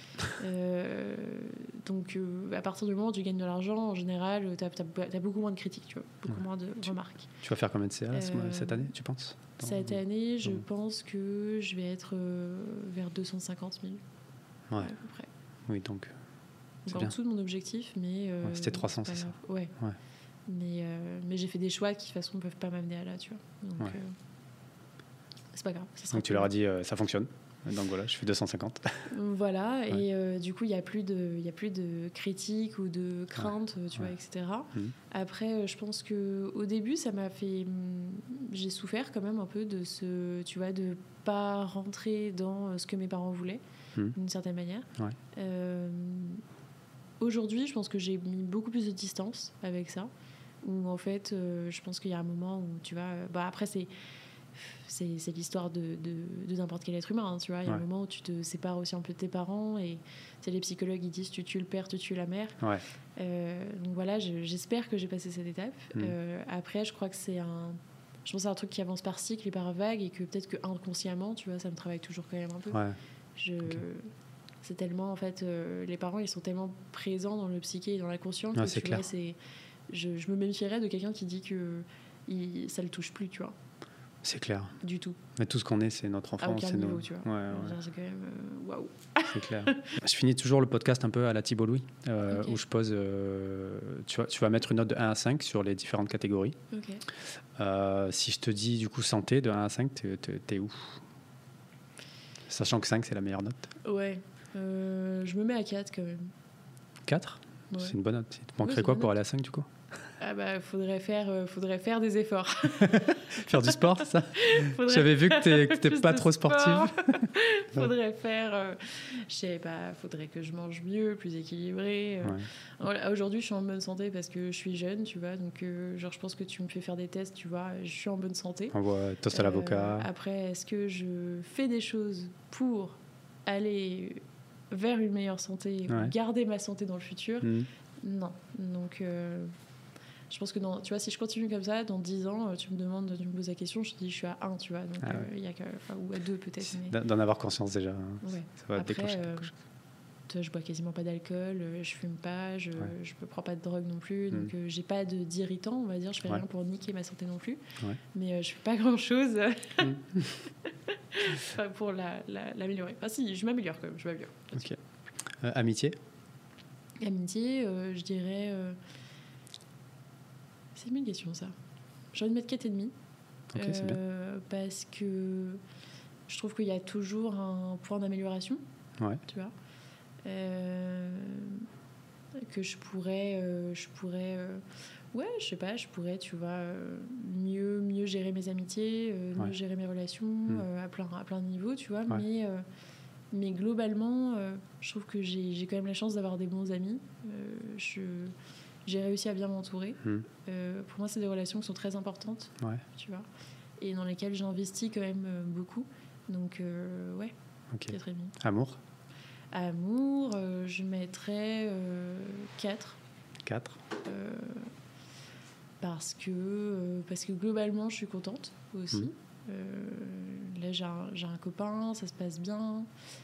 Donc à partir du moment où tu gagnes de l'argent, en général t'as beaucoup moins de critiques, tu vois, beaucoup moins de remarques. Tu vas faire combien de CA cette année, tu penses ? Cette année, je pense que je vais être vers 250 000 à peu près. Oui, donc en dessous de mon objectif, mais c'était 300, c'est ça. Ouais. Mais j'ai fait des choix qui de toute façon ne peuvent pas m'amener à là, tu vois. Donc c'est pas grave. Donc tu leur as dit ça fonctionne. Donc voilà, je fais 250. Voilà, et du coup il y a plus de critiques ou de craintes, tu vois, etc. Après, je pense que au début ça m'a fait, j'ai souffert quand même un peu de pas rentrer dans ce que mes parents voulaient d'une certaine manière. Aujourd'hui, je pense que j'ai mis beaucoup plus de distance avec ça. Où en fait, je pense qu'il y a un moment où tu vas... après, c'est l'histoire de n'importe quel être humain, hein, tu vois. Il y a un moment où tu te sépares aussi un peu de tes parents, et les psychologues, ils disent tu tues le père, tu tues la mère. Donc voilà, j'espère que j'ai passé cette étape. Après, je crois que c'est je pense à un truc qui avance par cycle et par vague et que peut-être que inconsciemment, tu vois, ça me travaille toujours quand même un peu. Ouais. C'est tellement, en fait, les parents, ils sont tellement présents dans le psyché et dans la conscience que c'est tu clair. vois, je me méfierais de quelqu'un qui dit que ça le touche plus, tu vois. C'est clair. Du tout. Mais tout ce qu'on est, c'est notre enfance. À aucun niveau, tu vois. Ouais. C'est quand même waouh. C'est clair. Je finis toujours le podcast un peu à la Thibault Louis, où je pose. Tu vas mettre une note de 1 à 5 sur les différentes catégories. Ok. Si je te dis du coup santé de 1 à 5, t'es où? Sachant que 5, c'est la meilleure note. Ouais. Je me mets à 4 quand même. 4 ? Ouais. C'est une bonne note. Il te manquerait quoi pour aller à 5 du coup? Ah bah, faudrait faire des efforts. Faire du sport, c'est ça? J'avais vu que t'es pas trop sportive. Faudrait faire, je sais pas, faudrait que je mange mieux, plus équilibré. Voilà, aujourd'hui, je suis en bonne santé parce que je suis jeune, tu vois. Donc, genre, je pense que tu me fais faire des tests, tu vois. Je suis en bonne santé. On voit toast à l'avocat. Après, est-ce que je fais des choses pour aller vers une meilleure santé, garder ma santé dans le futur? Non. Donc, je pense que tu vois, si je continue comme ça, dans 10 ans, tu me poses la question, je te dis je suis à 1, tu vois. Donc, il y a ou à 2 peut-être. Mais... D'en avoir conscience déjà. Ouais. Ça va déclencher quelque chose. Je bois quasiment pas d'alcool, je fume pas, je prends pas de drogue non plus, donc j'ai pas d'irritant, on va dire, je fais rien pour niquer ma santé non plus, mais je fais pas grand chose pour l'améliorer. Enfin si, je m'améliore quand même, je m'améliore. Ok. Amitié, je dirais... C'est une question ça. J'ai envie de mettre 4,5. Ok, c'est bien. Parce que je trouve qu'il y a toujours un point d'amélioration, tu vois. Que je pourrais je sais pas, je pourrais, tu vois, mieux gérer mes amitiés, mieux gérer mes relations à plein de niveaux, tu vois, mais globalement je trouve que j'ai quand même la chance d'avoir des bons amis. J'ai réussi à bien m'entourer. Pour moi, c'est des relations qui sont très importantes, tu vois, et dans lesquelles j'investis quand même beaucoup, donc 4,5. Amour, je mettrais 4. 4. Parce que globalement, je suis contente aussi. Là, j'ai un copain, ça se passe bien.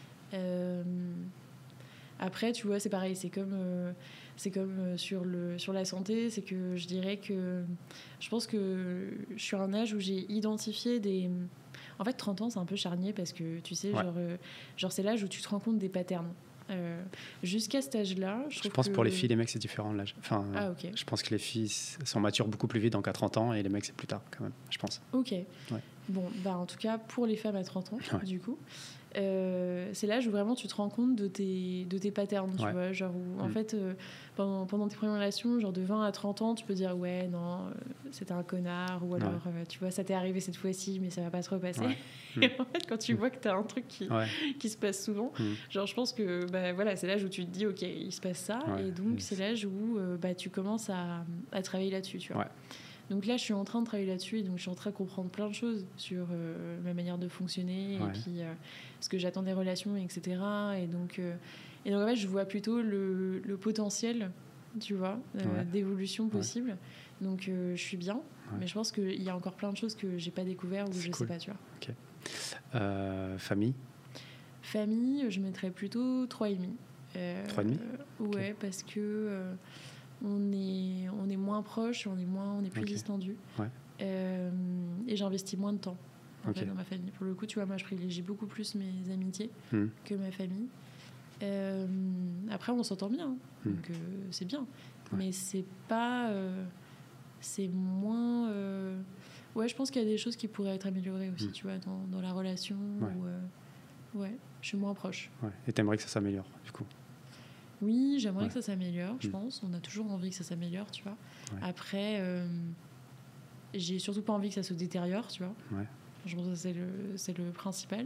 Après, tu vois, c'est pareil, c'est comme sur la santé, c'est que je dirais que je pense que je suis à un âge où j'ai identifié des... En fait, 30 ans, c'est un peu charnier parce que, tu sais, genre c'est l'âge où tu te rends compte des patterns. Jusqu'à cet âge-là, je pense que pour les filles, les mecs, c'est différent l'âge. Enfin, je pense que les filles sont matures beaucoup plus vite, donc à 30 ans, et les mecs, c'est plus tard, quand même, je pense. Ok. Bon, en tout cas, pour les femmes à 30 ans, du coup, c'est l'âge où vraiment tu te rends compte de tes patterns, tu vois, genre où, en fait, pendant tes premières relations, genre de 20 à 30 ans, tu peux dire ouais, non, c'était un connard, ou alors, tu vois, ça t'est arrivé cette fois-ci, mais ça va pas se repasser. Et en fait, quand tu vois que t'as un truc qui se passe souvent, genre, je pense que voilà, c'est l'âge où tu te dis ok, il se passe ça, et donc c'est l'âge où tu commences à travailler là-dessus, tu vois. Donc là, je suis en train de travailler là-dessus, et donc je suis en train de comprendre plein de choses sur ma manière de fonctionner, et puis ce que j'attends des relations, etc. Et donc en fait, je vois plutôt le potentiel, tu vois, d'évolution possible. Donc je suis bien, mais je pense qu'il y a encore plein de choses que j'ai pas découvert ou je sais pas, tu vois. Ok. Famille, je mettrais plutôt 3,5. 3,5 Ouais, parce que... on est moins proche, on est plus distendu. Et j'investis moins de temps en fait, dans ma famille. Pour le coup, tu vois, moi, je privilégie beaucoup plus mes amitiés que ma famille. Après, on s'entend bien, donc c'est bien. Mais c'est pas... c'est moins... je pense qu'il y a des choses qui pourraient être améliorées aussi, tu vois, dans la relation. Je suis moins proche. Et t'aimerais que ça s'améliore, du coup? Oui, j'aimerais que ça s'améliore, je pense. On a toujours envie que ça s'améliore, tu vois. Après, j'ai surtout pas envie que ça se détériore, tu vois. Je pense que c'est le principal.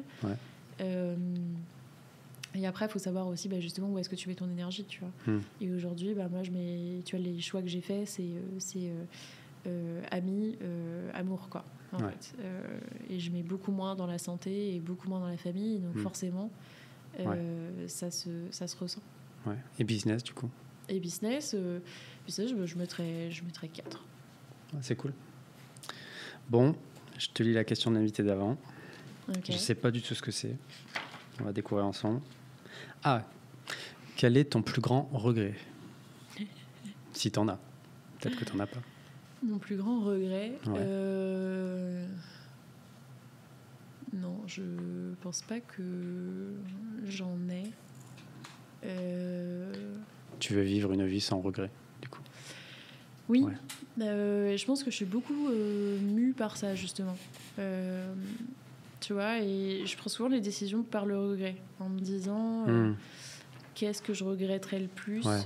Et après, il faut savoir aussi justement où est-ce que tu mets ton énergie, tu vois. Et aujourd'hui, moi, tu vois, les choix que j'ai faits, c'est amis, amour, quoi, en fait. Et je mets beaucoup moins dans la santé et beaucoup moins dans la famille, donc forcément, ça se ressent. Et business, du coup? Et business, je mettrais 4. C'est cool. Bon, Je te lis la question de l'invité d'avant. Okay. Je ne sais pas du tout ce que c'est. On va découvrir ensemble. Ah, quel est ton plus grand regret? Si t'en as. Peut-être que t'en as pas. Mon plus grand regret, Ouais. non, je pense pas que j'en ai. Tu veux vivre une vie sans regret, du coup? Oui, Ouais. Je pense que je suis beaucoup mue par ça, justement. Tu vois, et je prends souvent les décisions par le regret, en me disant qu'est-ce que je regretterais le plus. Ouais.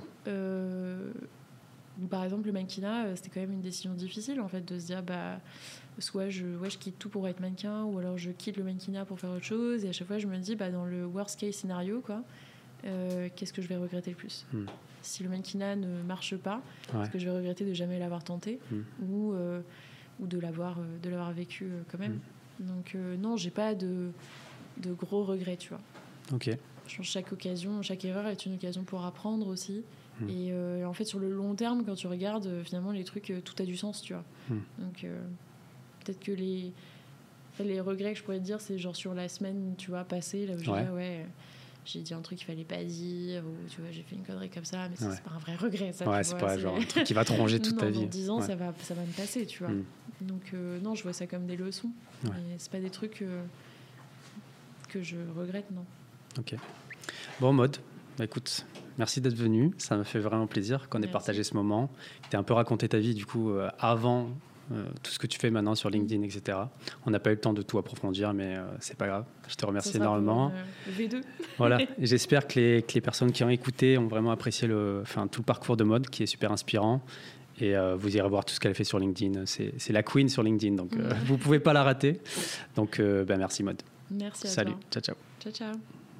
Par exemple, le mannequinat, c'était quand même une décision difficile, en fait, de se dire, soit je quitte tout pour être mannequin, ou alors je quitte le mannequinat pour faire autre chose. Et à chaque fois, je me dis, dans le worst case scénario, quoi, qu'est-ce que je vais regretter le plus? Si le mannequinat ne marche pas, est-ce que je vais regretter de jamais l'avoir tenté ou de l'avoir vécu quand même. Donc non, j'ai pas de gros regrets, tu vois. Ok. Je pense que chaque erreur est une occasion pour apprendre aussi. Et en fait, sur le long terme, quand tu regardes, finalement, les trucs, tout a du sens, tu vois. Donc peut-être que les regrets que je pourrais te dire, c'est genre sur la semaine, tu vois, passée, là où je dis, j'ai dit un truc qu'il fallait pas dire, ou tu vois, j'ai fait une connerie comme ça, mais c'est pas un vrai regret, ça. Ouais, tu c'est vois, pas genre un truc qui va te ronger toute ta vie. Dans 10 ans, ça va me passer, tu vois. Donc non, je vois ça comme des leçons. Mais c'est pas des trucs que je regrette, non. Ok. Bon, Maud, écoute, merci d'être venue. Ça m'a fait vraiment plaisir qu'on ait partagé ce moment. Tu as un peu raconté ta vie, du coup, avant tout ce que tu fais maintenant sur LinkedIn, etc. On n'a pas eu le temps de tout approfondir, mais c'est pas grave. Je te remercie énormément. V2. Voilà. Et j'espère que les personnes qui ont écouté ont vraiment apprécié tout le parcours de Maud, qui est super inspirant. Et vous irez voir tout ce qu'elle fait sur LinkedIn. C'est la queen sur LinkedIn, donc vous ne pouvez pas la rater. Donc, merci Maud. Merci à toi. Salut. Ciao, ciao. Ciao, ciao.